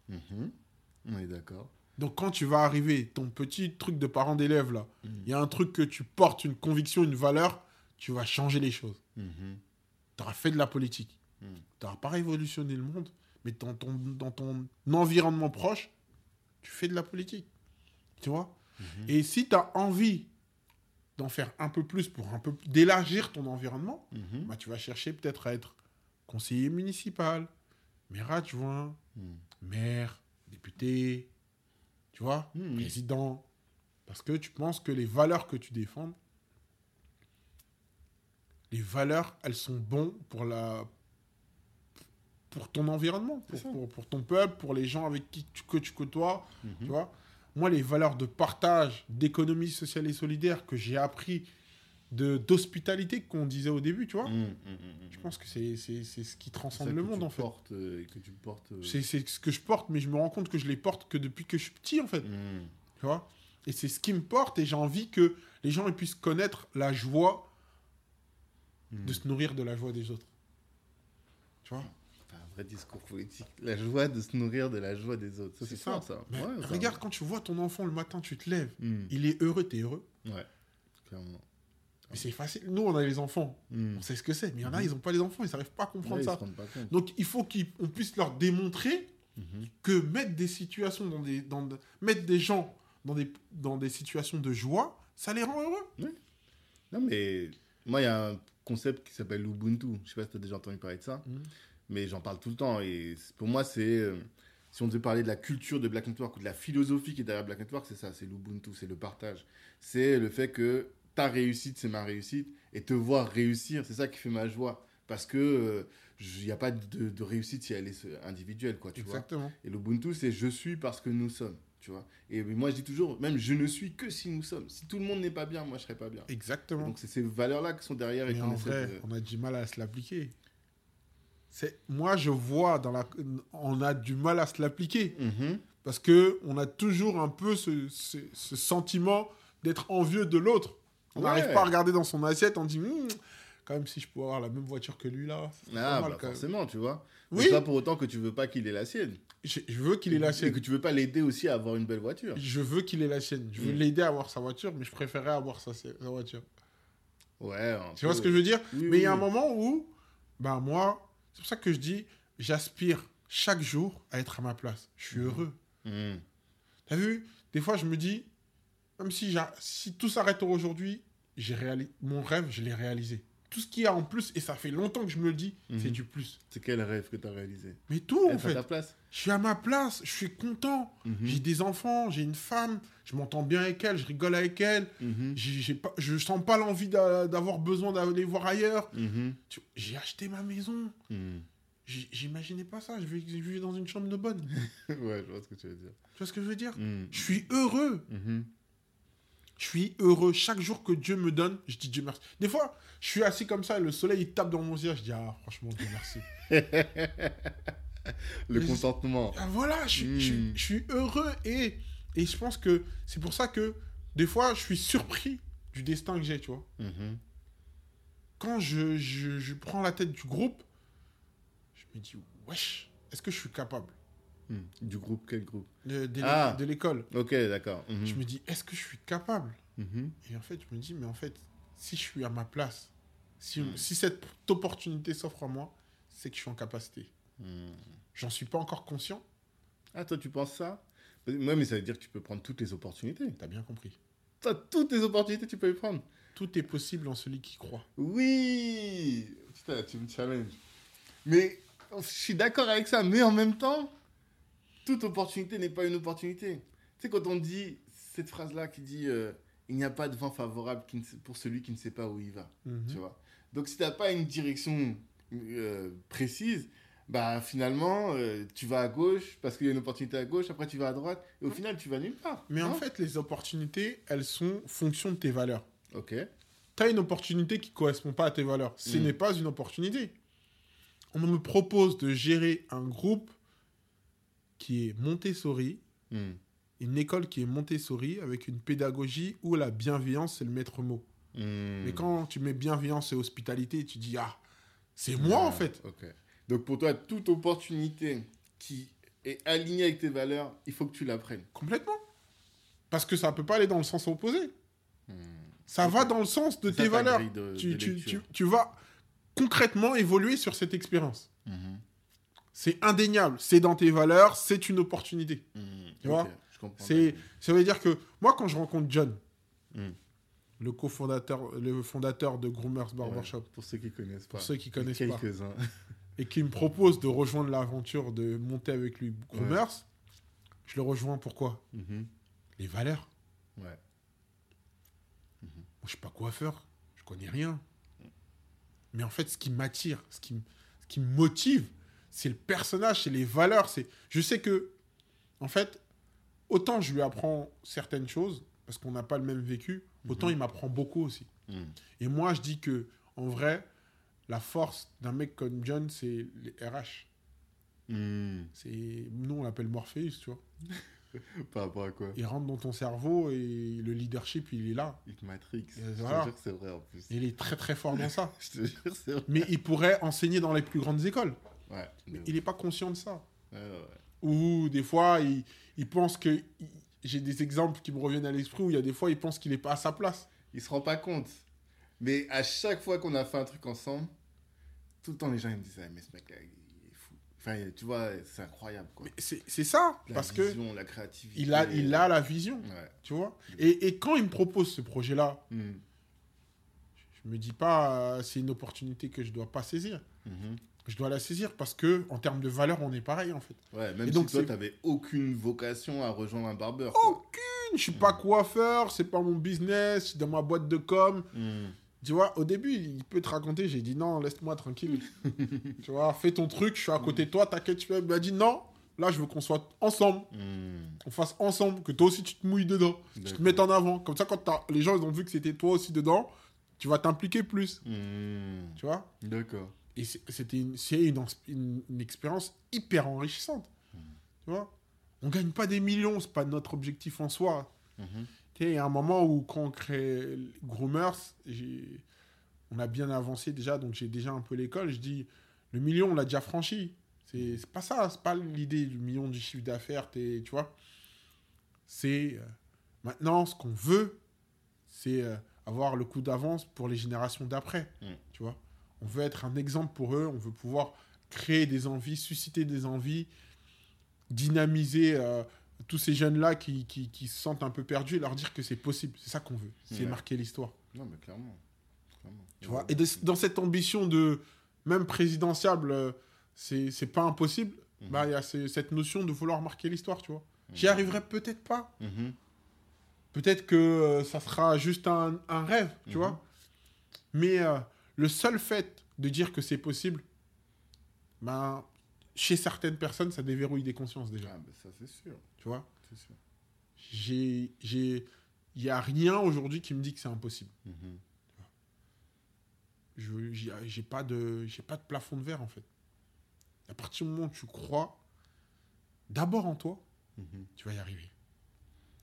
On est d'accord. Donc, quand tu vas arriver, ton petit truc de parent d'élève, là, il y a un truc que tu portes, une conviction, une valeur, tu vas changer les choses. Tu auras fait de la politique. Tu n'auras pas révolutionné le monde, mais dans ton environnement proche, tu fais de la politique. Tu vois. Et si tu as envie d'en faire un peu plus pour d'élargir ton environnement, bah, tu vas chercher peut-être à être conseiller municipal, maire adjoint, maire, député, tu vois, président. Parce que tu penses que les valeurs que tu défends, les valeurs, elles sont bonnes pour ton environnement, pour ton peuple, pour les gens avec que tu côtoies, tu vois. Moi, les valeurs de partage, d'économie sociale et solidaire que j'ai appris d'hospitalité qu'on disait au début, tu vois. Je pense que c'est ce qui transcende le monde, en fait. Que tu portes. C'est ce que je porte, mais je me rends compte que je les porte que depuis que je suis petit, en fait. Tu vois. Et c'est ce qui me porte, et j'ai envie que les gens ils puissent connaître la joie de se nourrir de la joie des autres. Tu vois. Un vrai discours politique. La joie de se nourrir de la joie des autres. Ça, c'est fort, ça. Ouais, regarde, quand tu vois ton enfant le matin, tu te lèves, il est heureux, t'es heureux. Ouais, clairement. Mais c'est facile. Nous, on a les enfants. On sait ce que c'est. Mais il y en a, ils n'ont pas les enfants. Ils n'arrivent pas à comprendre ça. Donc, il faut qu'on puisse leur démontrer que mettre des situations mettre des gens dans des situations de joie, ça les rend heureux. Oui. Non, mais moi, il y a un concept qui s'appelle l'Ubuntu. Je ne sais pas si tu as déjà entendu parler de ça. Mais j'en parle tout le temps. Et pour moi, c'est... si on devait parler de la culture de Black Network ou de la philosophie qui est derrière Black Network, c'est ça. C'est l'Ubuntu, c'est le partage. C'est le fait que ta réussite, c'est ma réussite. Et te voir réussir, c'est ça qui fait ma joie. Parce que il n'y a pas de réussite si elle est individuelle, quoi, tu Exactement. vois. Et l'Ubuntu, c'est je suis parce que nous sommes, tu vois. Et moi, je dis toujours, même je ne suis que si nous sommes. Si tout le monde n'est pas bien, moi, je ne serai pas bien. Exactement. Et donc, c'est ces valeurs-là qui sont derrière. Mais en vrai, on a du mal à se l'appliquer. Moi, je vois on a du mal à se l'appliquer. Parce qu'on a toujours un peu ce sentiment d'être envieux de l'autre. On n'arrive pas à regarder dans son assiette, on dit quand même, si je pouvais avoir la même voiture que lui là. Forcément, tu vois. Oui. C'est pas pour autant que tu veux pas qu'il ait la sienne. Je veux qu'il ait la sienne. Et que tu veux pas l'aider aussi à avoir une belle voiture. Je veux qu'il ait la sienne. Je veux l'aider à avoir sa voiture, mais je préférerais avoir sa voiture. Ouais. Tu vois ce que je veux dire? Oui, mais il y a un moment où, moi, c'est pour ça que je dis, j'aspire chaque jour à être à ma place. Je suis heureux. T'as vu? Des fois, je me dis, même si tout s'arrête aujourd'hui, mon rêve, je l'ai réalisé. Tout ce qu'il y a en plus, et ça fait longtemps que je me le dis, c'est du plus. C'est quel rêve que tu as réalisé? Mais tout, en fait. À ta place. Je suis à ma place, je suis content. J'ai des enfants, j'ai une femme, je m'entends bien avec elle, je rigole avec elle. Je sens pas l'envie d'avoir besoin d'aller voir ailleurs. J'ai acheté ma maison. J'imaginais pas ça, je vis dans une chambre de bonne. Ouais, je vois ce que tu veux dire. Tu vois ce que je veux dire? Je suis heureux. Je suis heureux. Chaque jour que Dieu me donne, je dis Dieu merci. Des fois, je suis assis comme ça et le soleil il tape dans mon visage. Je dis franchement, Dieu merci. Le contentement. Voilà, je suis heureux et Et je pense que c'est pour ça que des fois, je suis surpris du destin que j'ai, tu vois. Quand je prends la tête du groupe, je me dis, wesh, est-ce que je suis capable Du groupe, quel groupe? de l'école. Ok, d'accord. Je me dis, est-ce que je suis capable Mhm. Et en fait, je me dis, mais en fait, si je suis à ma place, si cette opportunité s'offre à moi, c'est que je suis en capacité. J'en suis pas encore conscient. Ah, toi, tu penses ça? Ouais, mais ça veut dire que tu peux prendre toutes les opportunités. T'as bien compris. Toi, toutes les opportunités, tu peux les prendre. Tout est possible en celui qui croit. Oui! Putain, tu me challenges. Mais je suis d'accord avec ça, mais en même temps, toute opportunité n'est pas une opportunité. Tu sais, quand on dit cette phrase-là qui dit il n'y a pas de vent favorable pour celui qui ne sait pas où il va. Tu vois? Donc, si tu n'as pas une direction précise, bah finalement, tu vas à gauche parce qu'il y a une opportunité à gauche, après tu vas à droite, et au final, tu vas nulle part. Mais non? en fait, les opportunités, elles sont fonction de tes valeurs. Ok. Tu as une opportunité qui ne correspond pas à tes valeurs. Ce n'est pas une opportunité. On me propose de gérer un groupe qui est Montessori, une école qui est Montessori, avec une pédagogie où la bienveillance, c'est le maître mot. Mais quand tu mets bienveillance et hospitalité, tu dis, ah, c'est moi en fait. Ok. Donc pour toi, toute opportunité qui est alignée avec tes valeurs, il faut que tu la prennes. Complètement. Parce que ça ne peut pas aller dans le sens opposé. Ça va dans le sens de tes valeurs. Tu vas concrètement évoluer sur cette expérience. C'est indéniable. C'est dans tes valeurs, c'est une opportunité. Tu vois, je comprends. ça veut dire que moi, quand je rencontre John, le fondateur de Groomers Barbershop, pour ceux qui connaissent pas. Pour ceux qui connaissent pas. Quelques-uns. Et qui me propose de rejoindre l'aventure de monter avec lui Groomers, je le rejoins pourquoi Les valeurs. Ouais. Moi, je suis pas coiffeur, je connais rien. Mais en fait, ce qui m'attire, ce qui me motive, c'est le personnage, c'est les valeurs. Je sais que, en fait, autant je lui apprends certaines choses, parce qu'on n'a pas le même vécu, autant il m'apprend beaucoup aussi. Et moi, je dis que, en vrai, la force d'un mec comme John, c'est les RH. Nous, on l'appelle Morpheus, tu vois. Par rapport à quoi? Il rentre dans ton cerveau et le leadership, il est là. Il te matrix. Voilà. Je te jure que c'est vrai en plus. Il est très très fort dans ça. Je te jure que c'est vrai. Mais il pourrait enseigner dans les plus grandes écoles. Ouais. Mais il n'est pas conscient de ça. Ouais. Ou des fois, il pense que... J'ai des exemples qui me reviennent à l'esprit où il y a des fois, il pense qu'il n'est pas à sa place. Il se rend pas compte. Mais à chaque fois qu'on a fait un truc ensemble, tout le temps les gens ils me disent ah, mais ce mec-là, il est fou. Enfin, tu vois, c'est incroyable, quoi. Mais c'est ça, La parce vision, la créativité. il a la vision, tu vois. Et quand il me propose ce projet-là, je me dis pas c'est une opportunité que je dois pas saisir. Je dois la saisir parce que en termes de valeur, on est pareil en fait. Ouais, même et si donc, toi, t'avais aucune vocation à rejoindre un barbeur. Aucune. Je suis pas coiffeur, c'est pas mon business, je suis dans ma boîte de com. Tu vois, au début, il peut te raconter, j'ai dit non, laisse-moi tranquille. Tu vois, fais ton truc, je suis à côté de toi, t'inquiète, il m'a dit non, là je veux qu'on soit ensemble. On fasse ensemble, que toi aussi tu te mouilles dedans, tu te mettes en avant. Comme ça, quand les gens ils ont vu que c'était toi aussi dedans, tu vas t'impliquer plus. Tu vois. D'accord. Et c'est une expérience hyper enrichissante. Tu vois. On gagne pas des millions, c'est pas notre objectif en soi. Il y a un moment où, quand on crée Groomers, on a bien avancé déjà, donc j'ai déjà un peu l'école. Je dis, le million, on l'a déjà franchi. C'est pas ça, c'est pas l'idée du million du chiffre d'affaires, tu vois. C'est maintenant, ce qu'on veut, c'est avoir le coup d'avance pour les générations d'après. Tu vois. On veut être un exemple pour eux, on veut pouvoir créer des envies, susciter des envies, dynamiser tous ces jeunes-là qui se sentent un peu perdus et leur dire que c'est possible. C'est ça qu'on veut. C'est marquer l'histoire. Non, mais clairement. Tu vois. Et dans cette ambition de même présidentiable, c'est pas impossible. Bah, il y a cette notion de vouloir marquer l'histoire, tu vois. J'y arriverai peut-être pas. Peut-être que ça sera juste un rêve, tu vois. Mais le seul fait de dire que c'est possible, ben, chez certaines personnes, ça déverrouille des consciences déjà. Ah, ben ça, c'est sûr. Tu vois. C'est sûr. Il n'y a rien aujourd'hui qui me dit que c'est impossible. J'ai pas de plafond de verre, en fait. À partir du moment où tu crois d'abord en toi, tu vas y arriver.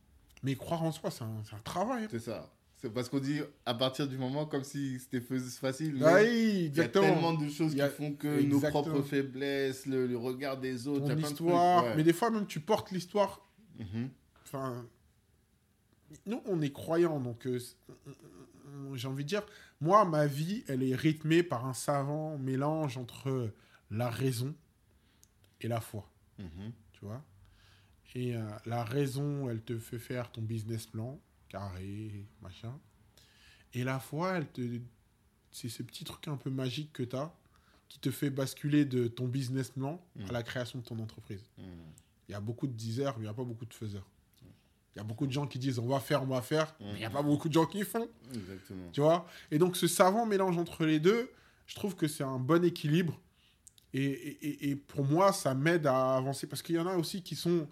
Mais croire en soi, c'est un travail. C'est ça. C'est parce qu'on dit à partir du moment comme si c'était facile. Ah Mais oui, exactement. il y a tellement de choses Il y a- qui font que nos propres faiblesses, le regard des autres, il y a Ton plein de histoire. trucs. Ouais. Mais des fois, même, tu portes l'histoire. Mhm. Enfin, nous, on est croyants, donc j'ai envie de dire, moi, ma vie, elle est rythmée par un savant mélange entre la raison et la foi, Mhm. tu vois. Et la raison, elle te fait faire ton business plan, carré, machin. Et la foi, c'est ce petit truc un peu magique que tu as qui te fait basculer de ton business plan à la création de ton entreprise. Mhm. Il y a beaucoup de diseurs, mais il n'y a pas beaucoup de faiseurs. Il y a beaucoup de gens qui disent on va faire, mais il n'y a pas beaucoup de gens qui font. Exactement. Tu vois. Et donc, ce savant mélange entre les deux, je trouve que c'est un bon équilibre. Et pour moi, ça m'aide à avancer. Parce qu'il y en a aussi qui sont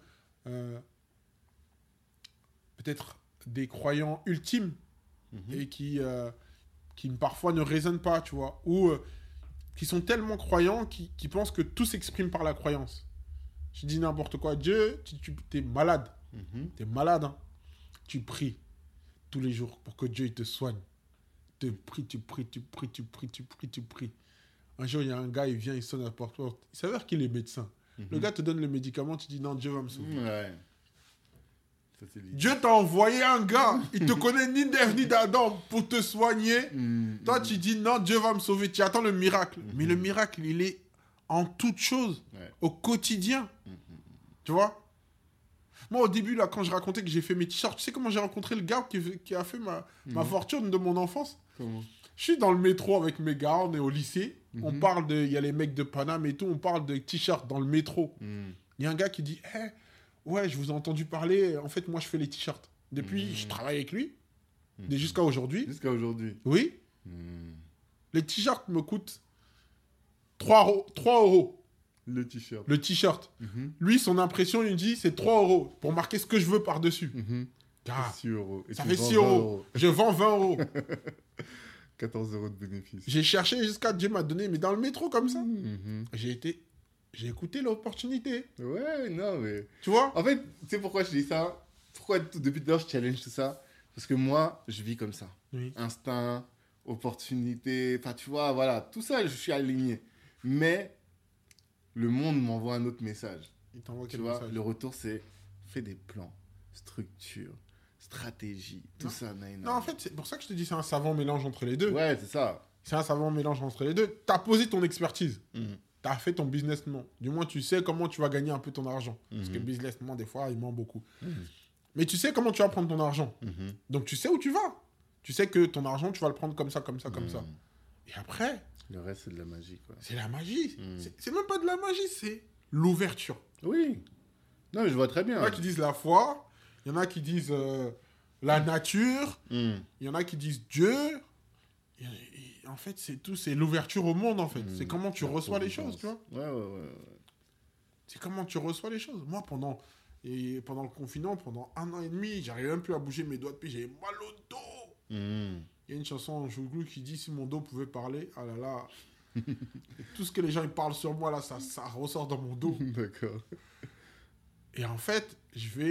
peut-être des croyants ultimes et qui parfois ne raisonnent pas, tu vois. Ou qui sont tellement croyants qui pensent que tout s'exprime par la croyance. Je dis n'importe quoi. Dieu, tu es malade. Mhm. Tu es malade, hein. Tu pries tous les jours pour que Dieu il te soigne. Tu pries. Un jour, il y a un gars, il vient, il sonne à la porte. Il s'avère qu'il est médecin. Le gars te donne le médicament, tu dis non, Dieu va me sauver. Ouais. Ça, c'est l'idée. Dieu t'a envoyé un gars, il te connaît ni d'Ève ni d'Adam pour te soigner. Toi, tu dis non, Dieu va me sauver. Tu attends le miracle. Mais le miracle, il est en toute chose, au quotidien. Tu vois? Moi, au début, là, quand je racontais que j'ai fait mes t-shirts, tu sais comment j'ai rencontré le gars qui a fait ma fortune de mon enfance? Comment? Je suis dans le métro avec mes gars, on est au lycée. On parle de... Il y a les mecs de Paname et tout, on parle de t-shirts dans le métro. Il y a un gars qui dit ouais, je vous ai entendu parler. En fait, moi, je fais les t-shirts. Depuis, je travaille avec lui. Jusqu'à aujourd'hui. Jusqu'à aujourd'hui. Oui. Les t-shirts me coûtent 3 €. Le t-shirt. Le t-shirt. Lui, son impression, il me dit, c'est 3 € pour marquer ce que je veux par-dessus. Gars, 6 euros. Et ça tu fait vends 6 20 €. Je vends 20 €. 14 euros de bénéfice. J'ai cherché jusqu'à Dieu m'a donné, mais dans le métro comme ça. J'ai écouté l'opportunité. Ouais, non, mais... Tu vois? En fait, tu sais pourquoi je dis ça? Pourquoi depuis tout à l'heure je challenge tout ça? Parce que moi, je vis comme ça. Oui. Instinct, opportunité, enfin tu vois, voilà, tout ça, je suis aligné. Mais le monde m'envoie un autre message. Il t'envoie Tu quel vois, message? le retour, c'est fais des plans, structure, stratégie, tout Non. ça. Non, en fait, c'est pour ça que je te dis, c'est un savant mélange entre les deux. Ouais, c'est ça. C'est un savant mélange entre les deux. T'as posé ton expertise. T'as fait ton businessman. Du moins, tu sais comment tu vas gagner un peu ton argent. Parce que businessman, des fois, il ment beaucoup. Mais tu sais comment tu vas prendre ton argent. Donc, tu sais où tu vas. Tu sais que ton argent, tu vas le prendre comme ça, comme ça, comme ça. Et après, Le reste, c'est de la magie, quoi. c'est la magie. C'est même pas de la magie, c'est l'ouverture. Oui. Non, mais je vois très Il y bien. en a qui disent la foi. Il y en a qui disent la nature. Il y en a qui disent Dieu. Et en fait, c'est tout. C'est l'ouverture au monde, en fait. C'est comment tu reçois les choses, tu vois. Ouais. C'est comment tu reçois les choses. Moi, pendant le confinement, pendant 1 an et demi, j'arrivais même plus à bouger mes doigts de pied. J'avais mal au dos. Il y a une chanson en Jouglou qui dit si mon dos pouvait parler, ah là là. Et tout ce que les gens ils parlent sur moi, là, ça ressort dans mon dos. D'accord. Et en fait, je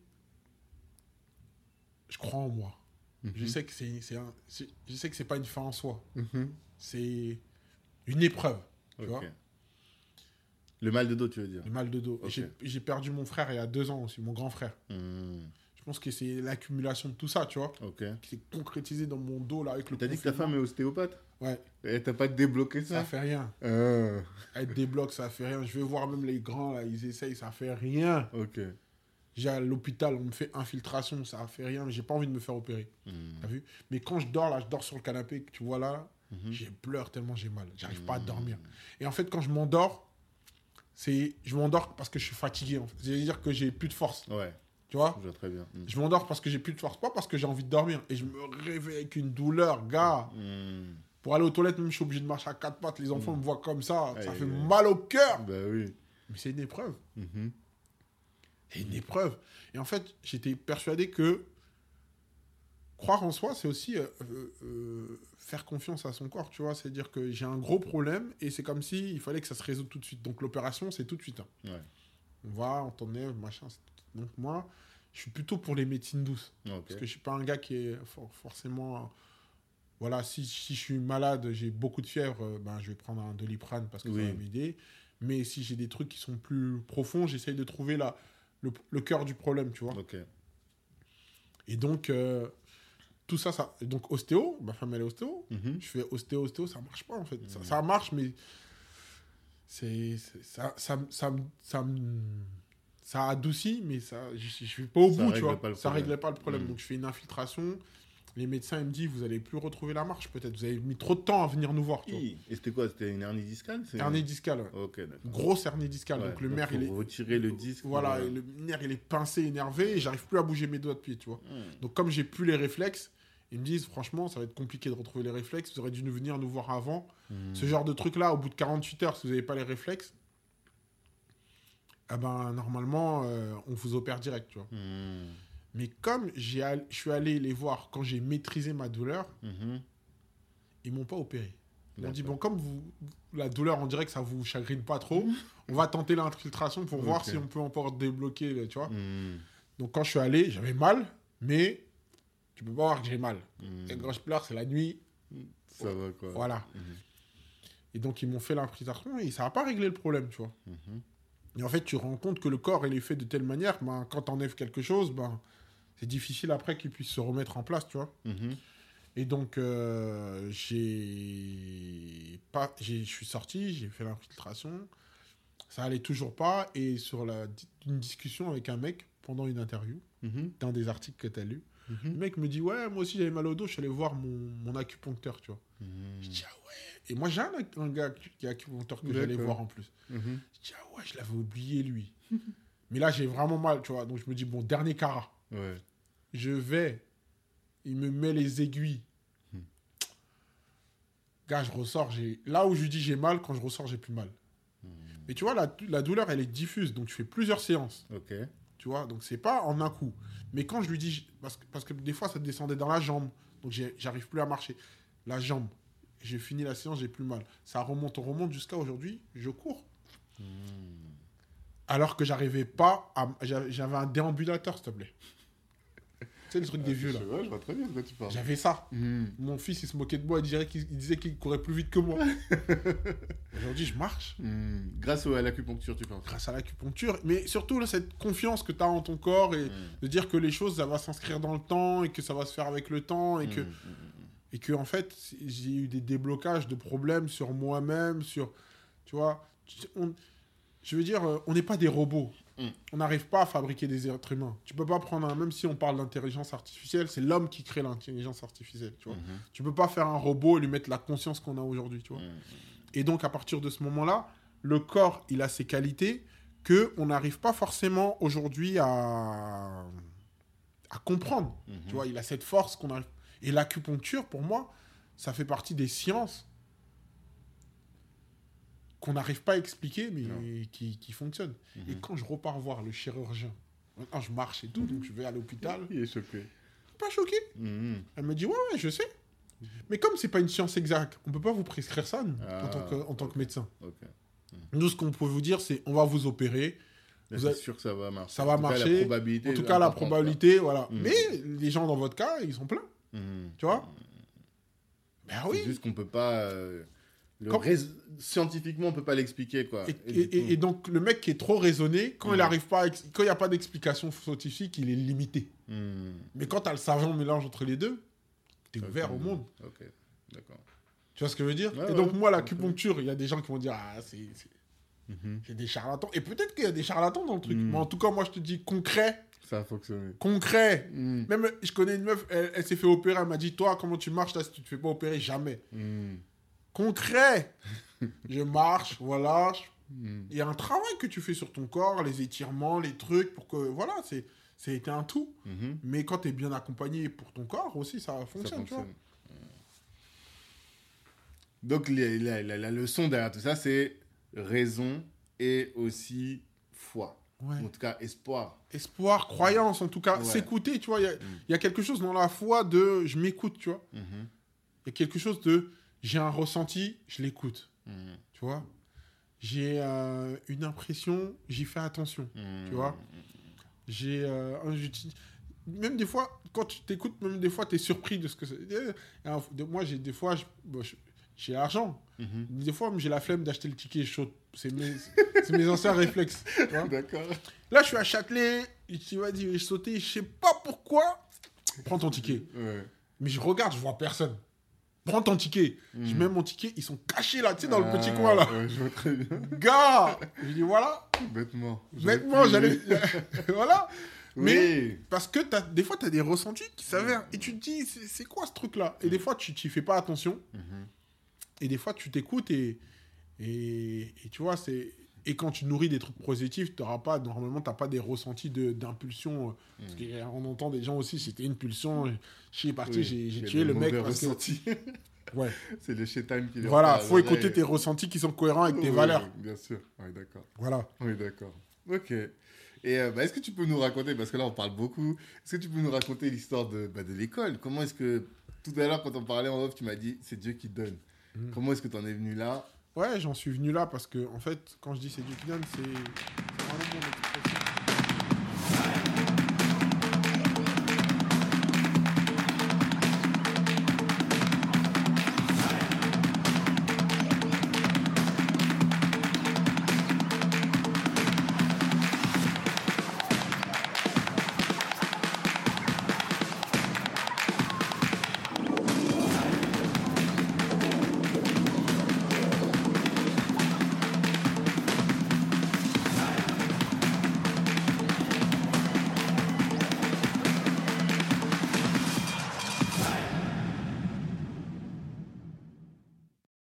crois en moi. Je sais que je sais que c'est pas une fin en soi. C'est une épreuve. Tu vois. Le mal de dos, tu veux dire? Le mal de dos. Ok. J'ai perdu mon frère il y a 2 ans aussi, mon grand frère. Je pense que c'est l'accumulation de tout ça, tu vois, Ok. qui s'est concrétisé dans mon dos là avec le T'as dit que ta confinement. femme est ostéopathe? Ouais, Et t'as pas débloqué ça ça? fait rien. Ah, Elle débloque, ça fait rien. Je vais voir même les grands là, ils essayent, ça fait rien. ok. J'ai à l'hôpital, on me fait infiltration, ça fait rien, mais j'ai pas envie de me faire opérer. T'as vu? Mais quand je dors là, je dors sur le canapé, tu vois là, j'ai pleure tellement j'ai mal. J'arrive pas à dormir. Et en fait, quand je m'endors, je m'endors parce que je suis fatigué. En fait. C'est-à-dire que j'ai plus de force. Ouais, Tu vois? je vois très bien. Je m'endors parce que j'ai plus de force, pas parce que j'ai envie de dormir. Et je me réveille avec une douleur, gars. Pour aller aux toilettes, même je suis obligé de marcher à 4 pattes. Les enfants me voient comme ça. Ça fait mal au cœur. Bah oui. Mais c'est une épreuve. C'est une épreuve. Et en fait, j'étais persuadé que croire en soi, c'est aussi faire confiance à son corps, tu vois. C'est-à-dire que j'ai un gros problème et c'est comme si il fallait que ça se résout tout de suite. Donc l'opération, c'est tout de suite. Hein. Ouais. On va, on t'enlève, machin. Donc moi, je suis plutôt pour les médecines douces. Ok. Parce que je suis pas un gars qui est forcément... Voilà, si je suis malade, j'ai beaucoup de fièvre, je vais prendre un Doliprane parce que ça va m'aider. Mais si j'ai des trucs qui sont plus profonds, j'essaye de trouver le cœur du problème, tu vois. Ok. Et donc, tout ça... Donc, ostéo, ma femme, elle est ostéo. Je fais ostéo, ça marche pas, en fait. Ça marche, mais... Ça adoucit, mais je suis pas au bout, tu vois. Ça réglait pas le problème. Donc, je fais une infiltration. Les médecins, ils me disent, vous allez plus retrouver la marche, peut-être. Vous avez mis trop de temps à venir nous voir, tu vois. Et c'était quoi? C'était une hernie discale? Hernie discale, ouais. Ok, d'accord. Grosse hernie discale. Ouais, donc, le nerf, il est... retirer le disque. Voilà, et le nerf, il est pincé, énervé, et j'arrive plus à bouger mes doigts de pied, tu vois. Donc, comme j'ai plus les réflexes, ils me disent, franchement, ça va être compliqué de retrouver les réflexes. Vous aurez dû venir nous voir avant. Ce genre de truc-là, au bout de 48 heures, si vous n'avez pas les réflexes, normalement, on vous opère direct, tu vois. Mais comme je suis allé les voir quand j'ai maîtrisé ma douleur, ils m'ont pas opéré. Ils m'ont dit, bon, comme la douleur, on dirait que ça vous chagrine pas trop, on va tenter l'infiltration pour voir si on peut encore débloquer, tu vois. Donc, quand je suis allé, j'avais mal, mais tu peux pas voir que j'ai mal. Et quand je pleure, c'est la nuit. Ça va, quoi. Voilà. Et donc, ils m'ont fait l'infiltration et ça n'a pas réglé le problème, tu vois. Et en fait, tu te rends compte que le corps, il est fait de telle manière que quand tu enlèves quelque chose, c'est difficile après qu'il puisse se remettre en place, tu vois. Et donc, je suis sorti, j'ai fait l'infiltration. Ça allait toujours pas. Et sur une discussion avec un mec pendant une interview, dans des articles que tu as lus, le mec me dit, ouais, moi aussi j'avais mal au dos, je suis allé voir mon acupuncteur, tu vois. Je dis, ah ouais. Et moi, j'ai un gars qui est acupuncteur que j'allais voir en plus. Je dis, ah ouais, je l'avais oublié, lui. Mais là, j'ai vraiment mal, tu vois. Donc, je me dis, bon, dernier cara. Ouais. Je vais, il me met les aiguilles. Gars, je ressors, là où je lui dis j'ai mal, quand je ressors, j'ai plus mal. Mais tu vois, la douleur, elle est diffuse, donc je fais plusieurs séances. Ok. Tu vois, donc c'est pas en un coup. Mais quand je lui dis, parce que des fois, ça descendait dans la jambe, donc j'arrive plus à marcher. La jambe, j'ai fini la séance, j'ai plus mal. Ça remonte, on remonte jusqu'à aujourd'hui, je cours. Alors que j'arrivais pas j'avais un déambulateur, s'il te plaît. Tu sais, le truc des vieux, là. Ouais, je vois très bien de quoi tu parles. J'avais ça. Mon fils, il se moquait de moi. Il disait qu'il courait plus vite que moi. Aujourd'hui, je marche. Grâce à l'acupuncture, tu penses? Grâce à l'acupuncture. Mais surtout, là, cette confiance que tu as en ton corps et de dire que les choses, ça va s'inscrire dans le temps et que ça va se faire avec le temps et que en fait, j'ai eu des déblocages de problèmes sur moi-même, sur... Tu vois, je veux dire, on n'est pas des robots. On n'arrive pas à fabriquer des êtres humains. Tu peux pas prendre même si on parle d'intelligence artificielle, c'est l'homme qui crée l'intelligence artificielle, tu vois. Tu peux pas faire un robot et lui mettre la conscience qu'on a aujourd'hui, tu vois. Et donc, à partir de ce moment-là, le corps, il a ses qualités que on n'arrive pas forcément aujourd'hui à comprendre. Tu vois, il a cette force qu'on arrive... Et l'acupuncture, pour moi, ça fait partie des sciences qu'on n'arrive pas à expliquer, mais qui fonctionnent. Et quand je repars voir le chirurgien, maintenant je marche et tout, donc je vais à l'hôpital. Il est choqué. Pas choqué. Elle me dit, ouais, je sais. Mais comme c'est pas une science exacte, on peut pas vous prescrire ça, nous, en tant que médecin. Nous, ce qu'on peut vous dire, c'est, on va vous opérer. C'est sûr que ça va marcher. Ça va marcher. En tout cas, la probabilité, voilà. Mais les gens, dans votre cas, ils sont pleins. Tu vois? Ben oui. C'est juste qu'on peut pas... Scientifiquement, on peut pas l'expliquer, quoi. Et donc, le mec qui est trop raisonné, quand il n'arrive pas, quand il n'y a pas d'explication scientifique, il est limité. Mais quand tu as le savant mélange entre les deux, tu es ouvert au monde. Ok, d'accord. Tu vois ce que je veux dire? Et donc, moi, l'acupuncture, il y a des gens qui vont dire, ah, c'est des charlatans. Et peut-être qu'il y a des charlatans dans le truc. Mais en tout cas, moi, je te dis concret. Ça a fonctionné. Concret. Même, je connais une meuf, elle s'est fait opérer, elle m'a dit, toi, comment tu marches là, si tu te fais pas opérer? Jamais. Concret. Je marche, voilà. Il y a un travail que tu fais sur ton corps, les étirements, les trucs, pour que, voilà, c'est un tout. Mais quand tu es bien accompagné pour ton corps aussi, ça fonctionne. Tu vois. Donc, la leçon derrière tout ça, c'est raison et aussi foi. Ouais. En tout cas, espoir. Espoir, croyance, en tout cas, s'écouter, tu vois. Il y a quelque chose dans la foi de je m'écoute, tu vois. Il y a quelque chose de j'ai un ressenti, je l'écoute. Tu vois. J'ai une impression, j'y fais attention. Tu vois. J'ai même des fois, quand tu t'écoutes, même des fois, tu es surpris de ce que c'est. Moi, des fois, j'ai l'argent. Des fois, j'ai la flemme d'acheter le ticket chaud. C'est mes anciens réflexes. Tu vois. D'accord. Là, je suis à Châtelet. Tu vas dire, je vais sauter. Je sais pas pourquoi. Prends ton ticket. Ouais. Mais je regarde, je vois personne. Prends ton ticket. Je mets mon ticket. Ils sont cachés là, tu sais, dans le petit coin là. Je vois très bien. Gars, je dis voilà. Bêtement. J'allais. Voilà. Oui. Mais parce que des fois, tu as des ressentis qui s'avèrent. Et tu te dis, c'est quoi ce truc-là? Et des fois, tu n'y fais pas attention. Et des fois, tu t'écoutes et tu vois, c'est... Et quand tu nourris des trucs positifs, normalement, tu n'as pas des ressentis d'impulsion. Parce qu'on entend des gens aussi, c'était une pulsion. Je suis parti, j'ai tué le mec. Ressenti. Ouais. C'est le chétan qui... Voilà, il faut écouter tes ressentis qui sont cohérents avec tes valeurs. Bien sûr, oui, d'accord. Voilà. Oui, d'accord. Ok. Et est-ce que tu peux nous raconter, parce que là on parle beaucoup, est-ce que tu peux nous raconter l'histoire de l'école? Comment est-ce que, tout à l'heure quand on parlait en off, tu m'as dit c'est Dieu qui donne. Comment est-ce que tu en es venu là? Ouais, j'en suis venu là parce que, en fait, quand je dis c'est Dieu qui donne, c'est vraiment mon expression.